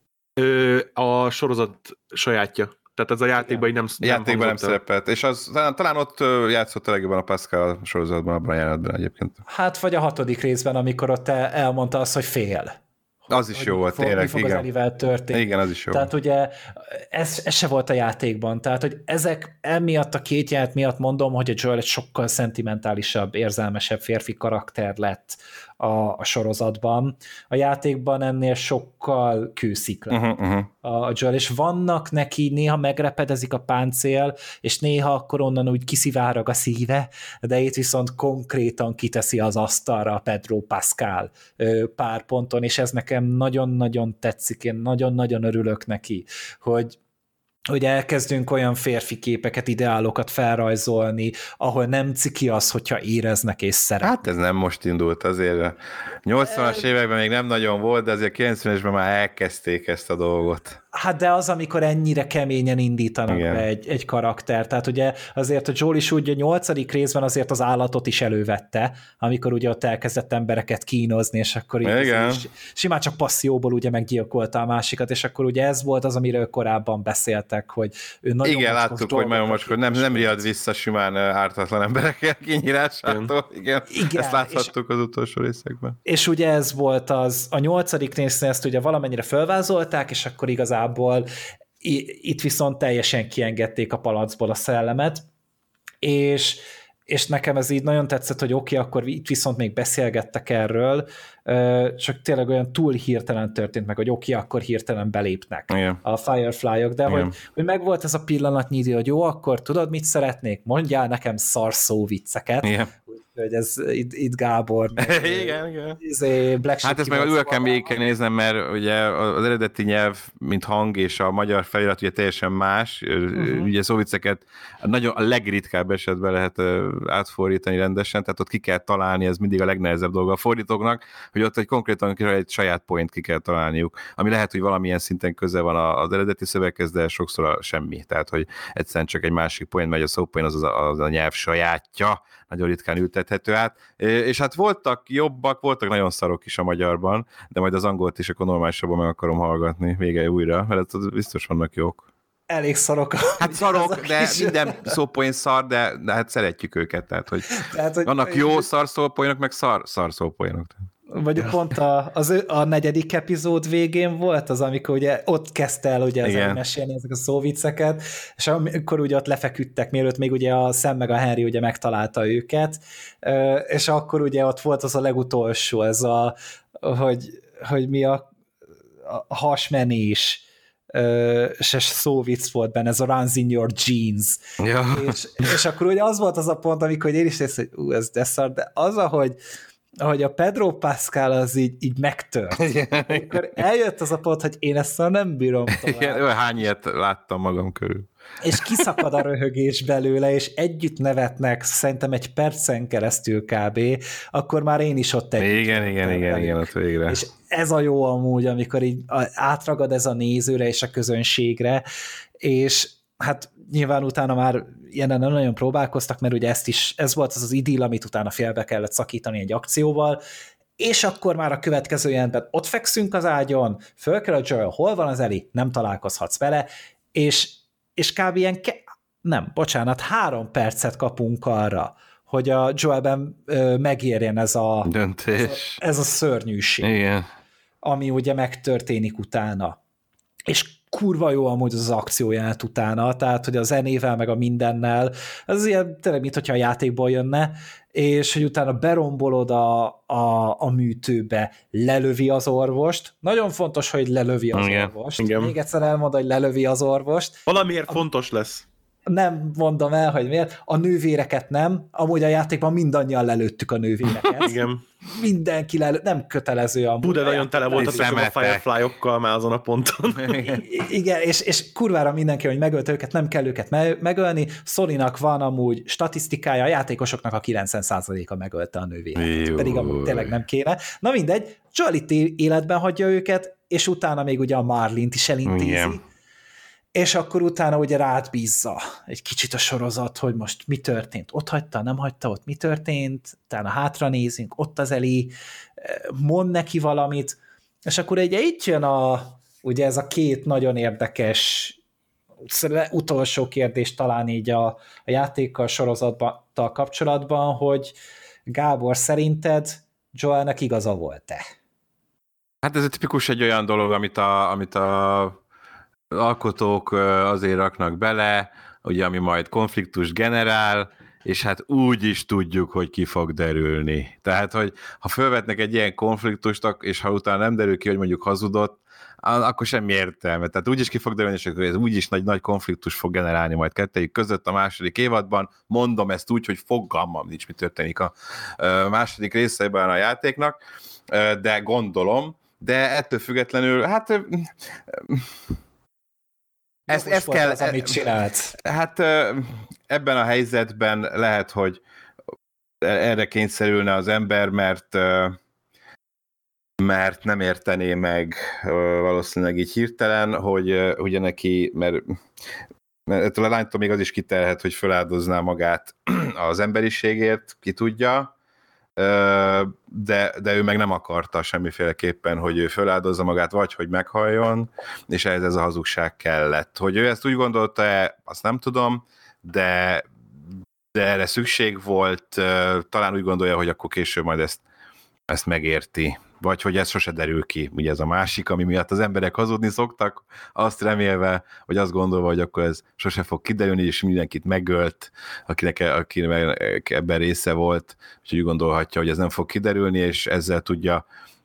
a sorozat sajátja. Tehát ez a játékban így nem, nem játékban nem szerepelt. És az, talán ott játszott a legjobban a Pascal a sorozatban, abban a jelenetben egyébként. Hát vagy a hatodik részben, amikor ott elmondta azt, hogy fél. Az is jó volt, tényleg. Mi fog az Ellie-vel történni. Igen, az is jó. Tehát ugye ez, ez se volt a játékban. Tehát, hogy ezek emiatt a két ját miatt mondom, hogy a Joel egy sokkal szentimentálisabb, érzelmesebb férfi karakter lett a, a sorozatban. A játékban ennél sokkal kőszik lett uh-huh, uh-huh. a Joel, és vannak neki, néha megrepedezik a páncél, és néha akkor onnan úgy kiszivárog a szíve, de itt viszont konkrétan kiteszi az asztalra a Pedro Pascal pár ponton, és ez nekem nagyon-nagyon tetszik, én nagyon-nagyon örülök neki, hogy hogy elkezdünk olyan férfi képeket, ideálokat felrajzolni, ahol nem ciki az, hogyha éreznek és szeretnek. Hát ez nem most indult, azért nyolcvanas években még nem nagyon volt, de azért kilencvenesben már elkezdték ezt a dolgot. Hát de az, amikor ennyire keményen indítanak be egy, egy karakter. Tehát ugye azért a Joel is úgy a nyolcadik részben azért az állatot is elővette, amikor ugye ott elkezdett embereket kínozni, és akkor így simán csak passzióból ugye meggyilkolta a másikat, és akkor ugye ez volt az, amiről korábban beszéltek, hogy ő nagyon igen, láttuk, hogy nagyon macskos, nem, nem riad vissza simán ártatlan emberek kinyírásától. Igen. Igen, ezt láthattuk és, az utolsó részekben. És ugye ez volt az, a nyolcadik résznél ezt ugye valamennyire felvázolták, és akkor igazán itt viszont teljesen kiengedték a palacból a szellemet, és, és nekem ez így nagyon tetszett, hogy oké, okay, akkor itt viszont még beszélgettek erről, csak tényleg olyan túl hirtelen történt meg, hogy oké, okay, akkor hirtelen belépnek igen. a Firefly-ok, de hogy, hogy megvolt ez a pillanatnyi idő, hogy jó, akkor tudod, mit szeretnék? Mondjál nekem szarszó vicceket. Igen. Hogy ez itt, itt Gábor. Meg, igen, igen. Izé, Black hát ezt meg újra kell még kell néznem, mert ugye az eredeti nyelv, mint hang és a magyar felirat ugye teljesen más. Uh-huh. Ugye szóvicceket nagyon a legritkább esetben lehet átfordítani rendesen, tehát ott ki kell találni, ez mindig a legnehezebb dolga a fordítóknak, hogy ott egy konkrétan egy saját point ki kell találniuk, ami lehet, hogy valamilyen szinten köze van az eredeti szöveghez, de sokszor a semmi. Tehát, hogy egyszerűen csak egy másik point megy, a szópoint az, az, az a nyelv sajátja, nagyon ritkán ültethető át, és hát voltak jobbak, voltak nagyon szarok is a magyarban, de majd az angolt is akkor normálisabban meg akarom hallgatni vége újra, mert ott biztos vannak jók. Elég szarok. Hát szarok, de is. Minden szópoint szar, de, de hát szeretjük őket, tehát hogy, tehát, hogy vannak jó szar szópoinok, meg szar, szar szópoinok. Vagy pont a, az, a negyedik epizód végén volt az, amikor ugye ott kezdte el ugye ezzel mesélni ezek a szóvicceket, és amikor ugye ott lefeküdtek, mielőtt még ugye a Sam meg a Henry ugye megtalálta őket, és akkor ugye ott volt az a legutolsó, ez a, hogy, hogy mi a, a hasmenés, és szóvic volt benne, ez a runs in your jeans. Ja. És, és akkor ugye az volt az a pont, amikor én is néztem, hogy ú, ez de szar, de az, ahogy ahogy a Pedro Pascal az így, így megtört. Akkor eljött az a pont, hogy én ezt nem bírom tovább. Igen, hány ilyet láttam magam körül. És kiszakad a röhögés belőle, és együtt nevetnek szerintem egy percen keresztül kb. Akkor már én is ott együtt. Igen, igen, igen, igen, ott végre. És ez a jó amúgy, amikor így átragad ez a nézőre és a közönségre, és hát nyilván utána már ilyenen nem nagyon próbálkoztak, mert ugye ezt is, ez volt az az idill, amit utána félbe kellett szakítani egy akcióval, és akkor már a következő jelenetben ott fekszünk az ágyon, föl kell a Joel, hol van az Ellie, nem találkozhatsz vele, és, és kb. Ilyen, ke- nem, bocsánat, három percet kapunk arra, hogy a Joelben ö, megérjen ez a, döntés. Ez a, ez a szörnyűség, Igen. ami ugye megtörténik utána. És kurva jó amúgy az akcióját utána, tehát, hogy a zenével, meg a mindennel, az ilyen tényleg, mint hogyha a játékból jönne, és hogy utána berombolod a, a, a műtőbe, lelövi az orvost. Nagyon fontos, hogy lelövi az Igen, orvost. igen. Még egyszer elmondom, hogy lelövi az orvost. Valamiért a, fontos lesz. Nem mondom el, hogy miért. A nővéreket nem. Amúgy a játékban mindannyian lelőttük a nővéreket. Igen. Mindenki lelőtt, nem kötelező amúgy. Hú, de nagyon tele voltatok a Szemetek. Firefly-okkal már azon a ponton. I- igen, és, és kurvára mindenki, hogy megölt őket, nem kell őket me- megölni. Sony-nak van amúgy statisztikája, a játékosoknak a kilencven százaléka megölte a nővéreket. Jó. Pedig amúgy tényleg nem kéne. Na mindegy, Joel itt életben hagyja őket, és utána még ugye a Marlint is elintézi. Igen. És akkor utána ugye rád bízza egy kicsit a sorozat, hogy most mi történt. Ott hagyta, nem hagyta, ott mi történt, utána hátra nézünk, ott az Ellie, mond neki valamit, és akkor ugye itt jön a, ugye ez a két nagyon érdekes utolsó kérdés talán így a, a játékkal, sorozattal kapcsolatban, hogy Gábor, szerinted Joelnek igaza volt-e? Hát ez egy tipikus egy olyan dolog, amit a, amit a alkotók azért raknak bele, ugye, ami majd konfliktust generál, és hát úgy is tudjuk, hogy ki fog derülni. Tehát, hogy ha felvetnek egy ilyen konfliktust, és ha utána nem derül ki, hogy mondjuk hazudott, akkor semmi értelme. Tehát úgy is ki fog derülni, és akkor ez úgyis nagy-nagy konfliktus fog generálni majd kettejük között a második évadban. Mondom ezt úgy, hogy fogalmam nincs, mi történik a második részében a játéknak, de gondolom, de ettől függetlenül, hát ezt, ezt kell, az, amit csinált. Hát ebben a helyzetben lehet, hogy erre kényszerülne az ember, mert mert nem értené meg valószínűleg így hirtelen, hogy ugye neki, mert, mert ettől a lánytól még az is kiterhet, hogy feláldozná magát az emberiségért, ki tudja, de, de ő meg nem akarta semmiféleképpen, hogy ő feláldozza magát, vagy hogy meghalljon, és ehhez ez a hazugság kellett. Hogy ő ezt úgy gondolta-e, azt nem tudom, de, de erre szükség volt, talán úgy gondolja, hogy akkor később majd ezt, ezt megérti. Vagy hogy ez sose derül ki, ugye ez a másik, ami miatt az emberek hazudni szoktak, azt remélve, vagy azt gondolva, hogy akkor ez sose fog kiderülni, és mindenkit megölt, akinek, akinek ebben része volt, úgyhogy úgy gondolhatja, hogy ez nem fog kiderülni, és ezzel tudja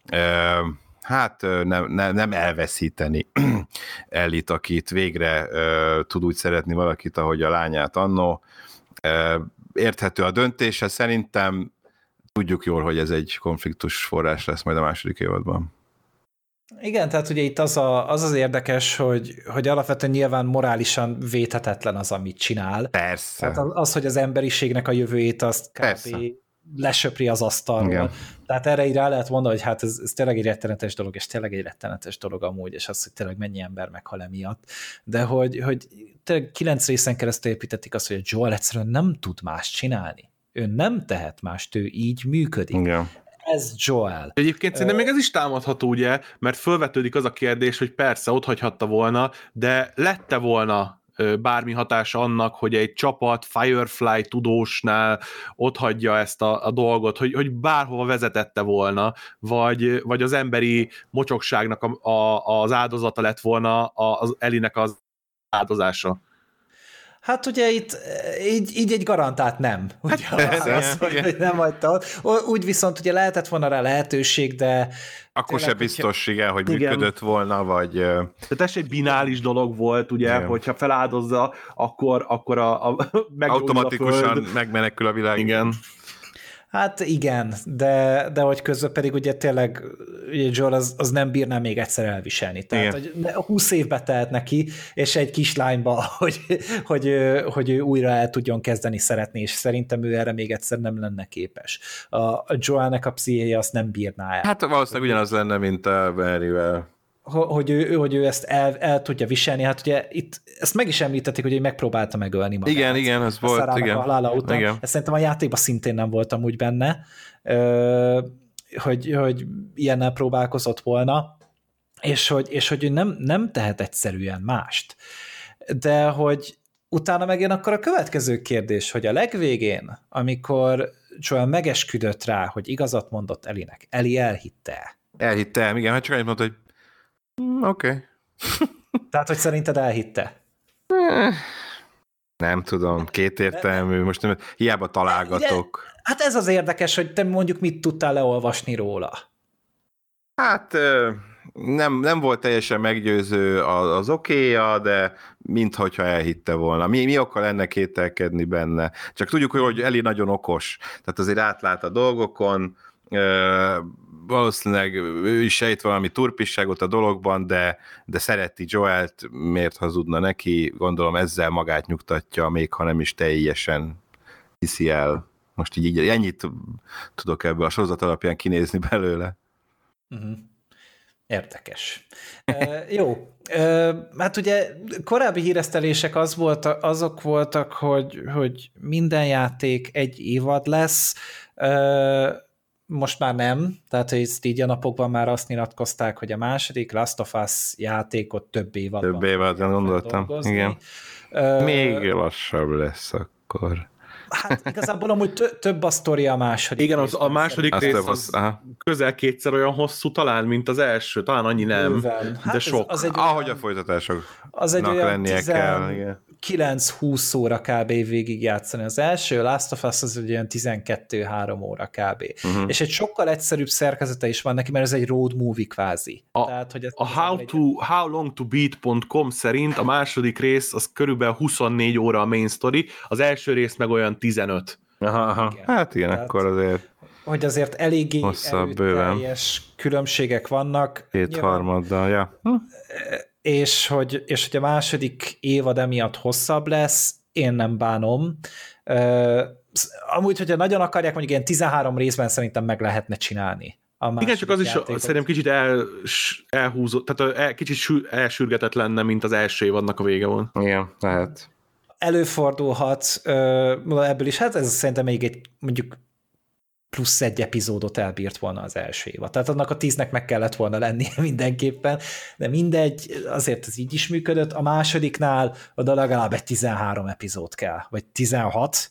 hát nem, nem, nem elveszíteni Ellie-t, akit végre tud úgy szeretni valakit, ahogy a lányát annó. Érthető a döntése, szerintem tudjuk jól, hogy ez egy konfliktus forrás lesz majd a második évadban. Igen, tehát ugye itt az a, az, az érdekes, hogy, hogy alapvetően nyilván morálisan védhetetlen az, amit csinál. Persze. Tehát az, az hogy az emberiségnek a jövőjét azt kb. Lesöpri az asztalról. Igen. Tehát erre így rá lehet mondani, hogy hát ez, ez tényleg egy rettenetes dolog, és tényleg egy rettenetes dolog amúgy, és az, hogy tényleg mennyi ember meghal emiatt. De hogy, hogy tényleg kilenc részen keresztül építették azt, hogy a Joel egyszerűen nem tud más csinálni. Ő nem tehet mást, ő így működik. Igen. Ez Joel. Egyébként uh, szerintem még ez is támadható, ugye, mert fölvetődik az a kérdés, hogy persze, ott hagyhatta volna, de lette volna bármi hatása annak, hogy egy csapat Firefly tudósnál ott hagyja ezt a, a dolgot, hogy, hogy bárhova vezetette volna, vagy, vagy az emberi mocsokságnak a, a, az áldozata lett volna az Ellie-nek az áldozása. Hát ugye itt így, így egy garantált nem. Ugye, hát, az, hogy, hogy nem hagyta ott. Úgy viszont ugye lehetett volna rá lehetőség, de... Akkor se biztos, igen, hogy igen. működött volna, vagy... Tehát ez egy binális dolog volt, ugye, igen. hogyha feláldozza, akkor, akkor a, a automatikusan a megmenekül a világ. Igen. Hát igen, de, de hogy közben pedig ugye tényleg ugye Joel az, az nem bírná még egyszer elviselni. Tehát, hogy húsz évbe telt neki, és egy kislányba, hogy, hogy, hogy ő újra el tudjon kezdeni szeretni, és szerintem ő erre még egyszer nem lenne képes. A, a Joelnek a pszichéje azt nem bírná el. Hát valószínűleg ugyanaz lenne, mint a Barryvel. hogy ő, hogy ő ezt el, el tudja viselni. Hát ugye itt ezt meg is említették, hogy ő megpróbálta megölni magát. Igen, igen, ez volt, igen. A halála után. Igen. Ezt szerintem a játékban szintén nem voltam úgy benne, hogy, hogy ilyennel próbálkozott volna, és hogy, és hogy ő nem, nem tehet egyszerűen mást. De hogy utána megjön akkor a következő kérdés, hogy a legvégén, amikor Joel megesküdött rá, hogy igazat mondott Elinek, Eli elhitte. Elhittem, igen, hát csak annyit mondta, hogy mm, oké. Okay. Tehát, hogy szerinted elhitte? Nem tudom, kétértelmű, most nem, hiába találgatok. Ugye, hát ez az érdekes, hogy te mondjuk mit tudtál leolvasni róla. Hát nem, nem volt teljesen meggyőző az, az okéja, de minthogyha elhitte volna. Mi, mi okkal lenne kételkedni benne? Csak tudjuk, hogy Eli nagyon okos, tehát azért átlát a dolgokon, valószínűleg ő is sejt valami turpisságot a dologban, de, de szereti Joelt, miért hazudna neki, gondolom ezzel magát nyugtatja, még ha nem is teljesen hiszi el. Most így, így ennyit tudok ebből a sorozat alapján kinézni belőle. Uh-huh. Érdekes. uh, jó, uh, hát ugye korábbi híresztelések az volt, azok voltak, hogy, hogy minden játék egy évad lesz, uh, most már nem, tehát hogy így a napokban már azt nyilatkozták, hogy a második Last of Us játékot több évadban. Több évadban gondoltam, igen. Uh, Még lassabb lesz akkor. Hát igazából amúgy t- több a sztoria a második. Igen, az, a második rész az, az, az közel kétszer olyan hosszú talán, mint az első, talán annyi nem, hát de sok. Az, az ahogy a folytatásoknak az egy olyan lennie kell. Igen. kilenc-húsz óra kb. Végig játszani. Az első Last of Us az egy olyan tizenkettő-három óra kb. Uh-huh. És egy sokkal egyszerűbb szerkezete is van neki, mert ez egy road movie kvázi. A, Tehát, hogy a how, to, how long to beat pont com szerint a második rész az körülbelül huszonnégy óra a main story, az első rész meg olyan tizenöt. Aha, aha. Igen. Hát igen, tehát, akkor azért hogy azért eléggé erőteljes különbségek vannak. Kétharmaddal, ja. Hm. És hogy, és hogy a második évad emiatt hosszabb lesz, én nem bánom. Uh, amúgy, hogyha nagyon akarják, mondjuk ilyen tizenhárom részben szerintem meg lehetne csinálni. Igen, csak az játékot. Is szerintem kicsit el, elhúzott, tehát el, kicsit elsürgetett lenne, mint az első évadnak a vége volt. Igen, lehet. Előfordulhat uh, ebből is, hát ez szerintem még egy mondjuk plusz egy epizódot elbírt volna az első évad. Tehát annak a tíznek meg kellett volna lennie mindenképpen, de mindegy, azért ez így is működött. A másodiknál oda legalább egy tizenhárom epizód kell, vagy tizenhat,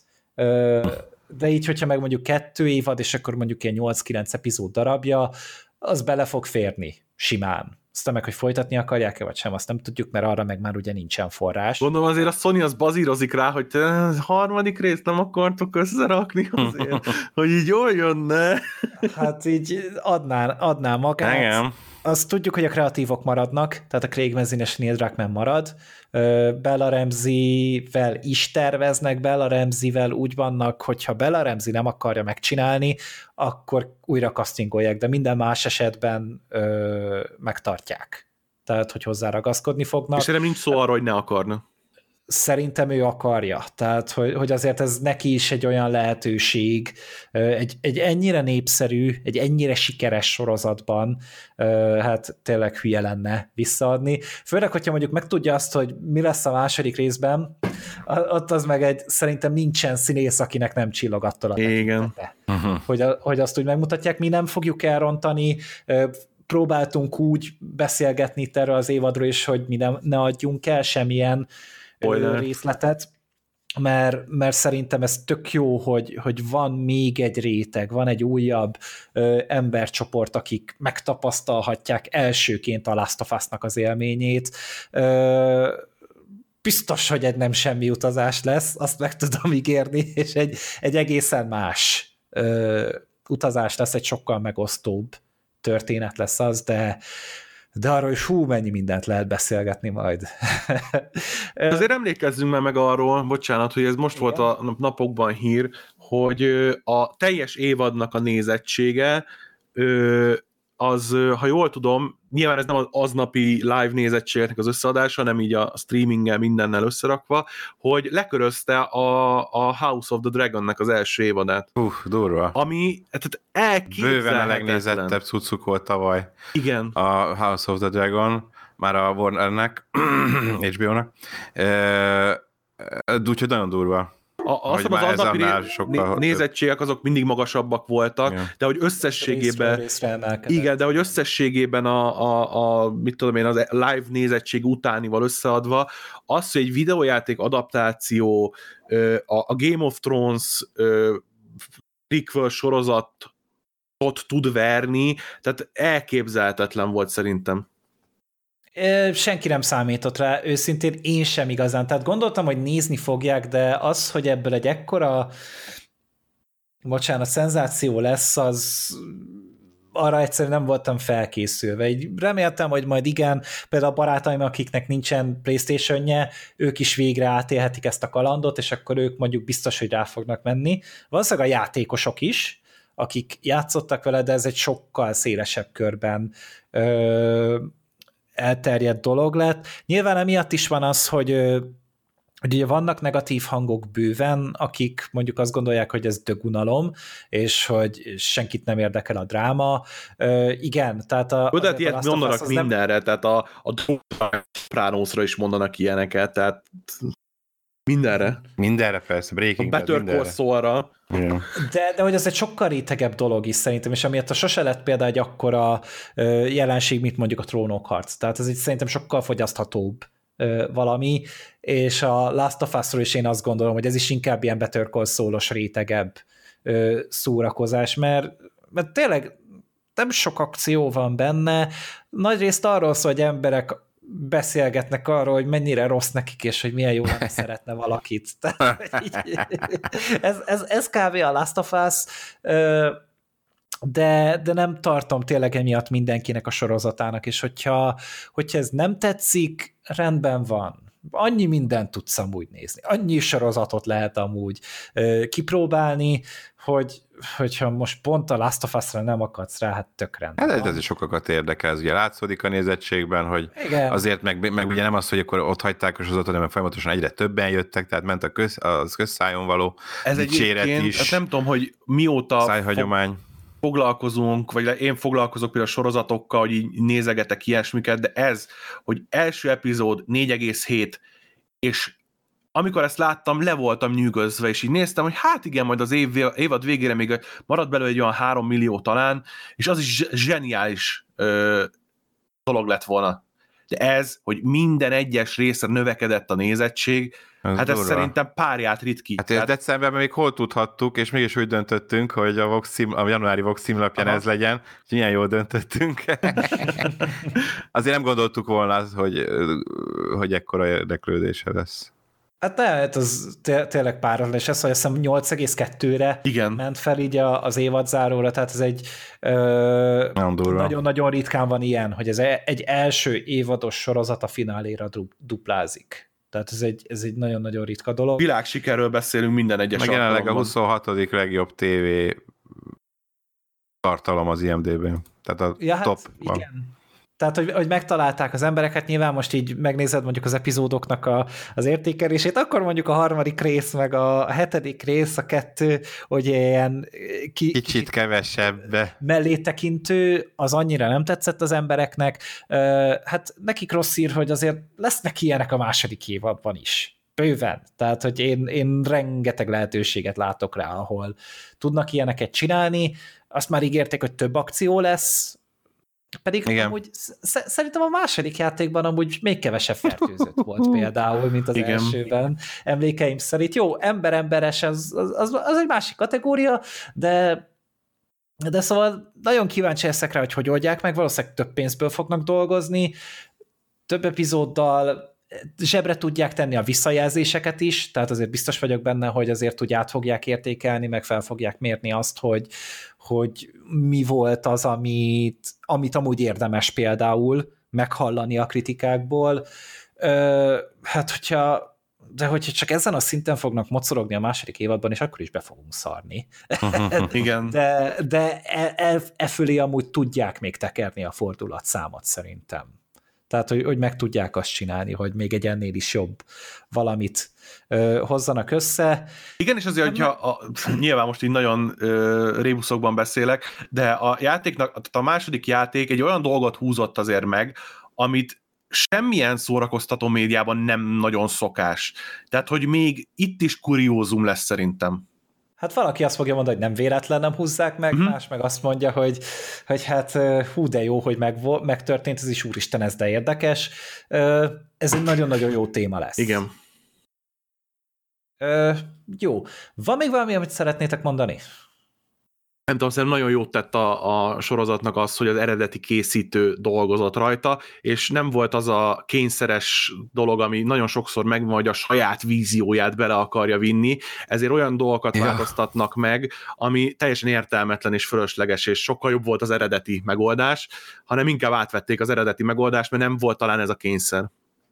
de így, hogyha meg mondjuk kettő évad, és akkor mondjuk ilyen nyolc-kilenc epizód darabja, az bele fog férni simán. Aztán meg, hogy folytatni akarják-e, vagy sem, azt nem tudjuk, mert arra meg már ugye nincsen forrás. Gondolom azért a Sony az bazírozik rá, hogy te harmadik részt nem akartok összerakni azért, hogy így jól jönne. Hát így adná, adná magát. Igen. Azt tudjuk, hogy a kreatívok maradnak, tehát a Craig Mazin és Neil Druckmann marad. Bella Ramsey-vel is terveznek, Bella Ramsey-vel úgy vannak, hogyha Bella Ramsey nem akarja megcsinálni, akkor újra castingolják, de minden más esetben ö, megtartják. Tehát, hogy hozzá ragaszkodni fognak. És erre nincs szó arra, hogy ne akarna. Szerintem ő akarja. Tehát, hogy, hogy azért ez neki is egy olyan lehetőség, egy, egy ennyire népszerű, egy ennyire sikeres sorozatban, hát tényleg hülye lenne visszaadni. Főleg, hogyha mondjuk megtudja azt, hogy mi lesz a második részben, ott az meg egy, szerintem nincsen színész, akinek nem csillog attól a tekintete. Uh-huh. Hogy, hogy azt úgy megmutatják, mi nem fogjuk elrontani, próbáltunk úgy beszélgetni itt erről az évadról is, hogy mi nem, ne adjunk el semmilyen Spoiler. részletet, mert, mert szerintem ez tök jó, hogy, hogy van még egy réteg, van egy újabb ö, embercsoport, akik megtapasztalhatják elsőként a Last of Us-nak az élményét. Ö, biztos, hogy egy nem semmi utazás lesz, azt meg tudom ígérni, és egy, egy egészen más ö, utazás lesz, egy sokkal megosztóbb történet lesz az, de de arról is hú, mennyi mindent lehet beszélgetni majd. Azért emlékezzünk már meg arról, bocsánat, hogy ez most Igen. volt a napokban hír, hogy a teljes évadnak a nézettsége az, ha jól tudom, nyilván ez nem az aznapi live nézettségeknek az összeadása, hanem így a streaminggel mindennel összerakva, hogy lekörözte a, a House of the Dragonnek az első évadát. Hú, durva. Ami tehát elképzelhetetlen. Bőven a legnézettebb cuccuk volt tavaly. Igen. A House of the Dragon, már a Warnernek, há bé ó-nak. Úgyhogy nagyon durva. A, azt az aznapi sokkal... nézettségek azok mindig magasabbak voltak, yeah. de hogy összességében részre, részre igen, de hogy összességében a, a, a, mit tudom én, az live nézettség utánival összeadva, az, hogy egy videójáték adaptáció, a, a Game of Thrones prequel sorozatot tud verni, tehát elképzelhetetlen volt szerintem. Senki nem számított rá, őszintén én sem igazán. Tehát gondoltam, hogy nézni fogják, de az, hogy ebből egy ekkora bocsánat, szenzáció lesz, az arra egyszerűen nem voltam felkészülve. Így reméltem, hogy majd igen, például a barátaim, akiknek nincsen PlayStation-je, ők is végre átélhetik ezt a kalandot, és akkor ők mondjuk biztos, hogy rá fognak menni. Valószínűleg a játékosok is, akik játszottak vele, de ez egy sokkal szélesebb körben ö, elterjedt dolog lett. Nyilván emiatt is van az, hogy, hogy ugye vannak negatív hangok bőven, akik mondjuk azt gondolják, hogy ez dögunalom, és hogy senkit nem érdekel a dráma. Ö, igen, tehát a... Ö, tehát ilyet mondanak mindenre, nem... tehát a, a Sopranosra is mondanak ilyeneket, tehát mindenre. Mindenre persze, Breaking Bad, mindenre. A Better Call Saul-ra. Yeah. De, de hogy ez egy sokkal rétegebb dolog is szerintem, és amiatt a sose lett például egy akkora ö, jelenség, mint mondjuk a Trónok harc. Tehát ez egy szerintem sokkal fogyaszthatóbb ö, valami, és a Last of Us-ról is én azt gondolom, hogy ez is inkább ilyen Better Call Saul-os rétegebb ö, szórakozás, mert, mert tényleg nem sok akció van benne, nagyrészt arról szól, hogy emberek beszélgetnek arról, hogy mennyire rossz nekik, és hogy milyen jó, nem szeretne valakit. ez, ez, ez kb. A Last of Us, de, de nem tartom tényleg emiatt mindenkinek a sorozatának, és hogyha, hogyha ez nem tetszik, rendben van. Annyi mindent tudsz amúgy nézni, annyi sorozatot lehet amúgy kipróbálni, hogy hogyha most pont a Last of Us-ra nem akadsz rá, hát tök rendben. Hát ez is sokakat érdekel, ez ugye látszódik a nézettségben, hogy igen. Azért meg, meg ugye nem az, hogy akkor ott hagyták a sorozatot, hanem folyamatosan egyre többen jöttek, tehát ment a köz, az közszájon való ez dicséret is. Hát nem tudom, hogy mióta szájhagyomány. foglalkozunk, vagy én foglalkozok például a sorozatokkal, hogy így nézegetek ilyesmiket, de ez, hogy első epizód négy egész hét, és amikor ezt láttam, le voltam nyűgözve, és így néztem, hogy hát igen, majd az év, évad végére még marad belőle egy olyan három millió talán, és az is zseniális ö, dolog lett volna. De ez, hogy minden egyes részre növekedett a nézettség, ez hát durva. Ez szerintem párját ritkít. Hát tehát... decemberben még hol tudhattuk, és mégis úgy döntöttünk, hogy a, Vox cím, a januári Vox címlapján ez legyen, és milyen jól döntöttünk. Azért nem gondoltuk volna az, hogy, hogy ekkora érdeklődése lesz. Hát ne, hát az tényleg páratlan, és ez, hogy azt hiszem nyolc egész kettőre igen. ment fel így az évadzáróra, tehát ez egy ö, nagyon-nagyon ritkán van ilyen, hogy ez egy első évados sorozat a fináléra duplázik. Tehát ez egy, ez egy nagyon-nagyon ritka dolog. Világsikerről beszélünk minden egyes alkalommal. Meg jelenleg a huszonhatodik legjobb tévé tartalom az I M D B-n. Tehát a ja, top hát, igen. Tehát, hogy, hogy megtalálták az embereket, nyilván most így megnézed mondjuk az epizódoknak a, az értékelését, akkor mondjuk a harmadik rész, meg a hetedik rész, a kettő, hogy ilyen ki, kicsit kevesebb. mellétekintő, az annyira nem tetszett az embereknek. Hát nekik rossz ír, hogy azért lesznek ilyenek a második évadban is. Bőven. Tehát, hogy én, én rengeteg lehetőséget látok rá, ahol tudnak ilyeneket csinálni. Azt már ígérték, hogy több akció lesz, pedig igen. Amúgy sz- szerintem a második játékban amúgy még kevesebb fertőzött volt például, mint az igen. elsőben. Emlékeim szerint. Jó, ember-emberes, az, az, az, az egy másik kategória, de, de szóval nagyon kíváncsi leszek rá, hogy hogy oldják meg, valószínűleg több pénzből fognak dolgozni, több epizóddal zsebre tudják tenni a visszajelzéseket is, tehát azért biztos vagyok benne, hogy azért úgy át fogják értékelni, meg fel fogják mérni azt, hogy, hogy mi volt az, amit, amit amúgy érdemes például meghallani a kritikákból. Ö, hát, hogyha de hogyha csak ezen a szinten fognak mocorogni a második évadban, és akkor is be fogunk szarni. Igen. De, de e, e, e fölé amúgy tudják még tekerni a fordulatszámot szerintem. Tehát, hogy, hogy meg tudják azt csinálni, hogy még egy ennél is jobb valamit ö, hozzanak össze. Igen, és azért, hogyha a, nyilván most így nagyon ö, rébuszokban beszélek, de a játéknak, a második játék egy olyan dolgot húzott azért meg, amit semmilyen szórakoztató médiában nem nagyon szokás. Tehát, hogy még itt is kuriózum lesz szerintem. Hát valaki azt fogja mondani, hogy nem véletlen nem húzzák meg, uh-huh. más meg azt mondja, hogy, hogy hát hú, de jó, hogy meg, megtörtént, ez is úristen, ez de érdekes. Ez egy nagyon-nagyon jó téma lesz. Igen. Jó. Van még valami, amit szeretnétek mondani? Nem tudom, szerintem nagyon jót tett a, a sorozatnak az, hogy az eredeti készítő dolgozott rajta, és nem volt az a kényszeres dolog, ami nagyon sokszor megvan, hogy a saját vízióját bele akarja vinni, ezért olyan dolgokat ja. változtatnak meg, ami teljesen értelmetlen és fölösleges, és sokkal jobb volt az eredeti megoldás, hanem inkább átvették az eredeti megoldást, mert nem volt talán ez a kényszer.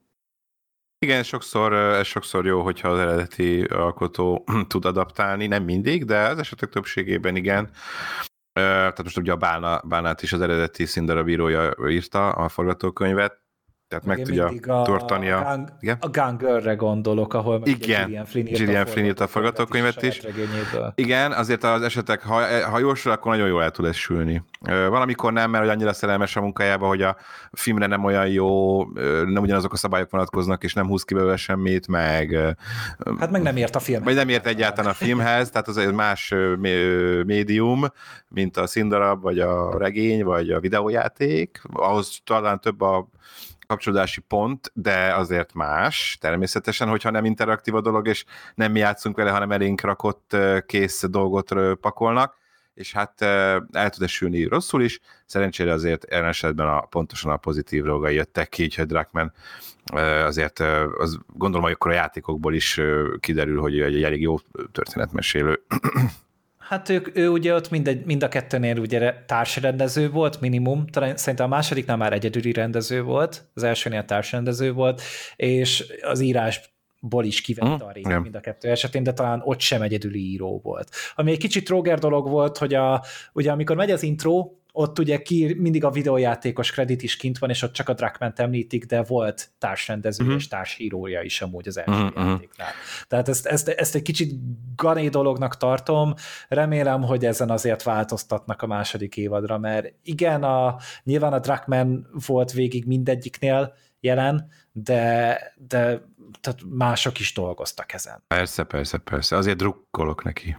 Igen, sokszor, ez sokszor jó, hogyha az eredeti alkotó tud adaptálni, nem mindig, de az esetek többségében igen. Tehát most ugye a Bálna, Bálnát is az eredeti színdarabírója írta, a forgatókönyvet, tehát meg tudja tartani a... A, gang, a Gangörre gondolok, ahol meg igen, Gillian Flynn írt Gillian Flynn írt a forgatókönyvet is. is. Igen, azért az esetek, ha, ha jósra, akkor nagyon jól el tud ez sülni. Valamikor nem, mert hogy annyira szerelmes a munkájába, hogy a filmre nem olyan jó, nem ugyanazok a szabályok vonatkoznak, és nem húz ki belőle semmit, meg... Hát meg nem ért a filmhez. Vagy nem ért egyáltalán a filmhez, tehát az egy más médium, mint a színdarab, vagy a regény, vagy a videójáték. Ahhoz talán több a kapcsolódási pont, de azért más, természetesen, hogyha nem interaktív a dolog, és nem mi játszunk vele, hanem elénk rakott kész dolgot pakolnak, és hát el tud esülni rosszul is, szerencsére azért ilyen esetben a, pontosan a pozitív dolgai jöttek ki, úgyhogy Druckmann azért az, gondolom, hogy akkor a játékokból is kiderül, hogy egy elég jó történetmesélő. Hát ők, ő ugye ott mindegy, mind a kettőnél ugye társrendező volt, minimum, talán szerintem a másodiknál már egyedüli rendező volt, az elsőnél társrendező volt, és az írásból is kivette a részt mind a kettő esetén, de talán ott sem egyedüli író volt. Ami egy kicsit Roger dolog volt, hogy a, ugye amikor megy az intro, ott ugye ki, mindig a videójátékos kredit is kint van, és ott csak a Druckmann-t említik, de volt társrendező uh-huh. és társírója is amúgy az első uh-huh. játéknál. Tehát ezt, ezt, ezt egy kicsit gané dolognak tartom, remélem, hogy ezen azért változtatnak a második évadra, mert igen, a, nyilván a Druckmann volt végig mindegyiknél jelen, de, de tehát mások is dolgoztak ezen. Persze, persze, persze, azért drukkolok neki.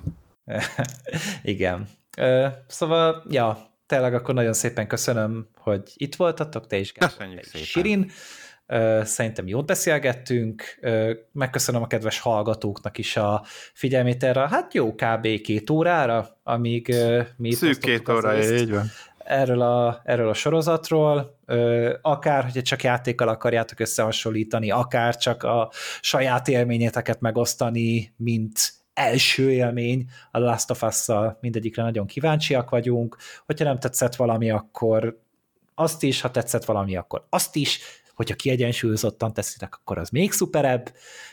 Igen. Szóval, ja, tényleg akkor nagyon szépen köszönöm, hogy itt voltatok, te is, Gábor, te is, Sirin. Szerintem jót beszélgettünk, megköszönöm a kedves hallgatóknak is a figyelmét erre, hát jó kb. két órára, amíg mi itt szűk két óra, így van. Erről a, erről a sorozatról, akár, hogyha csak játékkal akarjátok összehasonlítani, akár csak a saját élményeteket megosztani, mint első élmény a Last of Us-szal, mindegyikre nagyon kíváncsiak vagyunk, hogyha nem tetszett valami, akkor azt is, ha tetszett valami, akkor azt is, hogyha kiegyensúlyozottan teszitek, akkor az még szuperebb,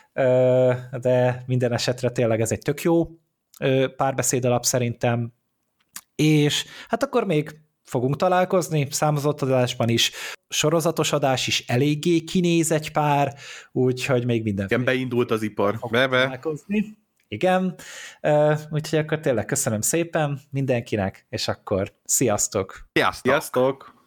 de minden esetre tényleg ez egy tök jó párbeszéd alap szerintem, és hát akkor még fogunk találkozni, számozott adásban is, sorozatos adás is eléggé kinéz egy pár, úgyhogy még mindenféle. Igen, beindult az ipar. Bebe. Igen, uh, úgyhogy akkor tényleg köszönöm szépen mindenkinek, és akkor sziasztok! Sziasztok! Sziasztok.